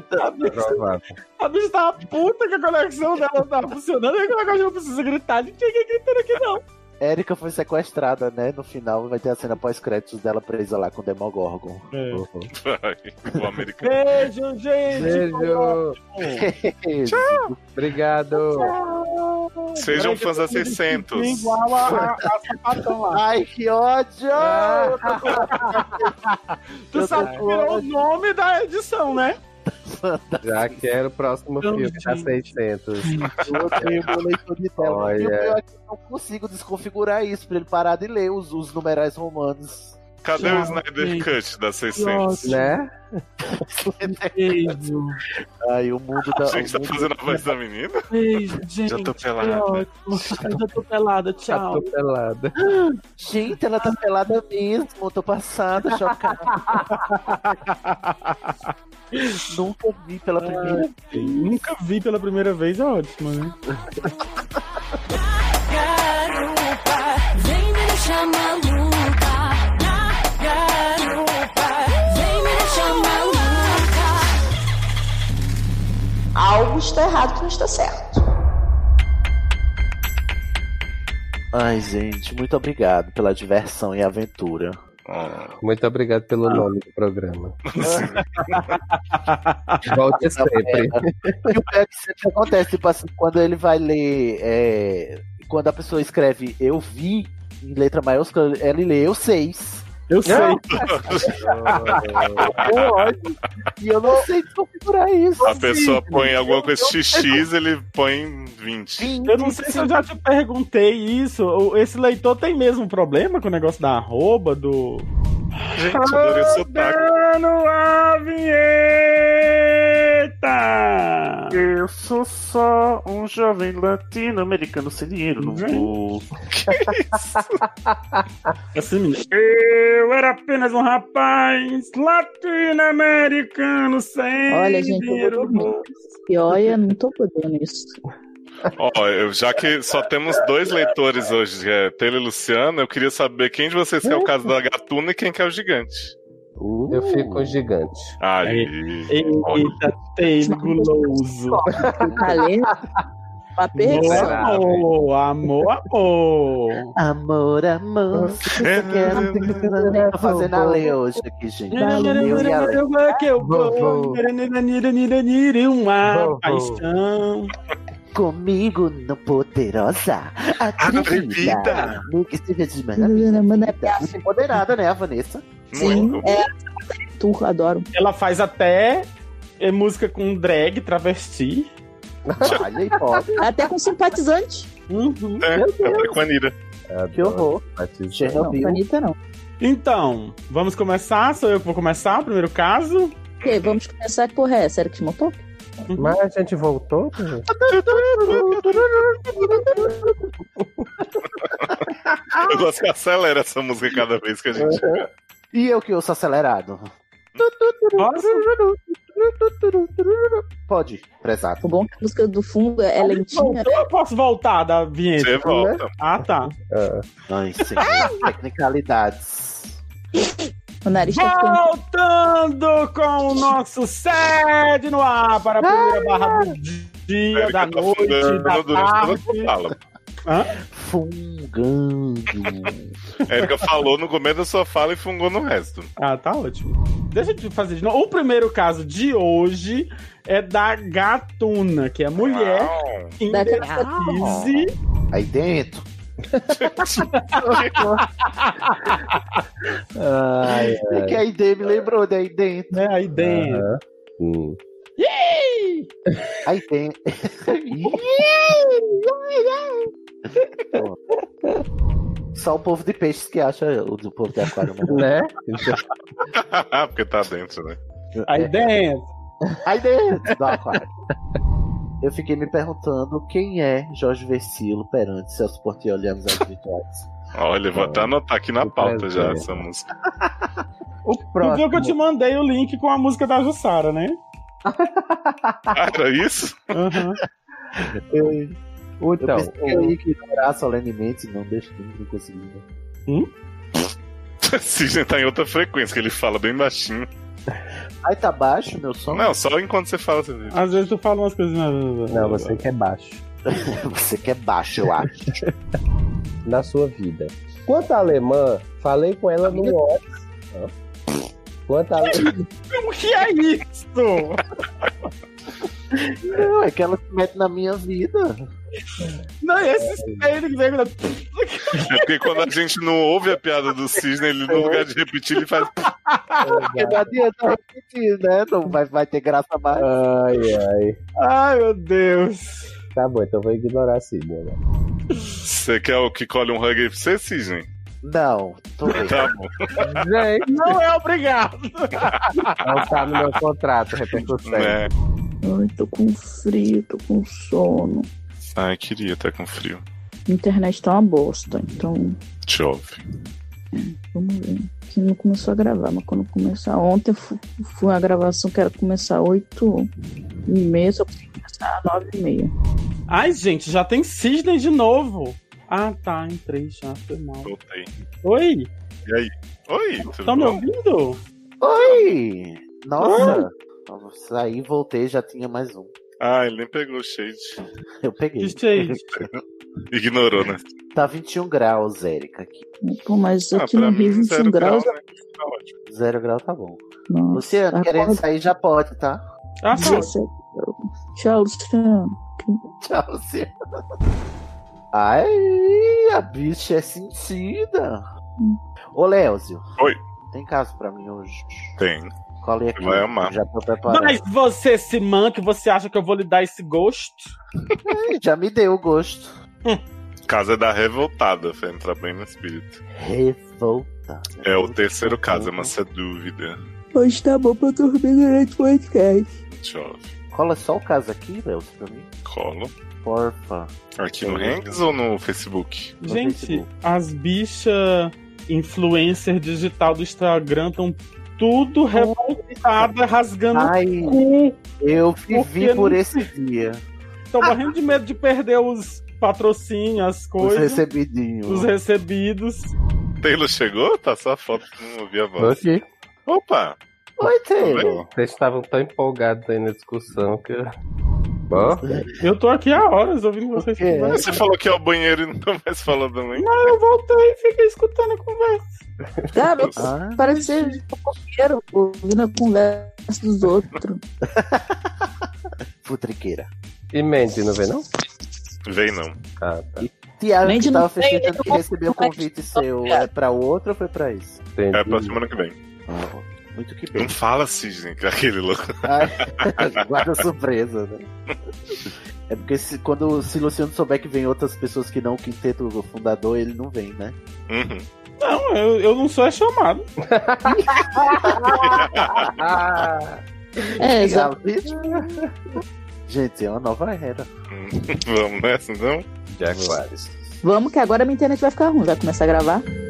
A bicha tava puta que a conexão dela não tava funcionando. E agora não precisa gritar. Ninguém gritando aqui, não. Erika foi sequestrada, né? No final vai ter a cena pós-créditos dela presa lá com o Demogorgon. O americano. Beijo, gente! Beijo! Tchau! Obrigado! Tchau. Sejam fãs a 600. Igual a sapatão lá. Ai, que ódio! Tu sabe que virou o nome da edição, né? Já quero o próximo filme da 600. Eu odeio meu leitor de tela. Eu não consigo desconfigurar isso pra ele parar de ler os numerais romanos. Cadê o Snyder Cut da 600? Né? Beijo. Ai, o mundo da. A gente tá fazendo a voz da menina? Beijo, gente. Já tô pelada. Que ótimo. Já tô pelada, tchau. Já tô pelada. Gente, ela tá pelada mesmo. Tô passada, chocada. Nunca vi pela primeira vez. Nunca vi pela primeira vez, é ótimo, né? Garupa, vem me deixar maluca. Garupa, vem me deixar maluca. Algo está errado que não está certo. Ai, gente, muito obrigado pela diversão e aventura. Muito obrigado pelo nome do programa. Volte sempre. E o pior é que sempre acontece, tipo assim, quando ele vai ler, quando a pessoa escreve eu vi, em letra maiúscula, ele lê eu sei. Eu sei. E eu não sei configurar isso. A pessoa põe alguma coisa XX, ele põe 20. Eu não sei se eu já te perguntei isso. Esse leitor tem mesmo problema com o negócio da arroba, do... Gente, adorei o sotaque. A vinheta! Eu sou só um jovem latino-americano sem dinheiro no voo. Assim, menino. Eu era apenas um rapaz latino-americano sem Olha, gente, eu dinheiro vou no dormir. bolso. E olha, não tô podendo isso. Ó, já que só temos 2 leitores hoje, que é Taylor e Luciano, eu queria saber quem de vocês quer o caso da Gatuna e quem quer o gigante. Eu fico com o gigante. Aí. Eita, Taylor guloso. Tá lendo? Uma perdição. Amor. Amor, se você quer. Tô fazendo a lei hoje aqui, gente. Eu e a lei. Que eu vou. Uma paixão. Comigo, não poderosa, atrevida. Que seja empoderada, né, a Vanessa? Sim, tu adoro. Ela faz até música com drag, travesti. Olha aí, pode. Até com simpatizante. Até com a Anira. Que horror. Não, Anitta não. Então, vamos começar? Sou eu que vou começar o primeiro caso? Ok, vamos começar. Que porra é essa? Era que te montou? Mas a gente voltou? Eu gosto que acelera essa música cada vez que a gente... E eu que ouço acelerado. Pode, prezado. O bom é que a música do fundo é lentinha. Eu posso voltar da vinheta? Você volta. Né? Ah, tá. Ai, senhor. Tecnicalidades. O nariz tá ficando... Voltando com o nosso sede no ar para a primeira barra do dia, da noite, da tarde. Fungando. Érica falou no começo da sua fala e fungou no resto. Ah, tá ótimo. Deixa eu te fazer de novo. O primeiro caso de hoje é da Gatuna, que é a mulher que Da indeciso. Aí dentro. Que a ID me lembrou da aí dentro. É, aí dentro. Aí dentro. Só o povo de peixes que acha o do povo de aquário, né? Porque tá dentro, né? Aí dentro. Aí dentro do aquário. Eu fiquei me perguntando quem é Jorge Versilo perante Celso Portiolli e Amizades Virtuais. Olha, vou até anotar aqui na pauta já essa música. Tu viu que eu te mandei o link com a música da Jussara, né? Era isso? Uhum. Eu pensei que eu ia ignorar solenemente, não deixa que não consegui. Cisne tá em outra frequência, que ele fala bem baixinho. Aí tá baixo meu som? Não, só enquanto você fala. Você vê. Às vezes tu fala umas coisas. Não, você que é baixo. Você que é baixo, eu acho. Na sua vida. Quanto à alemã, falei com ela no WhatsApp. Quanto à alemã. O que é isso? Não, é que ela se mete na minha vida. Não, esse espelho que vem. É porque quando a gente não ouve a piada do Cisne, ele no lugar de repetir, ele faz. Porque não adianta repetir, né? Não vai ter graça mais. Ai, meu Deus. Tá bom, então vou ignorar a Cisne agora. Você quer o que colhe um hug aí pra você, Cisne? Não, tô bem. Tá bom. Gente, Não é obrigado. não tá no meu contrato, repercussão. Né? Ai, tô com frio, tô com sono. Ai, queria estar com frio. A internet tá uma bosta, então Chove. vamos ver. Que não começou a gravar, mas quando começar. Ontem foi uma gravação que era começar 8h30, só consegui começar às 9h30. Ai, gente, já tem cisne de novo. Ah, tá, entrei já, foi mal. Voltei. Oi, E aí? Oi, tudo tá me bom? ouvindo? Oi! Nossa! Eu saí, voltei, já tinha mais um. Ah, ele nem pegou o shade. Eu peguei. Que shade? Ignorou, né? Tá 21 graus, Érica, aqui. Pô, mas aqui pra no Rio, mim, 21 0 graus. grau, né? Tá ótimo. 0 grau tá bom. Nossa, Luciano, querendo sair já pode, tá? Ah, tá. Tchau, Luciano. Tchau, Luciano. Ai, a bicha é sentida. Ô, Léozio. Oi. Tem caso pra mim hoje? Tem. Colhe aqui. Vai amar. Já tô preparado. Mas você, Simã, que você acha que eu vou lhe dar esse gosto? Já me deu o gosto. Casa da Revoltada, foi entrar bem no espírito. Revolta. É o terceiro caso, é uma dúvida. Hoje tá bom pra dormir durante o podcast. Chove. Cola só o caso aqui, Léozio, pra mim. Colo. Porfa. Aqui no Hanks ou no Facebook? Gente, Facebook. as bichas influencer digital do Instagram estão tudo revoltada, rasgando Ai, o cu. Eu vivi Porque por não- esse dia. Tô morrendo de medo de perder os patrocínios, as Os coisas, recebidinhos. os recebidos. Taylor chegou? Tá só a foto, não ouvi a Tô voz. aqui. Opa! Oi, Taylor. Vocês estavam tão empolgados aí na discussão que. Bom, Eu tô aqui há horas ouvindo vocês Por quê? conversar. Você falou que é o banheiro e não mais falou também. Não, eu voltei e fiquei escutando a conversa. Cara, Ah, parece ser fofoqueiro, ouvindo a conversa dos outros. futriqueira. e Mandy, não vê não? Vem não. Ah, tá. Tiago, Nem que de tava não tem, festejando nem que do- recebeu o convite seu, é pra outro ou foi pra isso? Entendi. É pra semana que vem. Muito que bem. Não fala, Cisne, que é aquele louco. Ai, guarda surpresa, né? É porque se Luciano souber que vem outras pessoas que não o quinteto fundador, ele não vem, né? Uhum. Não, eu não sou chamado. É, exato. Gente, é uma nova era. Vamos nessa então? Jaguares. Vamos que agora minha internet vai ficar ruim. Vai começar a gravar.